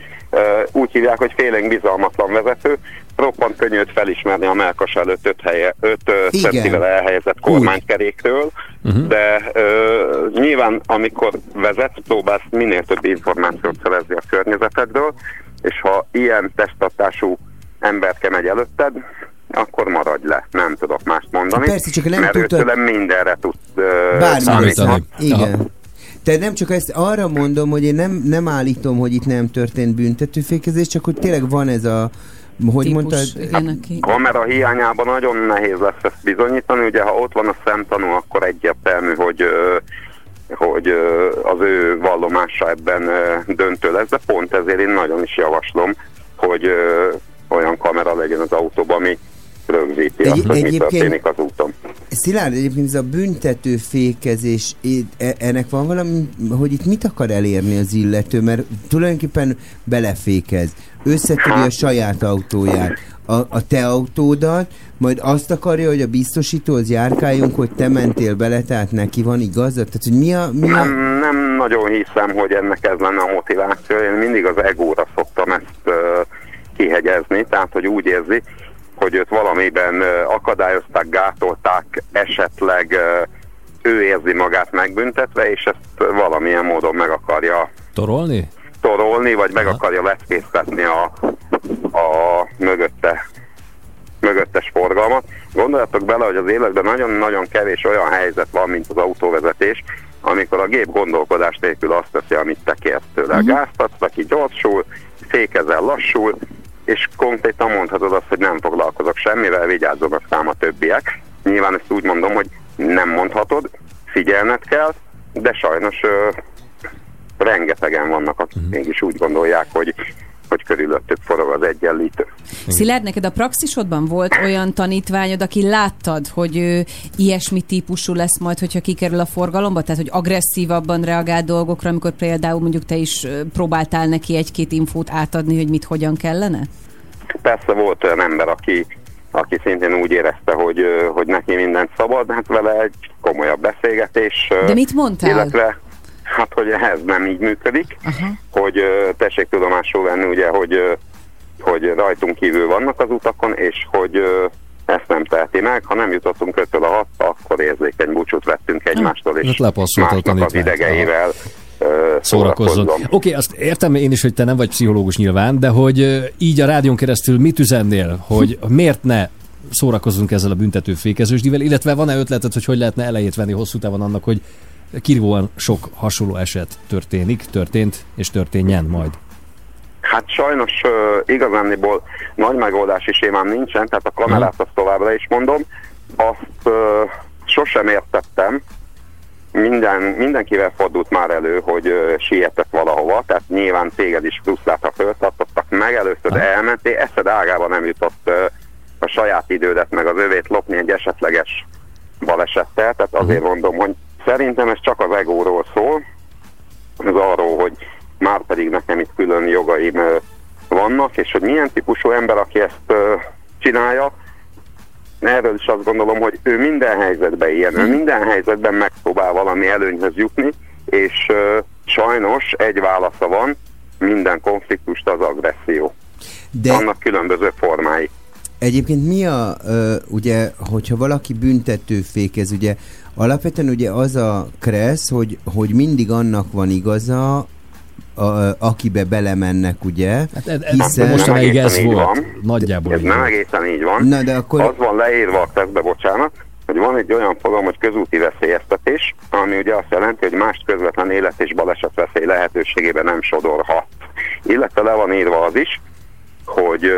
Úgy hívják, hogy félénk bizalmatlan vezető, roppant könnyű őt felismerni a melkas előtt 5 centivel elhelyezett kormánykerékről, de nyilván amikor vezetsz, próbálsz minél több információt szerezni a környezetedről, és ha ilyen testtartású emberke megy előtted, akkor maradj le, nem tudok mást mondani. Persze, csak nem mert őtőle mindenre tud számítani. Igen. Tehát nem csak ezt arra mondom, hogy én nem állítom, hogy itt nem történt büntetőfékezés, csak hogy tényleg van ez a, hogy mondtad? Kamera hiányában nagyon nehéz lesz ezt bizonyítani, ugye ha ott van a szemtanú, akkor egyértelmű, hogy az ő vallomása ebben döntő lesz, de pont ezért én nagyon is javaslom, hogy olyan kamera legyen az autóban, ami rögzíti azt, hogy mi történik az úton. Szilárd, egyébként ez a büntetőfékezés, ennek van valami, hogy itt mit akar elérni az illető, mert tulajdonképpen belefékez, összetöri a saját autóját, a te autódat, majd azt akarja, hogy a biztosítóhoz járkáljunk, hogy te mentél bele, tehát neki van igazad? Tehát, hogy mi a... Nem nagyon hiszem, hogy ennek ez lenne a motiváció. Én mindig az egóra szoktam ezt kihegyezni, tehát, hogy úgy érzi, hogy őt valamiben akadályozták, gátolták, esetleg ő érzi magát megbüntetve, és ezt valamilyen módon meg akarja torolni, vagy meg akarja leckésztetni a mögöttes forgalmat. Gondoljatok bele, hogy az életben nagyon-nagyon kevés olyan helyzet van, mint az autóvezetés, amikor a gép gondolkodás nélkül azt teszi, amit te kérsz tőle. Gázt adsz, aki gyorsul, fékezel, lassul, és konkrétan mondhatod azt, hogy nem foglalkozok semmivel, vigyázzanak szám a többiek. Nyilván ezt úgy mondom, hogy nem mondhatod, figyelned kell, de sajnos rengetegen vannak, akik mégis úgy gondolják, hogy körülöttük forog az egyenlítő. Szilárd, neked a praxisodban volt olyan tanítványod, aki láttad, hogy ő ilyesmi típusú lesz majd, hogyha kikerül a forgalomba? Tehát, hogy agresszívabban reagál dolgokra, amikor például mondjuk te is próbáltál neki egy-két infót átadni, hogy mit, hogyan kellene? Persze volt olyan ember, aki szintén úgy érezte, hogy neki mindent szabad, hát vele egy komolyabb beszélgetés. De mit mondtál? Illetve, hát, hogy ez nem így működik, hogy tessék tudomásul venni, ugye, hogy rajtunk kívül vannak az utakon, és hogy ezt nem teheti meg. Ha nem jutottunk 5-től a 6-ra, akkor érzékeny búcsút vettünk egymástól, és másnak az idegeivel szórakozzon. Oké, azt értem én is, hogy te nem vagy pszichológus nyilván, de hogy így a rádión keresztül mit üzennél, hogy miért ne szórakozzunk ezzel a büntető fékezősdivel, illetve van-e ötleted, hogy lehetne elejét venni hosszú távon annak, hogy kirívóan sok hasonló eset történt és történjen majd? Hát sajnos igazániból nagy megoldási sémám nincsen, tehát a kamerát azt továbbra is mondom. Azt sosem értettem, mindenkivel fordult már elő, hogy sietett valahova, tehát nyilván téged is frusztrált, ha föltartottak, megelőzted, elmentél, eszed ágába nem jutott a saját idődet, meg az övét lopni egy esetleges balesettel, tehát azért mondom, hogy szerintem ez csak az egóról szól, ez arról, hogy már pedig nekem itt külön jogaim vannak, és hogy milyen típusú ember, aki ezt csinálja, erről is azt gondolom, hogy ő minden helyzetben ilyen, ő minden helyzetben megpróbál valami előnyhöz jutni, és sajnos egy válasza van, minden konfliktust az agresszió. De annak különböző formái. Egyébként mi ugye, hogyha valaki büntetőfékez, ugye alapvetően ugye az a kressz, hogy mindig annak van igaza, akibe belemennek, ugye? Hát hiszen mostanáig ez volt. Van. Nagyjából. Ez nem egészen így van. Na, de akkor... Az van leírva a tesztbe, bocsánat, hogy van egy olyan fogalom, hogy közúti veszélyeztetés, ami ugye azt jelenti, hogy más közvetlen élet és balesetveszély lehetőségében nem sodorhat. Illetve le van írva az is, hogy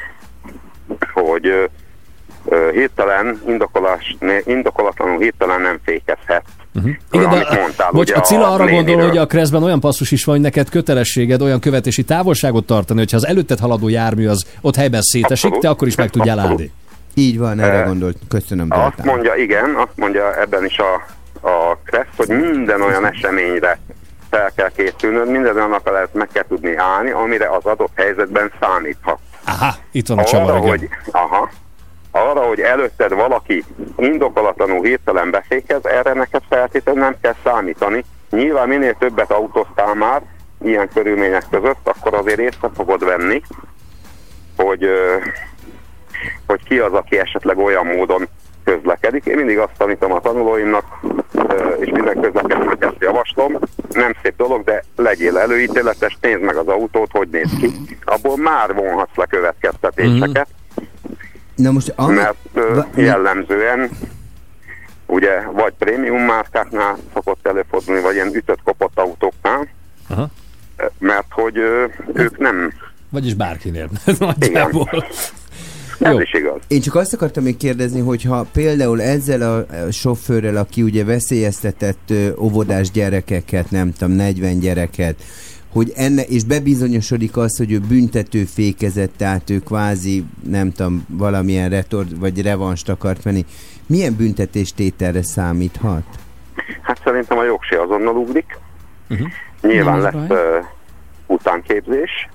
hirtelen, indokolatlanul hirtelen nem fékezhet. Igen, de a Cilla arra gondol, hogy a kreszben olyan passzus is van, hogy neked kötelességed olyan követési távolságot tartani, hogyha az előtted haladó jármű az ott helyben szétesik, te akkor is meg tudjál állni. Így van, erre gondolt. Köszönöm. Azt mondja ebben is a kressz, hogy minden olyan eseményre fel kell készülnöd, minden olyannak lehet meg kell tudni állni, amire az adott helyzetben számíthat. Aha, itt van a Csaba. Arra, hogy előtted valaki indokolatlanul hirtelen beszékez, erre neked feltétlenül nem kell számítani. Nyilván minél többet autóztál már ilyen körülmények között, akkor azért észre fogod venni, hogy ki az, aki esetleg olyan módon közlekedik. Én mindig azt tanítom a tanulóimnak, és minden közlekedőt ezt javaslom. Nem szép dolog, de legyél előítéletes, nézd meg az autót, hogy néz ki. Abból már vonhatsz le következtetéseket. Na most, mert jellemzően ugye vagy prémium márkáknál szokott előfordulni, vagy ilyen ütött-kopott autóknál, mert hogy ők nem... Vagyis bárkinél. Nagyjából. Ez is igaz. Én csak azt akartam még kérdezni, hogyha például ezzel a sofőrrel, aki ugye veszélyeztetett óvodás gyerekeket, nem tudom, 40 gyereket, hogy és bebizonyosodik az, hogy ő büntetőfékezett, tehát ő kvázi, nem tudom, valamilyen vagy revanst akart venni. Milyen büntetéstételre számíthat? Hát szerintem a jogsi azonnal ugrik. Nyilván lesz utánképzés,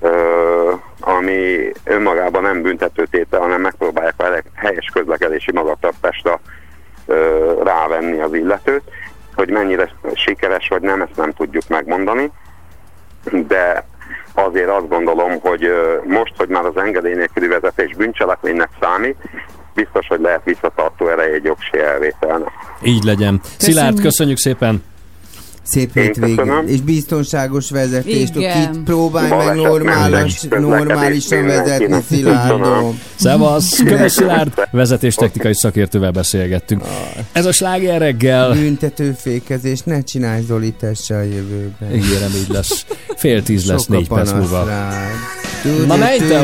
ami önmagában nem büntetőtétel, hanem megpróbálják a helyes közlekedési magatartásra rávenni az illetőt. Hogy mennyire sikeres vagy nem, ezt nem tudjuk megmondani. De azért azt gondolom, hogy most, hogy már az engedély nélküli vezetés bűncselekménynek számít, biztos, hogy lehet visszatartó ereje egy jogsi elvételnek. Így legyen. Szilárd, köszönjük szépen! Szép hétvégét, és biztonságos vezetést. Igen. Itt próbálj meg normálisan vezetni, Szilárdom. Szevasz! Köves Szilárd, vezetéstechnikai szakértővel beszélgettünk. Ez a Sláger reggel. Büntetőfékezés, ne csinálj, Zoli, tesse a jövőben. Ígérem, így lesz. 9:30 lesz, 4 perc múlva. Na menj te!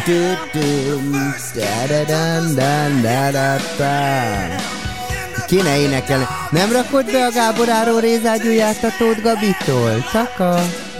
Kéne énekelni. Nem rakod be a Gábor Áró rézágyúját a Tóth Gabitól? Taka?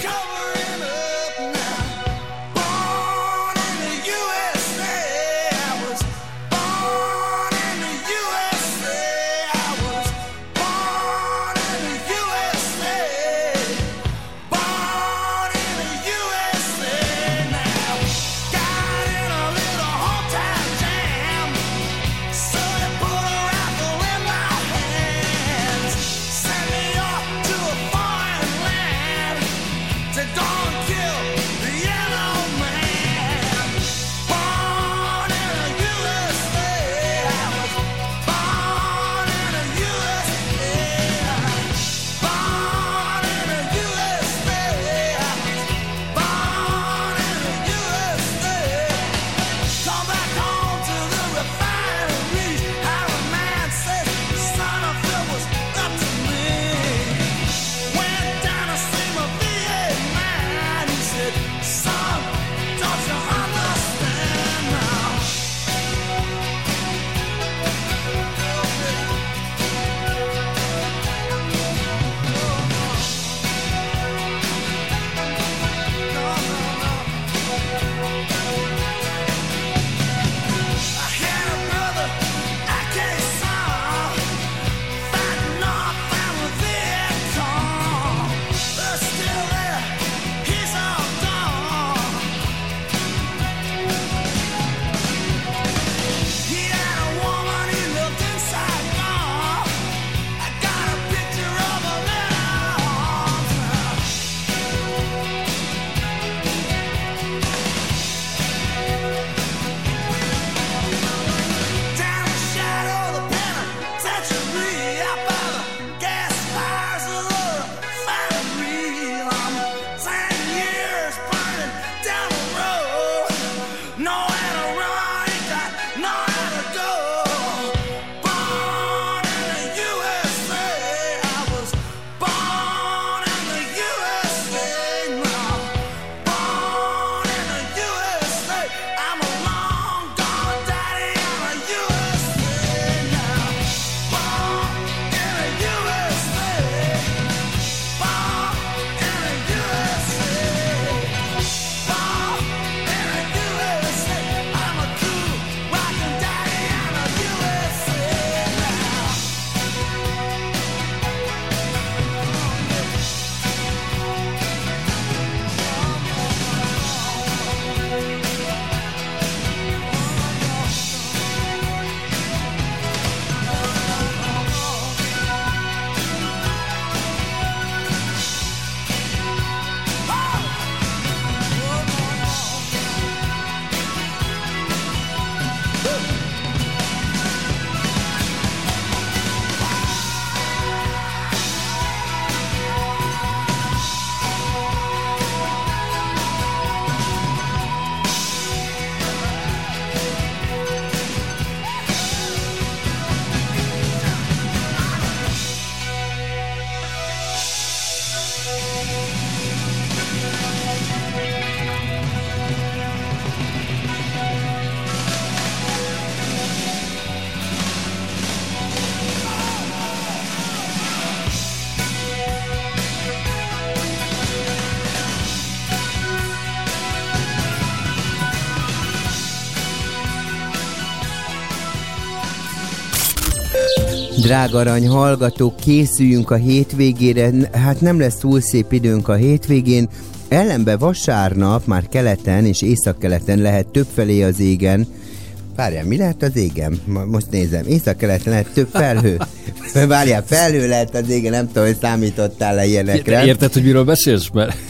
Drága arany hallgatók, készüljünk a hétvégére, hát nem lesz túl szép időnk a hétvégén, ellenben vasárnap már keleten és északkeleten lehet többfelé az égen. Várjál, mi lehet az égen? Most nézem, északkeleten lehet több felhő. Várjál, felhő lehet az égen, nem tudom, hogy számítottál le ilyenekre. Érted, hogy miről beszélsz? Mert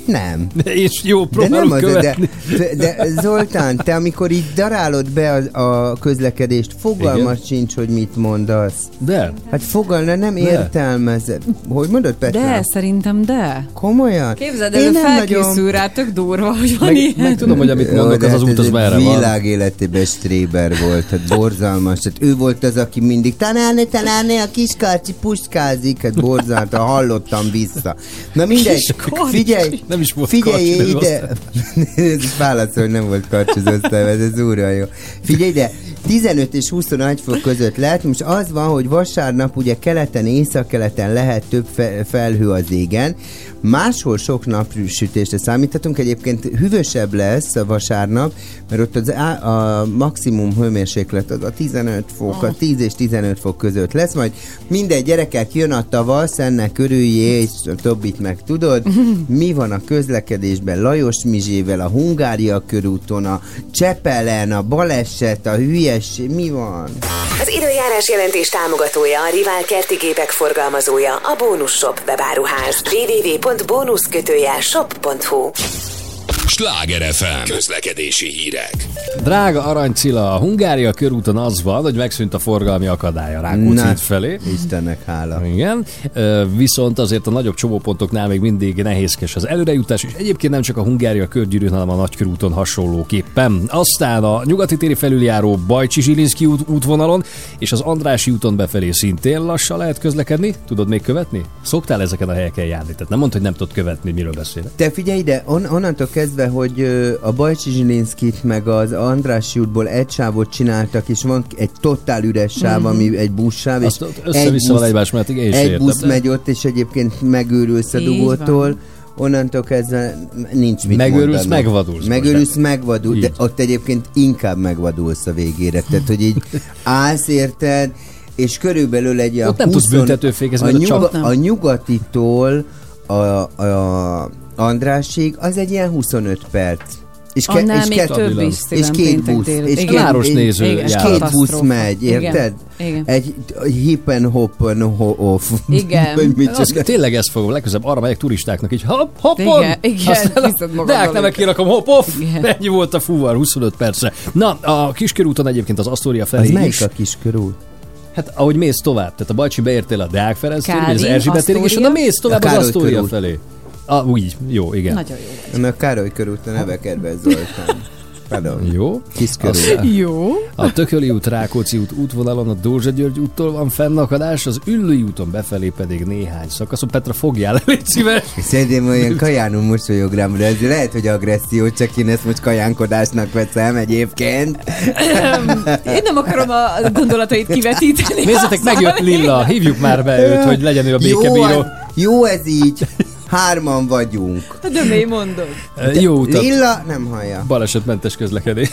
Nem. És jó, próbálom követni. De Zoltán, te amikor így darálod be a közlekedést, fogalmat sincs, hogy mit mondasz. De? Hát nem értelmezed. Hogy mondod, Petra? De, szerintem de. Komolyan? Képzeld, ez felkészül rá, tök durva, hogy van ilyen. Meg tudom, hogy amit mondok, az út az merre van. Világ életében stréber volt, hát borzalmas. Hát ő volt az, aki mindig találni a kiskarcsi puskázik, hát borzalta, hallottam vissza. Na mindegy, figyelj, nem is volt figyelj karcsi, ide. Ez válaszol, hogy nem volt karcsi az osztályban, ez úrva jó. Figyelj ide, 15 és 21 fok között lehet, most az van, hogy vasárnap ugye keleten, északkeleten lehet több felhő az égen, máshol sok napsütésre számíthatunk, egyébként hűvösebb lesz a vasárnap, mert ott a maximum hőmérséklet az a 15 fok, a 10 és 15 fok között lesz, majd minden gyerekek jön a tavasz, ennek örüljé, és a többit meg tudod, mi van a közlekedésben Lajos Mizsével, a Hungária körúton, a Csepelen, a baleset, a hülyesség, mi van? Az időjárás jelentés támogatója a Rivál kerti gépek forgalmazója, a Bónusz Shop webáruház. www.bónusz-shop.hu. Sláger FM. Közlekedési hírek. Drága Arany Cilla, a Hungária körúton az van, hogy megszűnt a forgalmi akadály a Rákóczi híd felé. Istennek hála. Igen. Viszont azért a nagyobb csomópontoknál még mindig nehézkes az előrejutás, és egyébként nem csak a Hungária körgyűrűn, hanem a Nagykörúton hasonlóképpen. Aztán a nyugati téri felüljáró Bajcsy-Zsilinszky útvonalon és az Andrássy úton befelé szintén lassan lehet közlekedni. Tudod még követni? Szoktál ezeken a helyeken járni? Tehát nem mondd, hogy nem tudod követni, miről beszélek. Te figyelj ide, onnantól kezdve, hogy a Bajcsy-Zsilinszkyt meg az Andrássy útból egy sávot csináltak, és van egy totál üres sáv, ami egy buszsáv, és össze-vissza van egymás mellett, én is egy értem, busz megy ott, és egyébként megőrülsz a dugótól, onnantól kezdve nincs mit megőrülsz, megvadulsz. Megőrülsz, megvadulsz, de ott egyébként inkább megvadulsz a végére, tehát hogy így állsz, érted, és körülbelül egy ott nem tudsz büntetőfékezni, a nyugatitól a Andrássig, az egy ilyen 25 perc. És még több is, és két busz. És két busz megy, érted? Igen. Egy hippen hoppen off. Igen. Tényleg ezt fogom, legközelebb arra megyek turistáknak, így hoppon! Igen. Deák nemek érakom, hopp-off! Ennyi volt a fúvar, 25 percre. Na, a Kiskörúton egyébként az Asztória felé is. Az melyik a Kiskörút? Hát ahogy mész tovább, tehát a Bajcsy beértél a Deák Ferenc térig, az Erzsébet térig, és oda mész tovább az Asztória felé. Úgy, jó, igen. Nagyon jó. A Károly körúton nevekedve Zoltán. Pardon. Jó. Jó. A Tököli út, Rákóczi út útvonalon a Dózsa György úttól van fennakadás, az Üllői úton befelé pedig néhány szakaszon. Petra, fogjál el, légy szíves. Szerintem olyan kajánul mosolyog rám, de ez lehet, hogy agresszió, csak én ezt most kajánkodásnak veszem egyébként. Én nem akarom a gondolatait kivetíteni. Nézzetek, megjött Lilla, hívjuk már be őt, hogy legyen ő a békebíró. Jó ez így. 3 vagyunk. De miért mondod? Jó utat. Lilla nem hallja. Balesetmentes közlekedés.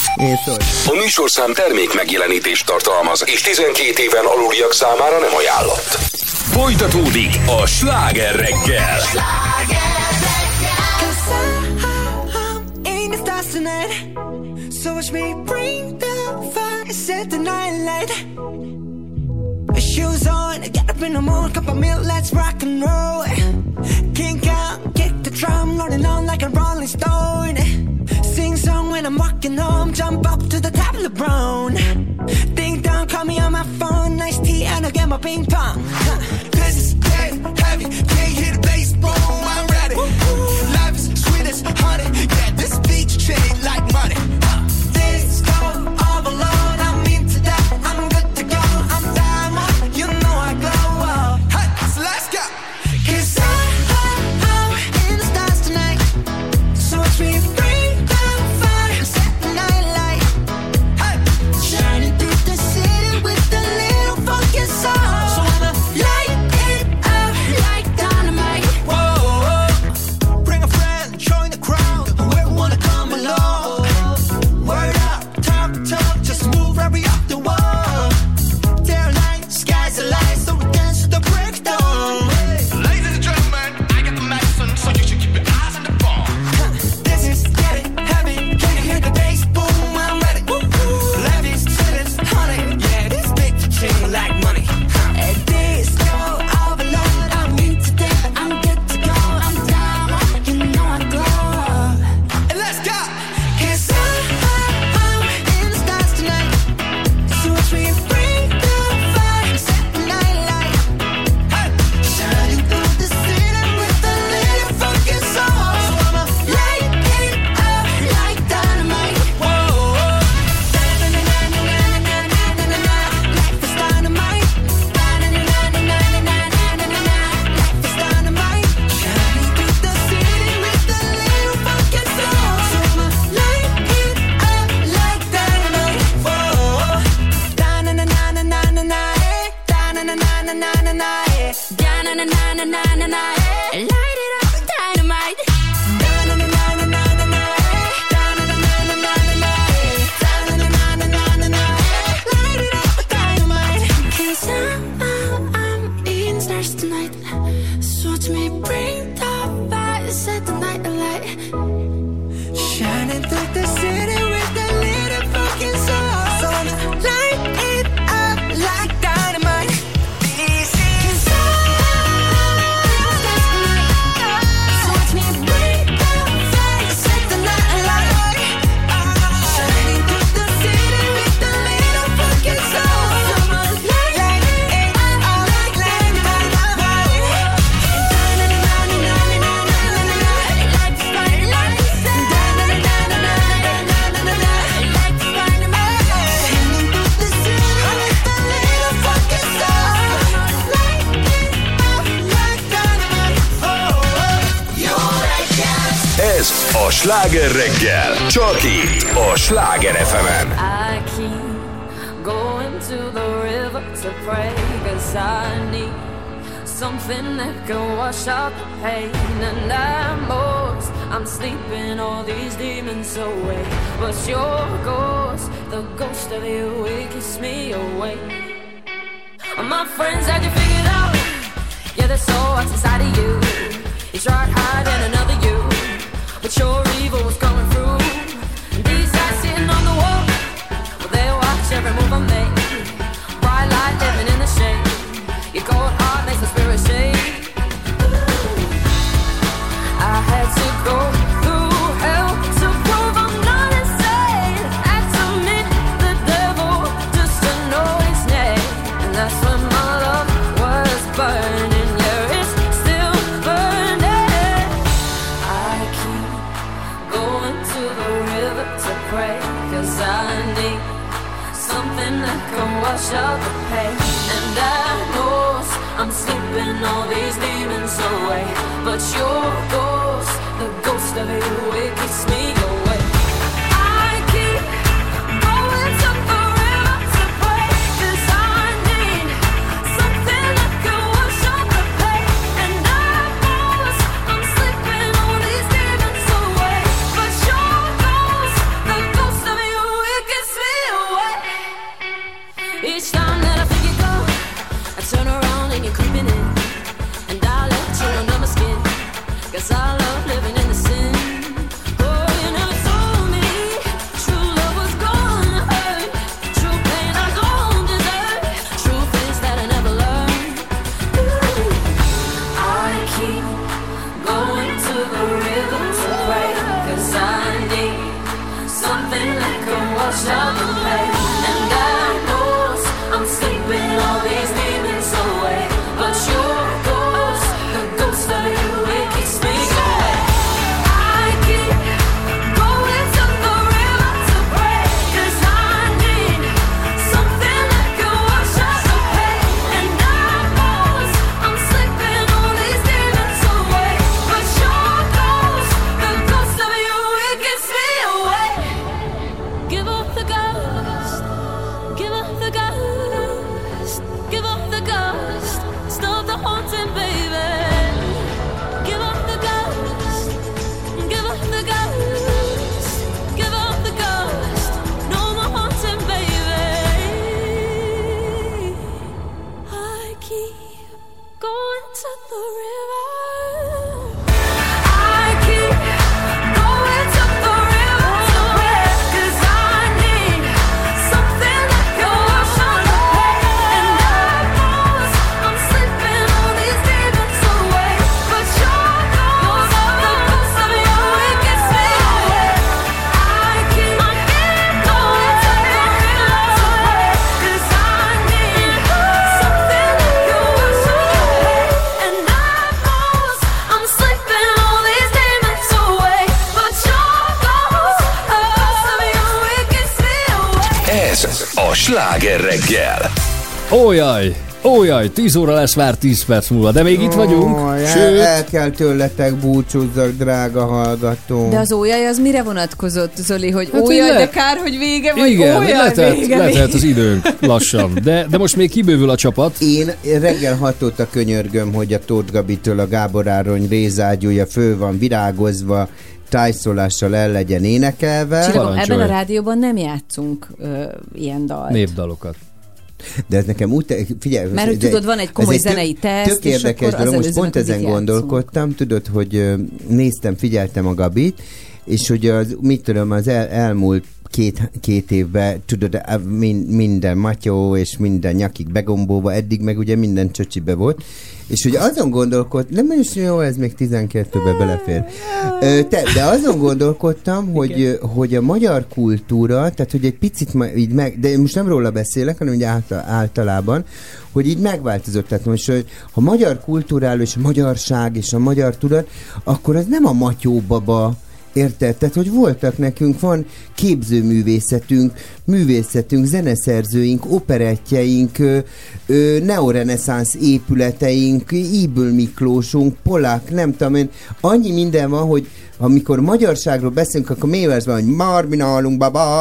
A műsorszám termék megjelenítést tartalmaz, és 12 éven aluliak számára nem ajánlott. Folytatódik a Sláger reggel. Shoes on, get up in the morning, cup of milk, let's rock and roll. Kink out, kick the drum, rolling on like a rolling stone. Sing song when I'm walking home, jump up to the top of the brown. Ding dong, call me on my phone, nice tea and I'll get my ping pong. This is dead heavy, can't hear the bass, boom, I'm ready. Life is sweet as honey, yeah, this beach chain like money. This go all alone, I'm into that, I'm good to go, I'm diamond, you know I glow. Hey, so let's go. 'Cause I'm in the stars tonight, so watch me bring the fire, set the night light. Hey, shining through the city with a little funky soul. So when the light Shining through the city with a little fucking soul. So light it up like dynamite. This is so watch me break down fire, set the night alight. Shining through the city with a little fucking soul. So light it up like dynamite. Ez a Sláger reggel, csak itt a Sláger FM-en. I keep going to the river to pray, 'cause I need something that can wash out the pain. And I'm sleeping all these demons away, but your ghost, the ghost of you, it keeps me awake. My friends had you figured out, yeah, that's all what's inside of you. You tried hiding another you, but your evil was coming through. And these guys sitting on the wall, well, they watch every move I make. Bright light living in the shade, your cold heart makes the spirit shake. I had to go through hell to prove I'm not insane. Had to meet the devil just to know his name. And that's when my love was burning, yeah, it's still burning. I keep going to the river to pray, 'cause I need something that can wash out the pain. And I know I'm sleeping all these demons away, but your ghost, the ghost of you, it keeps me away. I keep going to the river to pray, 'cause I need something that can wash out the pain. And I know I'm sleeping all these demons away, but your ghost, the ghost of you, it keeps me away. Each time that I think you go, I turn around and you're creeping in, and I let you under my skin, 'cause I love living in the sin. Oh, you never told me true love was gonna hurt, true pain I don't deserve, truth is that I never learned. Ooh, I keep going to the river to pray, 'cause I need something that can wash out the pain. And I know I'm sleeping all these demons away, but your ghost, the ghost of you, it keeps me away. I keep going to the river to pray, 'cause I need something that can wash out the pain. And I know I'm sleeping all these demons away, but your ghost, the ghost of you, it keeps me away. Give up the ghost, give up the ghost, give up the ghost, stop the haunting, baby. Give up the ghost, give up the ghost, give up the ghost, no more haunting, baby. I keep going to the river. I keep going to the river to pray, 'cause I need something that can wash out the pain. And I know I'm sleeping all these demons away, but your ghost, the ghost of you, it gets me away. I keep going to the river to pray, 'cause I need something that can wash out the pain. And I know I'm sleeping all these demons away, but your ghost, the ghost of you, it gets me away. Ez a Sláger reggel. Ójaj, 10 óra lesz már 10 perc múlva, de még itt vagyunk. Sőt, el kell tőletek búcsúzzak, drága hallgató. De az ójaj az mire vonatkozott, Zoli, hogy Hát, ójaj, hogy de kár, hogy vége, vagy igen, ójaj, vége. letelt az időnk lassan, de most még kibővül a csapat. Én reggel 6 óta könyörgöm, hogy a Tóth Gabitől a Gábor Árony rézágyúja föl van virágozva, tájszólással el legyen énekelve. Csillagom, ebben a rádióban nem játszunk ilyen dalt. Népdalokat. De ez nekem úgy, figyelj. Mert hogy tudod, van egy komoly zenei teszt, tök érdekes dolog, most pont ezen gondolkodtam, tudod, hogy néztem, figyeltem a Gabit, és hogy mit tudom, az elmúlt két évben, tudod, minden matyó és minden nyakig begombolva, eddig meg ugye minden csöcsibe volt, és hogy azon nem is jó, ez még 12-be belefér. De azon gondolkodtam, hogy a magyar kultúra, tehát hogy egy picit így de most nem róla beszélek, hanem úgy általában, hogy így megváltozott. Tehát most, hogy ha magyar kultúráló és a magyarság és a magyar tudat, akkor az nem a matyóbaba, érted? Tehát, hogy voltak van képzőművészetünk, zeneszerzőink, operettjeink, neoreneszánsz épületeink, Íből Miklósunk, Polák, nem tudom én, annyi minden van, hogy amikor magyarságról beszélünk, akkor miért van, hogy marminálunk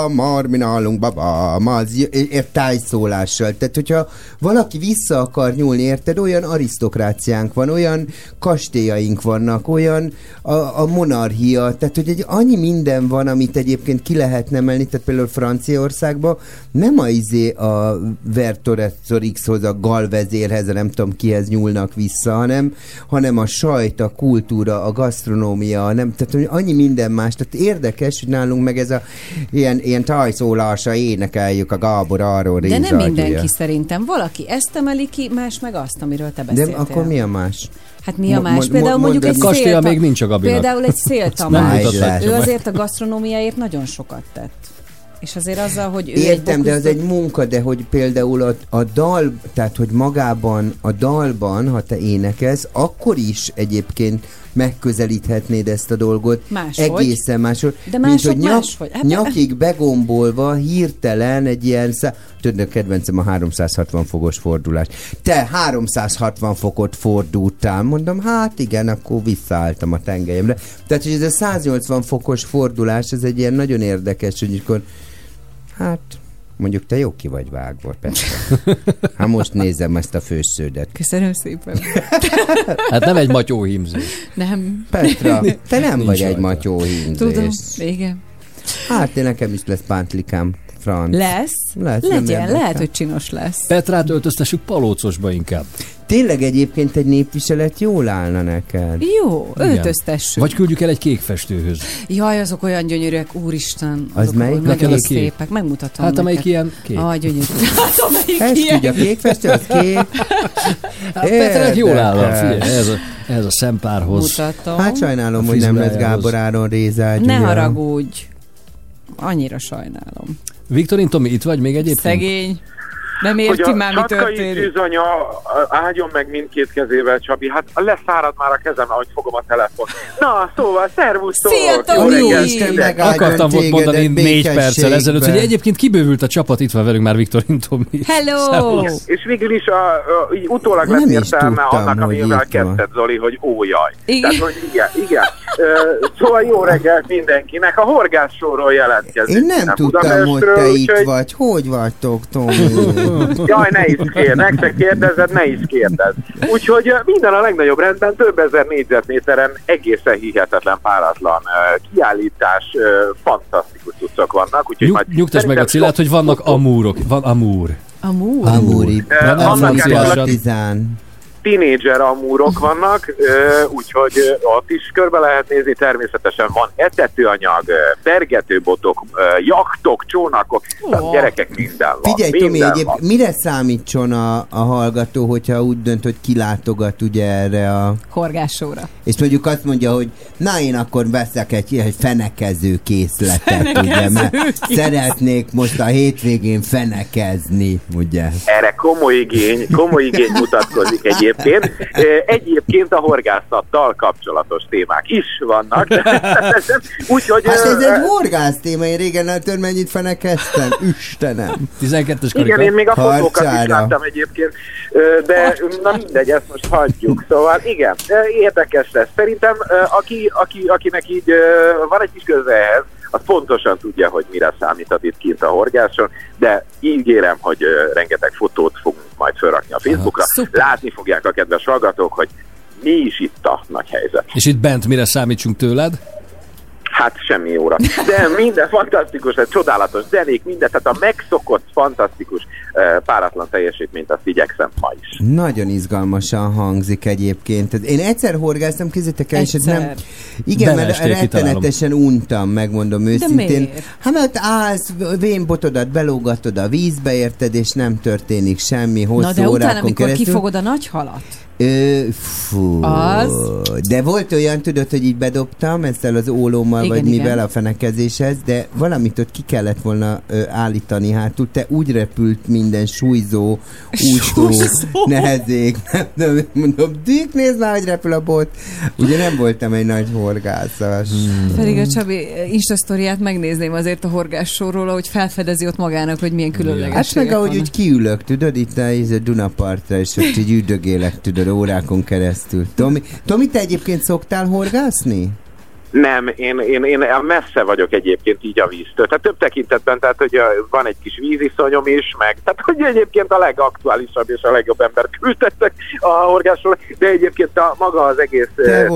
baba, az tájszólással. Tehát, hogyha valaki vissza akar nyúlni, érted, olyan arisztokráciánk van, olyan kastélyaink vannak, olyan a monarchia, tehát, hogy annyi minden van, amit egyébként ki lehet emelni, tehát például Franciaországban nem a Vertorixhoz, a galvezérhez, a nem tudom kihez nyúlnak vissza, hanem a sajt, a kultúra, a gasztronómia, tehát hogy annyi minden más. Tehát érdekes, hogy nálunk meg ez a ilyen tajszólása énekeljük a Gábor arról de nem mindenki szerintem. Valaki ezt emeli ki, más meg azt, amiről te beszéltél. De akkor mi a más? Hát mi a más? Például mondjuk egy Kastély még nincs a Gabinak. Például egy Szél Tamás. Ő azért a gasztronómiáért nagyon sokat tett. És azért azzal, hogy ő értem, de az egy munka, de hogy például a dal, tehát hogy magában a dalban, ha te énekelsz, akkor is egyébként megközelíthetnéd ezt a dolgot. Máshogy. Egészen máshogy. De mások máshogy. Nyakig begombolva, hirtelen egy ilyen tudod, kedvencem a 360 fokos fordulás. Te 360 fokot fordultál, mondom, hát igen, akkor visszaálltam a tengelyemre. Tehát, hogy ez a 180 fokos fordulás, ez egy ilyen nagyon érdekes, hogy akkor hát, mondjuk te jó ki vagy vágva, Petra. Hát most nézem ezt a fősződet. Köszönöm szépen. Hát nem egy matyóhímzés. Nem. Petra, te nem vagy egy matyóhímzés. Tudom, igen. Hát nekem is lesz pántlikám, franc. Lesz? Legyen, lehet, hogy csinos lesz. Petrát öltöztessük palócosba inkább. Tényleg egyébként egy népviselet jól állna neked. Jó, öltöztessük. Vagy küldjük el egy kék festőhöz. Jaj, azok olyan gyönyörűek, úristen. Az melyik? Nagyon szépek, megmutatom hát amelyik neked. ilyen kék. Gyönyörű. Hát amelyik ezt ilyen. tudja, kék festő, az kék. Hát Petrát jól áll, figyelj, ez a szempárhoz. Mutatom. Hát sajnálom, hogy nem lesz Gábor Áron Rézágy. Ne haragudj. Annyira sajnálom. Viktorin Tomi, itt vagy még egyébként? Szegény. Nem érti már, mi történik. Hogy a tűzanya áldjon meg mindkét kezével, Csabi. Hát leszárad már a kezem, ahogy fogom a telefon. Na, szóval, szervusztok! Szia, Tomi! Akartam volt mondani 4 perccel ezelőtt, hogy egyébként kibővült a csapat, itt van velünk már Viktorin Tomi. Hello! És végül is így utólag lett értelme annak, amivel kezdted, Zoli, hogy ójaj. Tehát, hogy igen. Szóval jó reggelt mindenkinek. A horgászsóról jelentkezik. Én nem tudtam, hogy te itt vagy. Hogy vagytok, Tomi? Jaj, ne is kérdez, se kérdezed, ne is kérdez. Úgyhogy minden a legnagyobb rendben, több ezer négyzetméteren egészen hihetetlen, páratlan kiállítás, fantasztikus cuccok vannak. Nyugtass meg a Cillát, hogy vannak amúrok. Van amúr. Amúri. Tínédzser amúrok vannak, úgyhogy ott is körbe lehet nézni, természetesen van etetőanyag, pergetőbotok, jachtok, csónakok, gyerekek minden van. Figyelj, Tomi, mire számítson a hallgató, hogyha úgy dönt, hogy kilátogat ugye erre a horgássóra? És mondjuk azt mondja, hogy na én akkor veszek egy fenekező készletet, ugye, mert szeretnék most a hétvégén fenekezni, ugye. Erre komoly igény mutatkozik Egyébként a horgászattal kapcsolatos témák is vannak. Úgyhogy, hát ez egy horgász téma, én régen a mennyit fenekeztem. Istenem. 12-es karika. Igen, én még a fotókat is láttam egyébként, de na mindegy, ezt most hagyjuk. Szóval igen, érdekes lesz. Szerintem akinek így van egy kis köze ehhez, az pontosan tudja, hogy mire számíthat itt kint a horgáson, de ígérem, hogy rengeteg fotót fogunk majd felrakni a Facebookra. Látni fogják a kedves hallgatók, hogy mi is itt a nagy helyzet. És itt bent mire számítsunk tőled? Hát semmi jóra. De minden fantasztikus, csodálatos zenék, minden, tehát a megszokott, fantasztikus, páratlan teljesítményt azt igyekszem ma is. Nagyon izgalmasan hangzik egyébként. Én egyszer horgáztam, kézzétek el, és ez nem... Igen, mert rettenetesen untam, megmondom őszintén. Hát mert állsz, vénbotodat belógatod a vízbe, érted, és nem történik semmi hosszú órákon keresztül. Na de utána, amikor kifogod a nagy halat? De volt olyan, tudod, hogy így bedobtam ezzel az ólommal, igen, vagy mivel a fenekezéshez, de valamit ott ki kellett volna állítani hátul. Te úgy repült minden súlyzó, úszó, nehezék. Nem mondom, Dick, nézd már, hogy repül a bot. Ugye nem voltam egy nagy horgászas. Pedig a Csabi Insta-sztoriát megnézném azért a horgássóról, ahogy felfedezi ott magának, hogy milyen különlegességek hát meg ahogy úgy kiülök, tudod, itt a Dunapartra, és ott így üldögélek, tudod, órákon keresztül. Tomi, te egyébként szoktál horgászni? Nem, én messze vagyok egyébként így a víztől. Tehát több tekintetben, tehát hogy van egy kis víziszonyom is, meg tehát hogy egyébként a legaktuálisabb és a legjobb ember küldtettek a horgásról, de egyébként maga az egész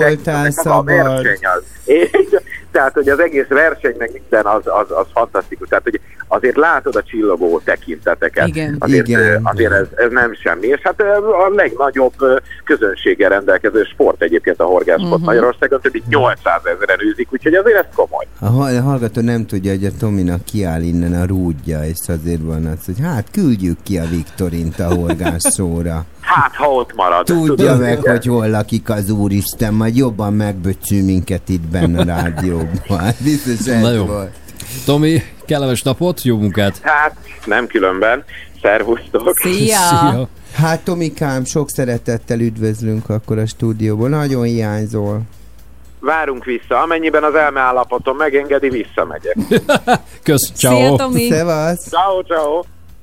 a verseny az. Tehát, hogy az egész versenynek minden az fantasztikus. Tehát, hogy azért látod a csillogó tekinteteket. Igen. Azért ez nem semmi. És hát a legnagyobb közönséggel rendelkező sport egyébként a horgászsport Magyarországon, több mint 800 000-en űzik, úgyhogy azért ez komoly. A hallgató nem tudja, hogy a Tominak kiáll innen a rúdja, és azért van az, hogy hát küldjük ki a Viktorint a horgászóra. Hát, ha ott marad. Tudja meg, hogy hol lakik az Úristen, majd jobban megböcsül minket itt benne a rádióban. Biztos ez volt. Tomi, kellemes napot, jó munkát! Hát, nem különben. Szervusztok! Szia! Hát Tomikám, sok szeretettel üdvözlünk akkor a stúdióból. Nagyon hiányzol. Várunk vissza. Amennyiben az elmeállapotom megengedi, visszamegyek. Kösz, ciao. Szia, Tomi! Szevasz! Ciao.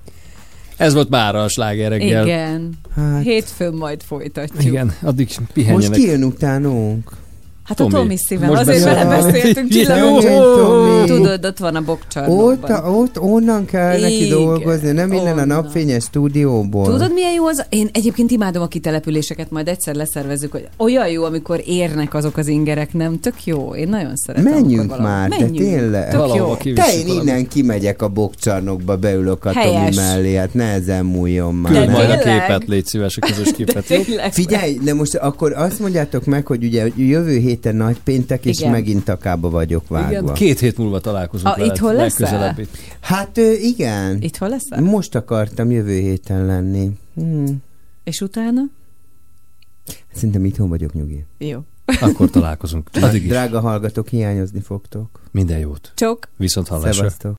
Ez volt mára a Sláger reggel. Igen. Hát. Hétfőn majd folytatjuk. Igen, addig pihenjenek. Most ki jön utánunk? Hát a Tomi szívem, azért vele beszéltünk, csillagos. Tudod, ott van a bokcsarnokban. Ott onnan kell neki dolgozni, nem innen a napfényes stúdióból. Tudod, milyen jó az? Én egyébként imádom a kitelepüléseket, majd egyszer leszervezzük, hogy olyan jó, amikor érnek azok az ingerek, nem? Tök jó, én nagyon szeretem. Menjünk már, de tényleg. Tök jó. Te én innen kimegyek a bokcsarnokba, beülök a Tomi mellé, hát nehezen múljon már. Küld majd a képet, légy szíves, a közös képet. Figyelj, de most akkor azt mondjátok meg, hogy ugye jövő héten nagypéntek, és megint takába vagyok vágva. Igen, 2 hét múlva találkozunk veled. Itthon leszel? Hát igen. Itthon leszel? Most akartam jövő héten lenni. És utána? Szerintem itthon vagyok, nyugi. Jó. Akkor találkozunk. Drága hallgatók, hiányozni fogtok. Minden jót. Csók. Viszont hallásra. Szevasztok.